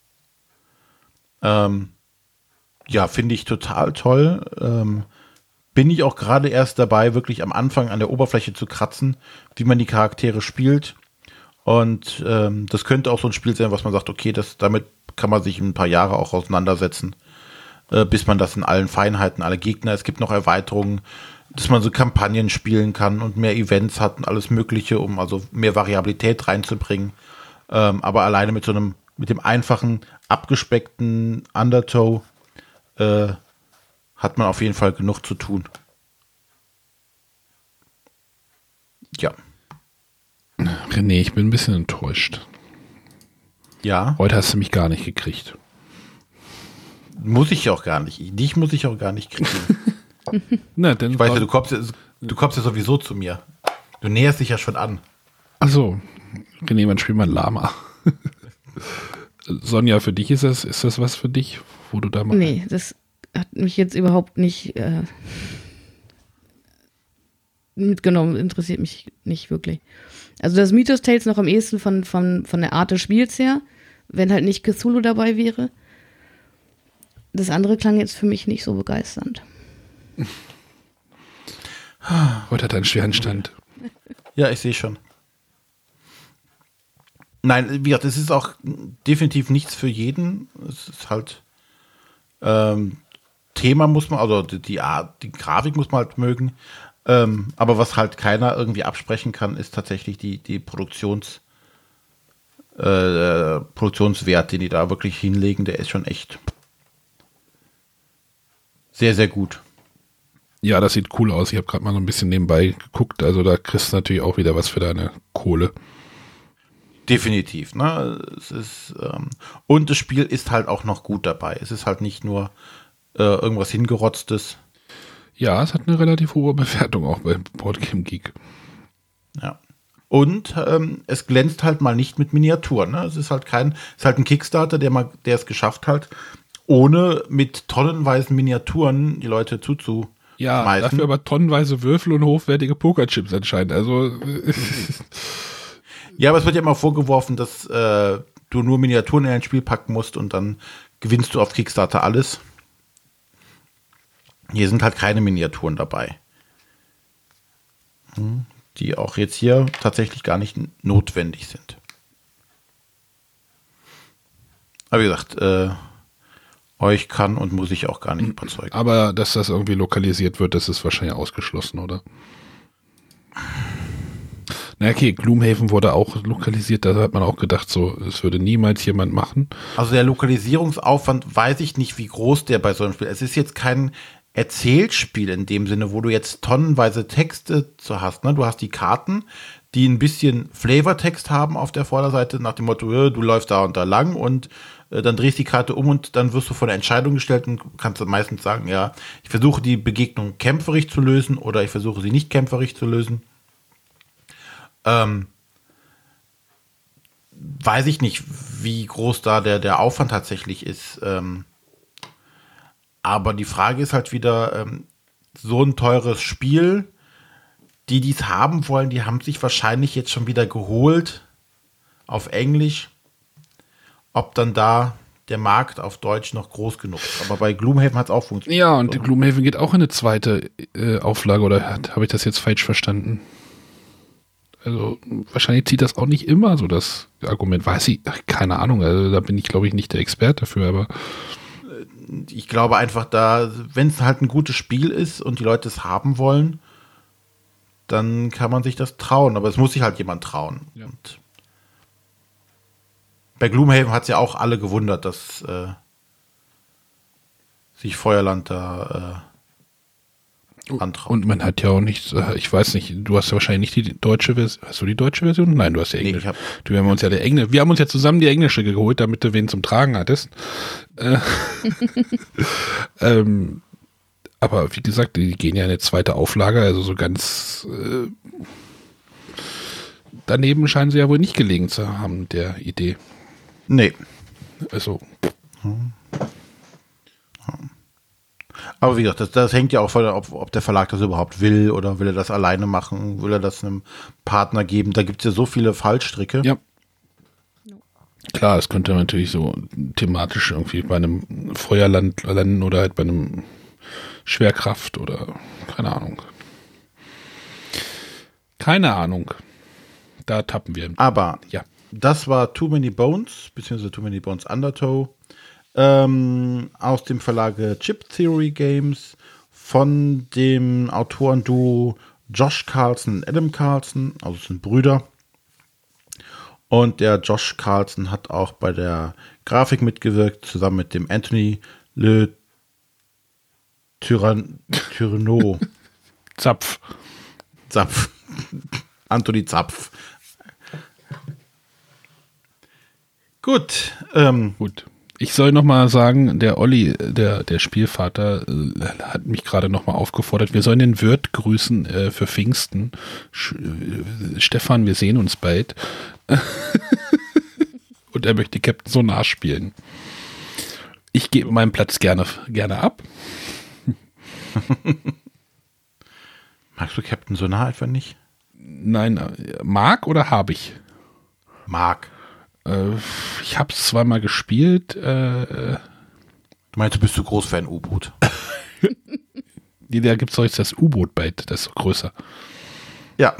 Ähm, ja, finde ich total toll. Ähm, bin ich auch gerade erst dabei, wirklich am Anfang an der Oberfläche zu kratzen, wie man die Charaktere spielt. Und ähm, das könnte auch so ein Spiel sein, was man sagt, okay, das, damit kann man sich ein paar Jahre auch auseinandersetzen, äh, bis man das in allen Feinheiten, alle Gegner, es gibt noch Erweiterungen, dass man so Kampagnen spielen kann und mehr Events hat und alles Mögliche, um also mehr Variabilität reinzubringen. Ähm, aber alleine mit so einem, mit dem einfachen, abgespeckten Undertow äh, hat man auf jeden Fall genug zu tun. Ja. René, ich bin ein bisschen enttäuscht. Ja. Heute hast du mich gar nicht gekriegt. Muss ich auch gar nicht. Dich muss ich auch gar nicht kriegen. Na, denn Ich weiß ja, du kommst, ja- du kommst ja sowieso zu mir. Du näherst dich ja schon an. Achso, René, wann spielt man Lama? Sonja, für dich ist das, ist das was für dich, wo du da mal... Nee, das hat mich jetzt überhaupt nicht äh, mitgenommen, interessiert mich nicht wirklich. Also das Mythos Tales noch am ehesten von, von, von der Art des Spiels her, wenn halt nicht Cthulhu dabei wäre. Das andere klang jetzt für mich nicht so begeisternd. Heute hat er einen schweren Stand. Ja, ich sehe schon. Nein, wie gesagt, es ist auch definitiv nichts für jeden. Es ist halt ähm, Thema muss man, also die, die Art, die Grafik muss man halt mögen. Ähm, aber was halt keiner irgendwie absprechen kann, ist tatsächlich die, die Produktions, äh, Produktionswert, den die da wirklich hinlegen. Der ist schon echt sehr, sehr gut. Ja, das sieht cool aus. Ich habe gerade mal so ein bisschen nebenbei geguckt. Also da kriegst du natürlich auch wieder was für deine Kohle. Definitiv, ne? Es ist, ähm, und das Spiel ist halt auch noch gut dabei. Es ist halt nicht nur äh, irgendwas Hingerotztes. Ja, es hat eine relativ hohe Bewertung auch bei Boardgame Geek. Ja. Und ähm, es glänzt halt mal nicht mit Miniaturen. Ne? Es ist halt kein, es ist halt ein Kickstarter, der mal, der es geschafft hat, ohne mit tonnenweisen Miniaturen die Leute zuzu. Ja, Meisten. dafür aber tonnenweise Würfel und hochwertige Pokerchips anscheinend. Also Ja, aber es wird ja immer vorgeworfen, dass äh, du nur Miniaturen in ein Spiel packen musst und dann gewinnst du auf Kickstarter alles. Hier sind halt keine Miniaturen dabei. Hm, die auch jetzt hier tatsächlich gar nicht notwendig sind. Aber wie gesagt, äh, euch kann und muss ich auch gar nicht überzeugen. aber dass das irgendwie lokalisiert wird, das ist wahrscheinlich ausgeschlossen, oder? Na okay, Gloomhaven wurde auch lokalisiert, da hat man auch gedacht, so, es würde niemals jemand machen. Also der Lokalisierungsaufwand, weiß ich nicht, wie groß der bei so einem Spiel ist. Es ist jetzt kein Erzählspiel in dem Sinne, wo du jetzt tonnenweise Texte zu hast. Ne? Du hast die Karten, die ein bisschen Flavortext haben auf der Vorderseite, nach dem Motto, äh, du läufst da und da lang und äh, dann drehst die Karte um und dann wirst du vor der Entscheidung gestellt und kannst meistens sagen, ja, ich versuche die Begegnung kämpferisch zu lösen oder ich versuche sie nicht kämpferisch zu lösen. Ähm, weiß ich nicht, wie groß da der, der Aufwand tatsächlich ist. Ähm, aber die Frage ist halt wieder, ähm, so ein teures Spiel, die, die es haben wollen, die haben sich wahrscheinlich jetzt schon wieder geholt auf Englisch. Ob dann da der Markt auf Deutsch noch groß genug ist. Aber bei Gloomhaven hat es auch funktioniert. Ja, und Gloomhaven geht auch in eine zweite äh, Auflage, oder habe ich das jetzt falsch verstanden? Also wahrscheinlich zieht das auch nicht immer so das Argument. Weiß ich, ach, keine Ahnung, also da bin ich, glaube ich, nicht der Experte dafür, aber ich glaube einfach da, wenn es halt ein gutes Spiel ist und die Leute es haben wollen, dann kann man sich das trauen. Aber es muss sich halt jemand trauen. Ja. Und bei Gloomhaven hat es ja auch alle gewundert, dass äh, sich Feuerland da äh, antraut. Und man hat ja auch nicht, ich weiß nicht, du hast ja wahrscheinlich nicht die deutsche Version. Hast du die deutsche Version? Nein, du hast ja Englisch. Nee, ich hab du, wir haben uns ja der Engl- wir haben uns ja zusammen die englische geholt, damit du wen zum Tragen hattest. Äh, ähm, aber wie gesagt, die gehen ja in eine zweite Auflage, also so ganz äh, daneben scheinen sie ja wohl nicht gelegen zu haben, der Idee. Nee. Also. Hm. Aber wie gesagt, das, das hängt ja auch von, ob, ob der Verlag das überhaupt will oder will er das alleine machen, will er das einem Partner geben. Da gibt es ja so viele Fallstricke. Ja. Klar, es könnte natürlich so thematisch irgendwie bei einem Feuerland landen oder halt bei einem Schwerkraft oder keine Ahnung. Keine Ahnung. Da tappen wir. Aber ja, das war Too Many Bones, beziehungsweise Too Many Bones Undertow. Ähm, aus dem Verlage Chip Theory Games von dem Autorenduo Josh Carlson und Adam Carlson, also es sind Brüder. Und der Josh Carlson hat auch bei der Grafik mitgewirkt, zusammen mit dem Anthony Le Tyran Tyranneau. Zapf. Zapf. Anthony Zapf. Gut. Ähm, Gut. Ich soll noch mal sagen, der Olli, der, der Spielvater, äh, hat mich gerade noch mal aufgefordert, wir sollen den Wirt grüßen äh, für Pfingsten. Sch- äh, Stefan, wir sehen uns bald. Und er möchte Captain Sonar spielen. Ich gebe meinen Platz gerne, gerne ab. Magst du Captain Sonar etwa nicht? Nein, äh, mag oder habe ich? Mag. Ich habe es zweimal gespielt. Äh, du meinst, du bist zu groß für ein U-Boot? Da gibt es doch jetzt das U-Boot-Bait, das ist größer. Ja.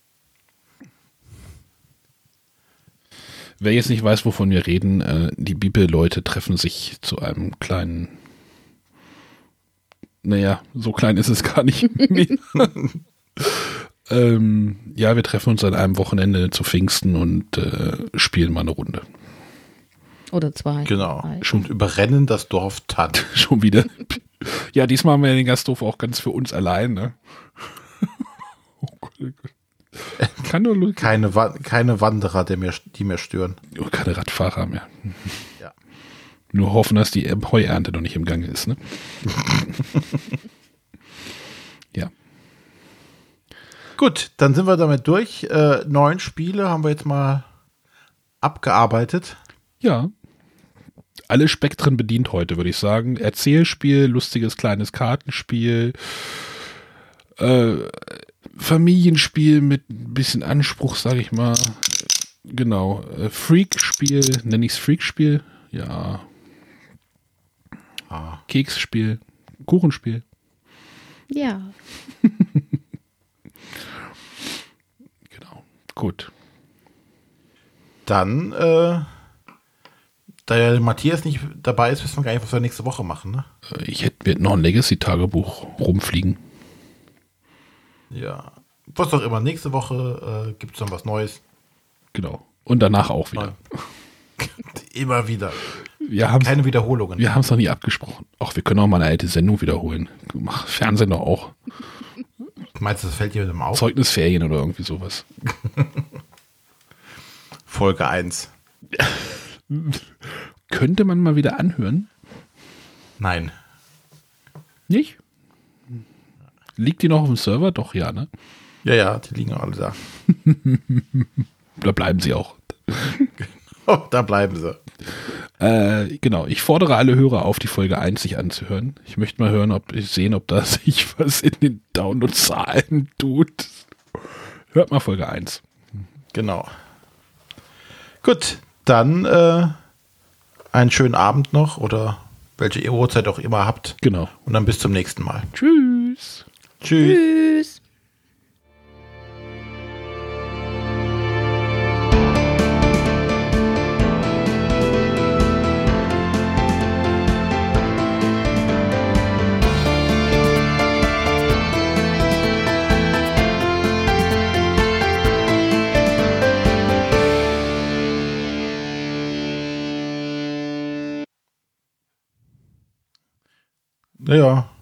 Wer jetzt nicht weiß, wovon wir reden, äh, die Bibelleute treffen sich zu einem kleinen, naja, so klein ist es gar nicht mehr. Ähm, ja, wir treffen uns an einem Wochenende zu Pfingsten und äh, spielen mal eine Runde. Oder zwei. Genau. Drei. Schon überrennen das Dorf Tatt. Schon wieder. Ja, diesmal haben wir den Gasthof auch ganz für uns allein, ne? Oh Gott, oh Gott. Kann nur keine, Wa- keine Wanderer, die mir, die mir stören. Oh, keine Radfahrer mehr. Ja. Nur hoffen, dass die Heuernte noch nicht im Gange ist, ne? Ja. Gut, dann sind wir damit durch. Äh, neun Spiele haben wir jetzt mal abgearbeitet. Ja. Alle Spektren bedient heute, würde ich sagen. Erzählspiel, lustiges kleines Kartenspiel, äh, Familienspiel mit ein bisschen Anspruch, sage ich mal. Genau. Äh, Freak-Spiel, nenne ich es Freak-Spiel? Ja. Ah. Keksspiel, Kuchenspiel. Ja. Genau. Gut. Dann, äh, da ja Matthias nicht dabei ist, wissen wir gar nicht, was wir nächste Woche machen, ne? Ich hätte mir noch ein Legacy-Tagebuch rumfliegen. Ja. was auch immer. Nächste Woche äh, gibt es dann was Neues. Genau. Und danach auch wieder. Immer wieder. Wir Keine Wiederholungen. Wir haben es noch nie abgesprochen. Auch wir können auch mal eine alte Sendung wiederholen. Mach Fernsehen doch auch. Meinst du, das fällt dir mit dem auf? Zeugnisferien oder irgendwie sowas. Folge eins. Könnte man mal wieder anhören? Nein. Nicht? Liegt die noch auf dem Server? Doch, ja, ne? Ja, ja, die liegen alle da. Da bleiben sie auch. Oh, da bleiben sie. Äh, genau, ich fordere alle Hörer auf, die Folge eins sich anzuhören. Ich möchte mal hören, ob ich sehen, ob da sich was in den Download-Zahlen tut. Hört mal Folge eins. Genau. Gut, dann äh, einen schönen Abend noch oder welche Uhrzeit auch immer habt. Genau. Und dann bis zum nächsten Mal. Tschüss. Tschüss. Tschüss. Ja.